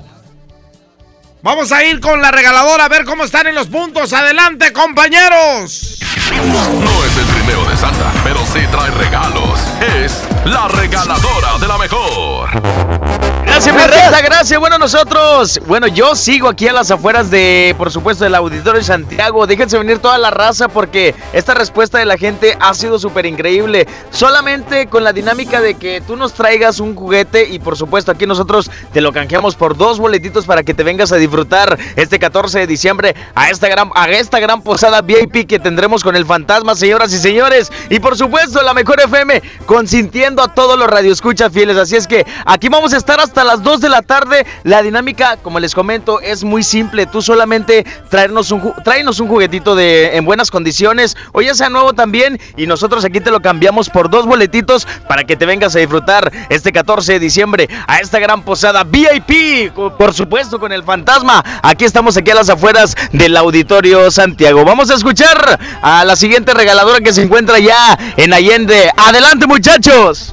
Speaker 5: Vamos a ir con la regaladora a ver cómo están en los puntos. Adelante, compañeros.
Speaker 4: No es el trineo de Santa, pero sí trae regalos. Es la regaladora de la mejor.
Speaker 10: Gracias, mi recta, gracias. Bueno, nosotros, bueno, yo sigo aquí a las afueras de, por supuesto, del Auditorio de Santiago. Déjense venir toda la raza porque esta respuesta de la gente ha sido súper increíble. Solamente con la dinámica de que tú nos traigas un juguete y, por supuesto, aquí nosotros te lo canjeamos por dos boletitos para que te vengas a disfrutar este catorce de diciembre a esta gran, a esta gran posada V I P que tendremos con el Fantasma, señoras y señores. Y, por supuesto, la mejor F M consintiendo a todos los radioescuchas fieles. Así es que aquí vamos a estar hasta las dos de la tarde. La dinámica, como les comento, es muy simple. Tú solamente traernos un, tráenos un juguetito de, en buenas condiciones, o ya sea nuevo también, y nosotros aquí te lo cambiamos por dos boletitos para que te vengas a disfrutar este catorce de diciembre a esta gran posada V I P, por supuesto con el Fantasma. Aquí estamos, aquí a las afueras del Auditorio Santiago. Vamos a escuchar a la siguiente regaladora que se encuentra ya en Allende. Adelante, muchachos.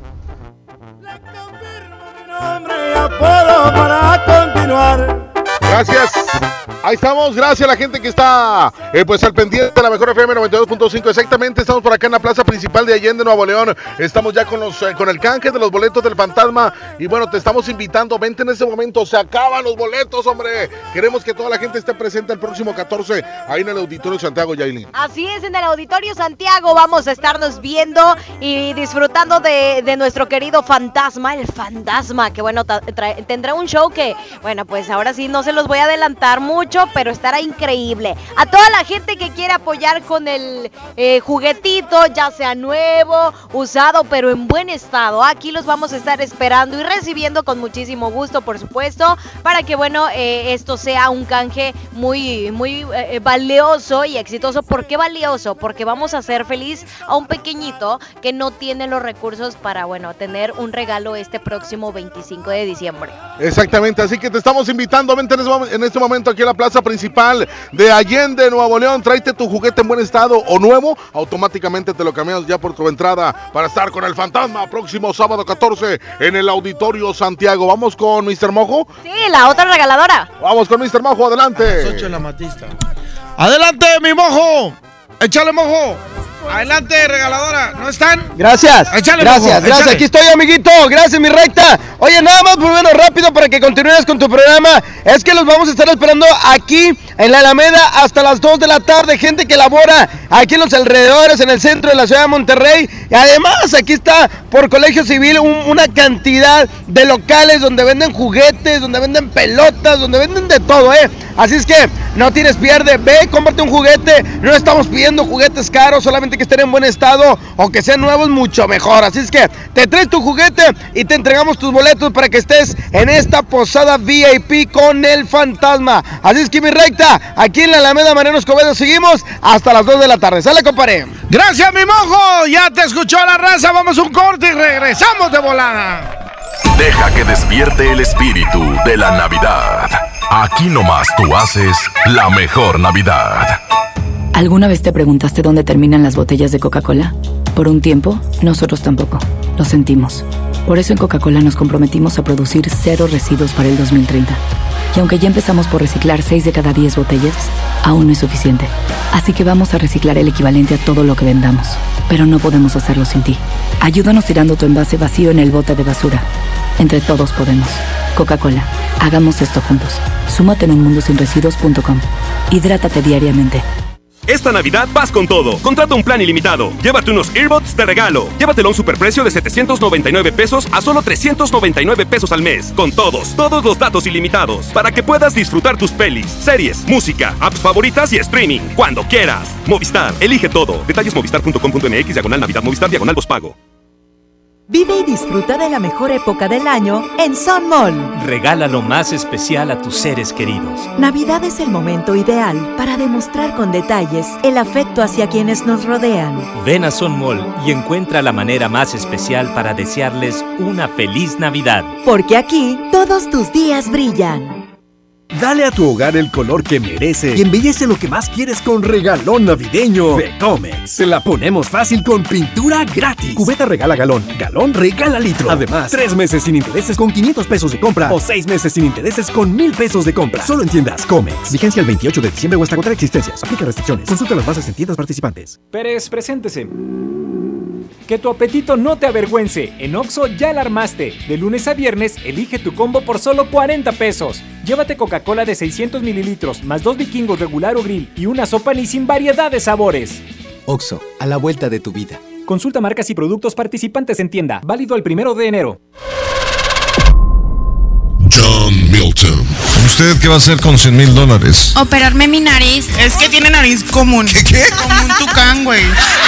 Speaker 18: Puedo para continuar. Gracias. Ahí estamos, gracias a la gente que está eh, pues al pendiente de la mejor F M noventa y dos punto cinco. Exactamente, estamos por acá en la plaza principal de Allende, Nuevo León. Estamos ya con los eh, con el canje de los boletos del Fantasma. Y bueno, te estamos invitando, vente en ese momento, se acaban los boletos, hombre. Queremos que toda la gente esté presente el próximo catorce ahí en el Auditorio Santiago, Yailin.
Speaker 6: Así es, en el Auditorio Santiago vamos a estarnos viendo y disfrutando de, de nuestro querido Fantasma, el Fantasma, que bueno, tra- tendrá un show que, bueno, pues ahora sí no se los voy a adelantar mucho, pero estará increíble. A toda la gente que quiere apoyar con el eh, juguetito, ya sea nuevo, usado, pero en buen estado, aquí los vamos a estar esperando y recibiendo con muchísimo gusto, por supuesto, para que, bueno, eh, esto sea un canje muy, muy eh, valioso y exitoso. ¿Por qué valioso? Porque vamos a hacer feliz a un pequeñito que no tiene los recursos para, bueno, tener un regalo este próximo veinticinco de diciembre.
Speaker 18: Exactamente, así que te estamos invitando, vente en este, en este momento aquí a la plaza principal de Allende, Nuevo León. Tráete tu juguete en buen estado o nuevo, automáticamente te lo cambiamos ya por tu entrada para estar con el Fantasma próximo sábado catorce en el Auditorio Santiago. Vamos con mister Mojo.
Speaker 6: Sí, la otra regaladora.
Speaker 18: Vamos con mister Mojo, adelante.
Speaker 5: Socho la Matista. Adelante, mi Mojo. Échale, Mojo. Adelante, regaladora. ¿No están?
Speaker 10: Gracias.
Speaker 5: Échale,
Speaker 10: gracias,
Speaker 5: Mojo,
Speaker 10: gracias.
Speaker 5: échale.
Speaker 10: Aquí estoy, amiguito. Gracias, mi recta. Oye, nada más, pues bueno, rápido para que continúes con tu programa. Es que los vamos a estar esperando aquí en la Alameda hasta las dos de la tarde. Gente que labora aquí en los alrededores, en el centro de la ciudad de Monterrey. Y además, aquí está por Colegio Civil un, una cantidad de locales donde venden juguetes, donde venden pelotas, donde venden de todo, ¿eh? Así es que no tienes pierde. Ve, cómprate un juguete. No estamos pidiendo juguetes caros, solamente que estén en buen estado o que sean nuevos, mucho mejor. Así es que te traes tu juguete y te entregamos tus boletos para que estés en esta posada V I P con el Fantasma. Así es que, mi recta, aquí en la Alameda Mariano Escobedo seguimos hasta las dos de la tarde. Sale, compadre.
Speaker 5: Gracias, mi Mojo. Ya te escuchó la raza. Vamos a un corte y regresamos de volada.
Speaker 4: Deja que despierte el espíritu de la Navidad. Aquí nomás tú haces la mejor Navidad.
Speaker 27: ¿Alguna vez te preguntaste dónde terminan las botellas de Coca-Cola?
Speaker 11: Por un tiempo, nosotros tampoco. Lo sentimos. Por eso en Coca-Cola nos comprometimos a producir cero residuos para el dos mil treinta. Y aunque ya empezamos por reciclar seis de cada diez botellas, aún no es suficiente. Así que vamos a reciclar el equivalente a todo lo que vendamos. Pero no podemos hacerlo sin ti. Ayúdanos tirando tu envase vacío en el bote de basura. Entre todos podemos. Coca-Cola, hagamos esto juntos. Súmate en un mundo sin residuos punto com. Hidrátate diariamente.
Speaker 13: Esta Navidad vas con todo. Contrata un plan ilimitado. Llévate unos earbuds de regalo. Llévatelo a un superprecio de setecientos noventa y nueve pesos a solo trescientos noventa y nueve pesos al mes. Con todos, todos los datos ilimitados. Para que puedas disfrutar tus pelis, series, música, apps favoritas y streaming. Cuando quieras. Movistar, elige todo. Detalles movistar punto com punto m x, diagonal Navidad, Movistar, diagonal pospago.
Speaker 14: Vive y disfruta de la mejor época del año en Sun Mall.
Speaker 17: Regala lo más especial a tus seres queridos.
Speaker 14: Navidad es el momento ideal para demostrar con detalles el afecto hacia quienes nos rodean.
Speaker 17: Ven a Sun Mall y encuentra la manera más especial para desearles una feliz Navidad.
Speaker 14: Porque aquí todos tus días brillan.
Speaker 20: Dale a tu hogar el color que merece y embellece lo que más quieres con regalón navideño de Comex. Se la ponemos fácil con pintura gratis. Cubeta regala galón, galón regala litro. Además, tres meses sin intereses con quinientos pesos de compra o seis meses sin intereses con mil pesos de compra. Solo en tiendas Comex. Vigencia el veintiocho de diciembre o hasta agotar existencias. Aplica restricciones. Consulta las bases en tiendas participantes.
Speaker 21: Pérez, preséntese. Que tu apetito no te avergüence. En Oxxo ya la armaste. De lunes a viernes, elige tu combo por solo cuarenta pesos. Llévate Coca-Cola de seiscientos mililitros, más dos vikingos regular o grill y una sopa ni sin variedad de sabores.
Speaker 22: Oxxo, a la vuelta de tu vida.
Speaker 21: Consulta marcas y productos participantes en tienda. Válido el primero de enero.
Speaker 24: John Milton. ¿Usted qué va a hacer con cien mil dólares?
Speaker 26: Operarme mi nariz.
Speaker 30: Es que tiene nariz común.
Speaker 24: ¿Qué? qué?
Speaker 30: Como un tucán, güey.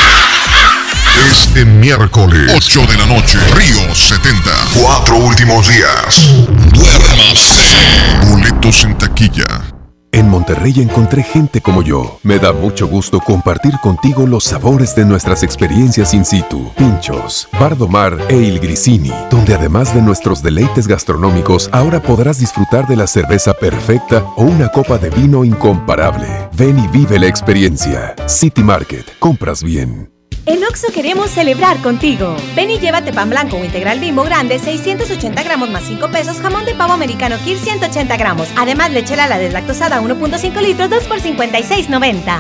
Speaker 4: Este miércoles, ocho de la noche, Río setenta. Cuatro últimos días. Duérmase. Boletos en taquilla.
Speaker 31: En Monterrey encontré gente como yo. Me da mucho gusto compartir contigo los sabores de nuestras experiencias in situ. Pinchos, Bardomar e Il Grisini, donde además de nuestros deleites gastronómicos, ahora podrás disfrutar de la cerveza perfecta o una copa de vino incomparable. Ven y vive la experiencia. City Market, compras bien.
Speaker 32: En Oxxo queremos celebrar contigo. Ven y llévate pan blanco o integral Bimbo grande, seiscientos ochenta gramos más cinco pesos, jamón de pavo americano Kir ciento ochenta gramos. Además, leche Lala deslactosada uno punto cinco litros, dos por cincuenta y seis noventa.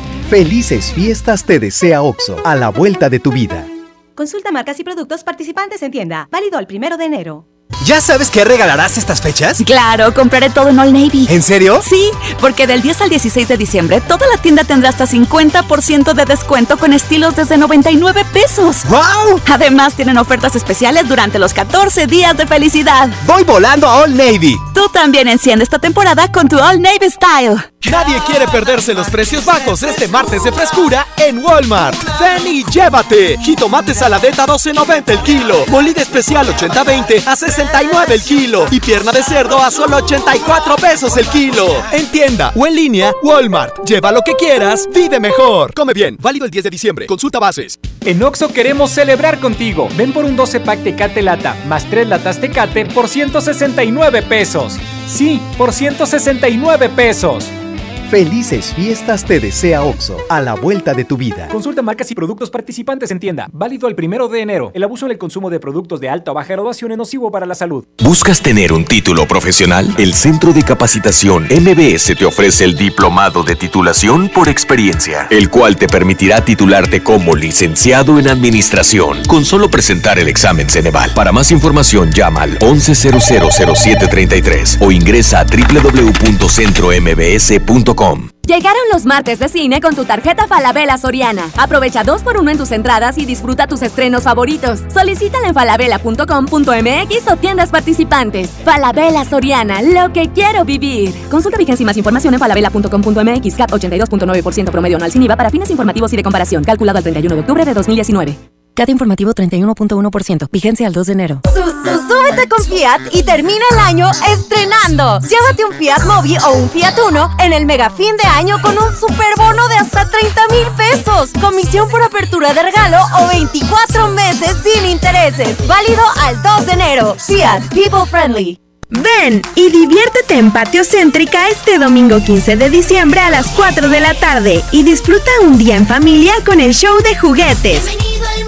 Speaker 23: Felices fiestas te desea Oxxo, a la vuelta de tu vida.
Speaker 32: Consulta marcas y productos participantes en tienda. Válido el primero de enero.
Speaker 33: ¿Ya sabes qué regalarás estas fechas?
Speaker 27: Claro, compraré todo en Old Navy.
Speaker 33: ¿En serio?
Speaker 27: Sí, porque del diez al dieciséis de diciembre toda la tienda tendrá hasta cincuenta por ciento de descuento con estilos desde noventa y nueve pesos.
Speaker 33: ¡Wow!
Speaker 27: Además tienen ofertas especiales durante los catorce días de felicidad.
Speaker 33: Voy volando a Old Navy.
Speaker 27: Tú también enciende esta temporada con tu Old Navy Style.
Speaker 21: Nadie quiere perderse los precios bajos este martes de frescura en Walmart. Ven y llévate. Jitomate saladeta doce noventa el kilo. Molida especial ochenta veinte a sesenta y nueve el kilo. Y pierna de cerdo a solo ochenta y cuatro pesos el kilo. En tienda o en línea, Walmart. Lleva lo que quieras, vive mejor. Come bien. Válido el diez de diciembre. Consulta bases. En Oxxo queremos celebrar contigo. Ven por un doce pack Tecate Lata más tres latas Tecate por ciento sesenta y nueve pesos. Sí, por ciento sesenta y nueve pesos.
Speaker 23: Felices fiestas te desea Oxxo, a la vuelta de tu vida.
Speaker 21: Consulta marcas y productos participantes en tienda. Válido el primero de enero. El abuso en el consumo de productos de alta o baja graduación es nocivo para la salud.
Speaker 34: ¿Buscas tener un título profesional? El Centro de Capacitación M B S te ofrece el Diplomado de Titulación por Experiencia, el cual te permitirá titularte como licenciado en Administración con solo presentar el examen Ceneval. Para más información llama al once cero cero cero siete treinta y tres o ingresa a doble u doble u doble u punto centro m b s punto com.
Speaker 6: Llegaron los martes de cine con tu tarjeta Falabella Soriana. Aprovecha dos por uno en tus entradas y disfruta tus estrenos favoritos. Solicítala en falabella punto com punto m x o tiendas participantes. Falabella Soriana, lo que quiero vivir. Consulta vigencia y más información en falabella punto com punto m x. C A T ochenta y dos punto nueve por ciento promedio anual sin I V A para fines informativos y de comparación. Calculado al treinta y uno de octubre de dos mil diecinueve. C A T informativo treinta y uno punto uno por ciento. Vigencia al dos de enero. Súbete con Fiat y termina el año estrenando. Llévate un Fiat Mobi o un Fiat Uno en el mega fin de año con un superbono de hasta treinta mil pesos. Comisión por apertura de regalo o veinticuatro meses sin intereses. Válido al dos de enero. Fiat People Friendly.
Speaker 35: Ven y diviértete en Patio Céntrica este domingo quince de diciembre a las cuatro de la tarde y disfruta un día en familia con el show de juguetes.
Speaker 3: Bienvenido al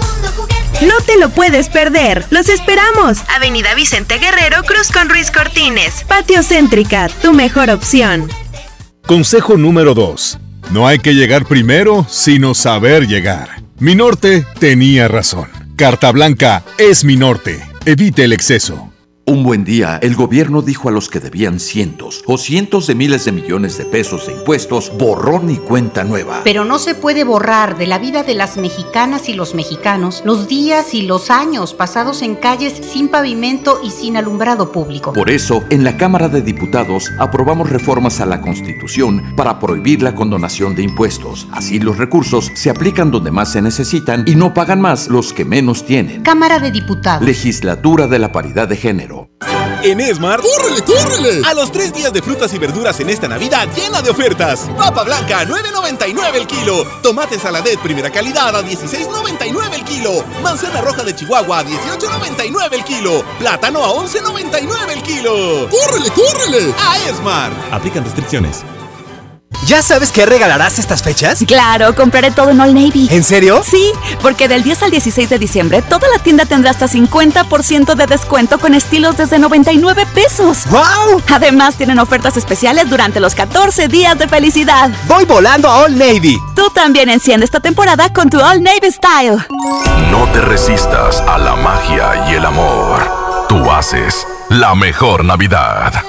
Speaker 35: No te lo puedes perder. ¡Los esperamos! Avenida Vicente Guerrero, Cruz con Ruiz Cortines. Patio Céntrica, tu mejor opción.
Speaker 1: Consejo número dos. No hay que llegar primero, sino saber llegar. Mi norte tenía razón. Carta Blanca es mi norte. Evite el exceso.
Speaker 2: Un buen día, el gobierno dijo a los que debían cientos o cientos de miles de millones de pesos de impuestos, borrón y cuenta nueva.
Speaker 7: Pero no se puede borrar de la vida de las mexicanas y los mexicanos los días y los años pasados en calles sin pavimento y sin alumbrado público.
Speaker 2: Por eso, en la Cámara de Diputados aprobamos reformas a la Constitución para prohibir la condonación de impuestos. Así los recursos se aplican donde más se necesitan y no pagan más los que menos tienen.
Speaker 7: Cámara de Diputados.
Speaker 2: Legislatura de la Paridad de Género.
Speaker 8: En Esmart, ¡córrele, córrele! A los tres días de frutas y verduras en esta Navidad llena de ofertas. Papa blanca, nueve noventa y nueve el kilo. Tomate saladet primera calidad a dieciséis noventa y nueve el kilo. Manzana roja de Chihuahua a dieciocho noventa y nueve el kilo. Plátano a once noventa y nueve el kilo. ¡Córrele, córrele! A Esmart. Aplican restricciones.
Speaker 33: ¿Ya sabes qué regalarás estas fechas?
Speaker 27: Claro, compraré todo en Old Navy.
Speaker 33: ¿En serio?
Speaker 27: Sí, porque del diez al dieciséis de diciembre toda la tienda tendrá hasta cincuenta por ciento de descuento con estilos desde noventa y nueve pesos.
Speaker 33: ¡Wow!
Speaker 27: Además tienen ofertas especiales durante los catorce días de felicidad.
Speaker 33: Voy volando a Old Navy.
Speaker 27: Tú también enciende esta temporada con tu Old Navy Style.
Speaker 4: No te resistas a la magia y el amor. Tú haces la mejor Navidad.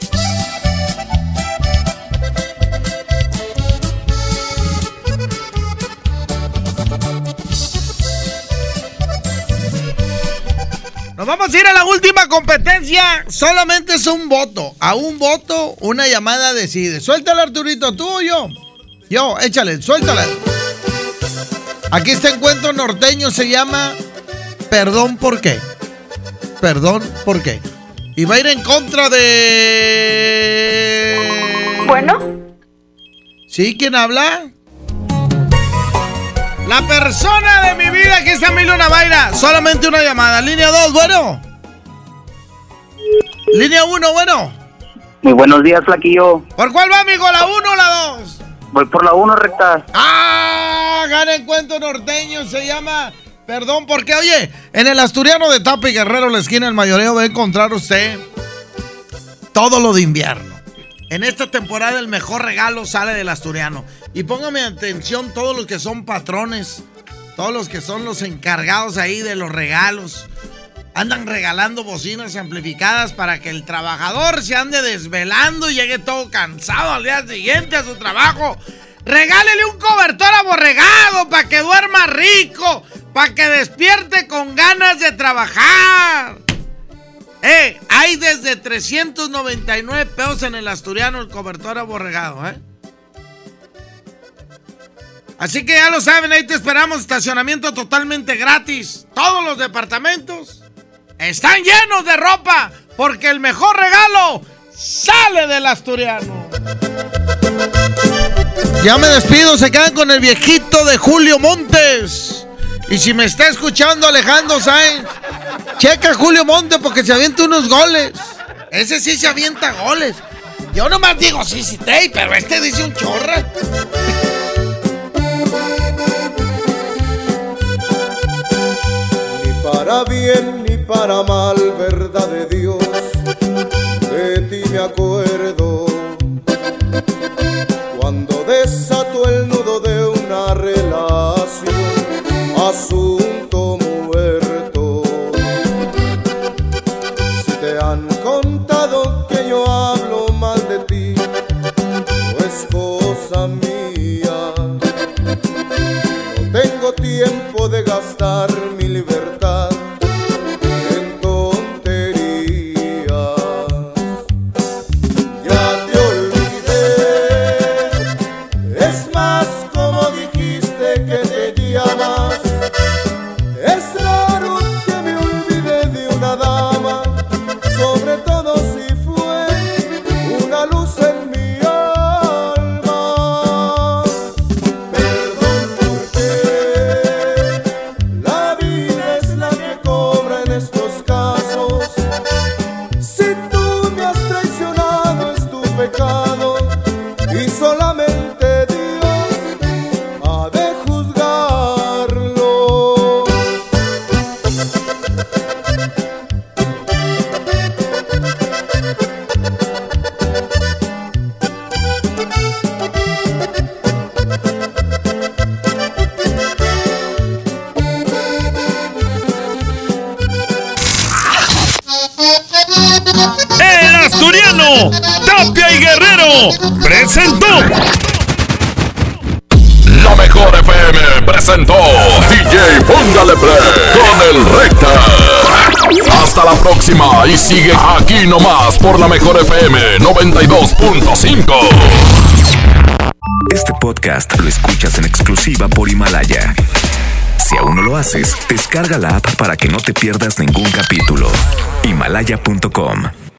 Speaker 5: Nos vamos a ir a la última competencia. Solamente es un voto. A un voto, una llamada decide. Suéltala, Arturito, tú o yo. Yo, échale, suéltala. Aquí este encuentro norteño se llama Perdón por qué. Perdón por qué. Y va a ir en contra de...
Speaker 6: Bueno.
Speaker 5: ¿Sí? ¿Quién habla? La persona de mi vida, aquí está Emilio Navaira. Solamente una llamada. Línea dos, bueno. Línea uno, bueno.
Speaker 9: Muy buenos días, flaquillo.
Speaker 5: ¿Por cuál va, amigo? ¿La uno o la dos?
Speaker 9: Voy por la uno, recta.
Speaker 5: ¡Ah! Gana encuentro norteño, se llama Perdón, porque, oye, en el Asturiano de Tapa y Guerrero, la esquina del Mayoreo, va a encontrar usted todo lo de invierno. En esta temporada el mejor regalo sale del Asturiano. Y póngame atención todos los que son patrones, todos los que son los encargados ahí de los regalos. Andan regalando bocinas amplificadas para que el trabajador se ande desvelando y llegue todo cansado al día siguiente a su trabajo. Regálele un cobertor aborregado para que duerma rico, para que despierte con ganas de trabajar. Eh, hay desde trescientos noventa y nueve pesos en el Asturiano el cobertor aborregado, ¿eh? Así que ya lo saben, ahí te esperamos, estacionamiento totalmente gratis. Todos los departamentos están llenos de ropa, porque el mejor regalo sale del Asturiano. Ya me despido, se quedan con el viejito de Julio Montes. Y si me está escuchando Alejandro Sáenz, checa Julio Montes porque se avienta unos goles. Ese sí se avienta goles. Yo nomás digo sí, sí, te, pero este dice un chorra.
Speaker 10: Ni para bien ni para mal, verdad de Dios, de ti me acuerdo. Cuando desató el nudo de una relación, asunto muerto. Si te han contado que yo hablo mal de ti, no es cosa mía. No tengo tiempo de gastar mi libertad en tonterías. Ya te olvidé, es más como dijiste que te llamas. Es raro que me olvide de una dama, sobre todo si fue una luz en mi alma. Perdón porque la vida es la que cobra en estos casos. Si tú me has traicionado es tu pecado y solamente Dios
Speaker 4: presentó. La Mejor F M presentó D J Póngale Play con el Recta. Hasta la próxima y sigue aquí nomás por La Mejor F M noventa y dos punto cinco.
Speaker 11: Este podcast lo escuchas en exclusiva por Himalaya. Si aún no lo haces, descarga la app para que no te pierdas ningún capítulo. Himalaya punto com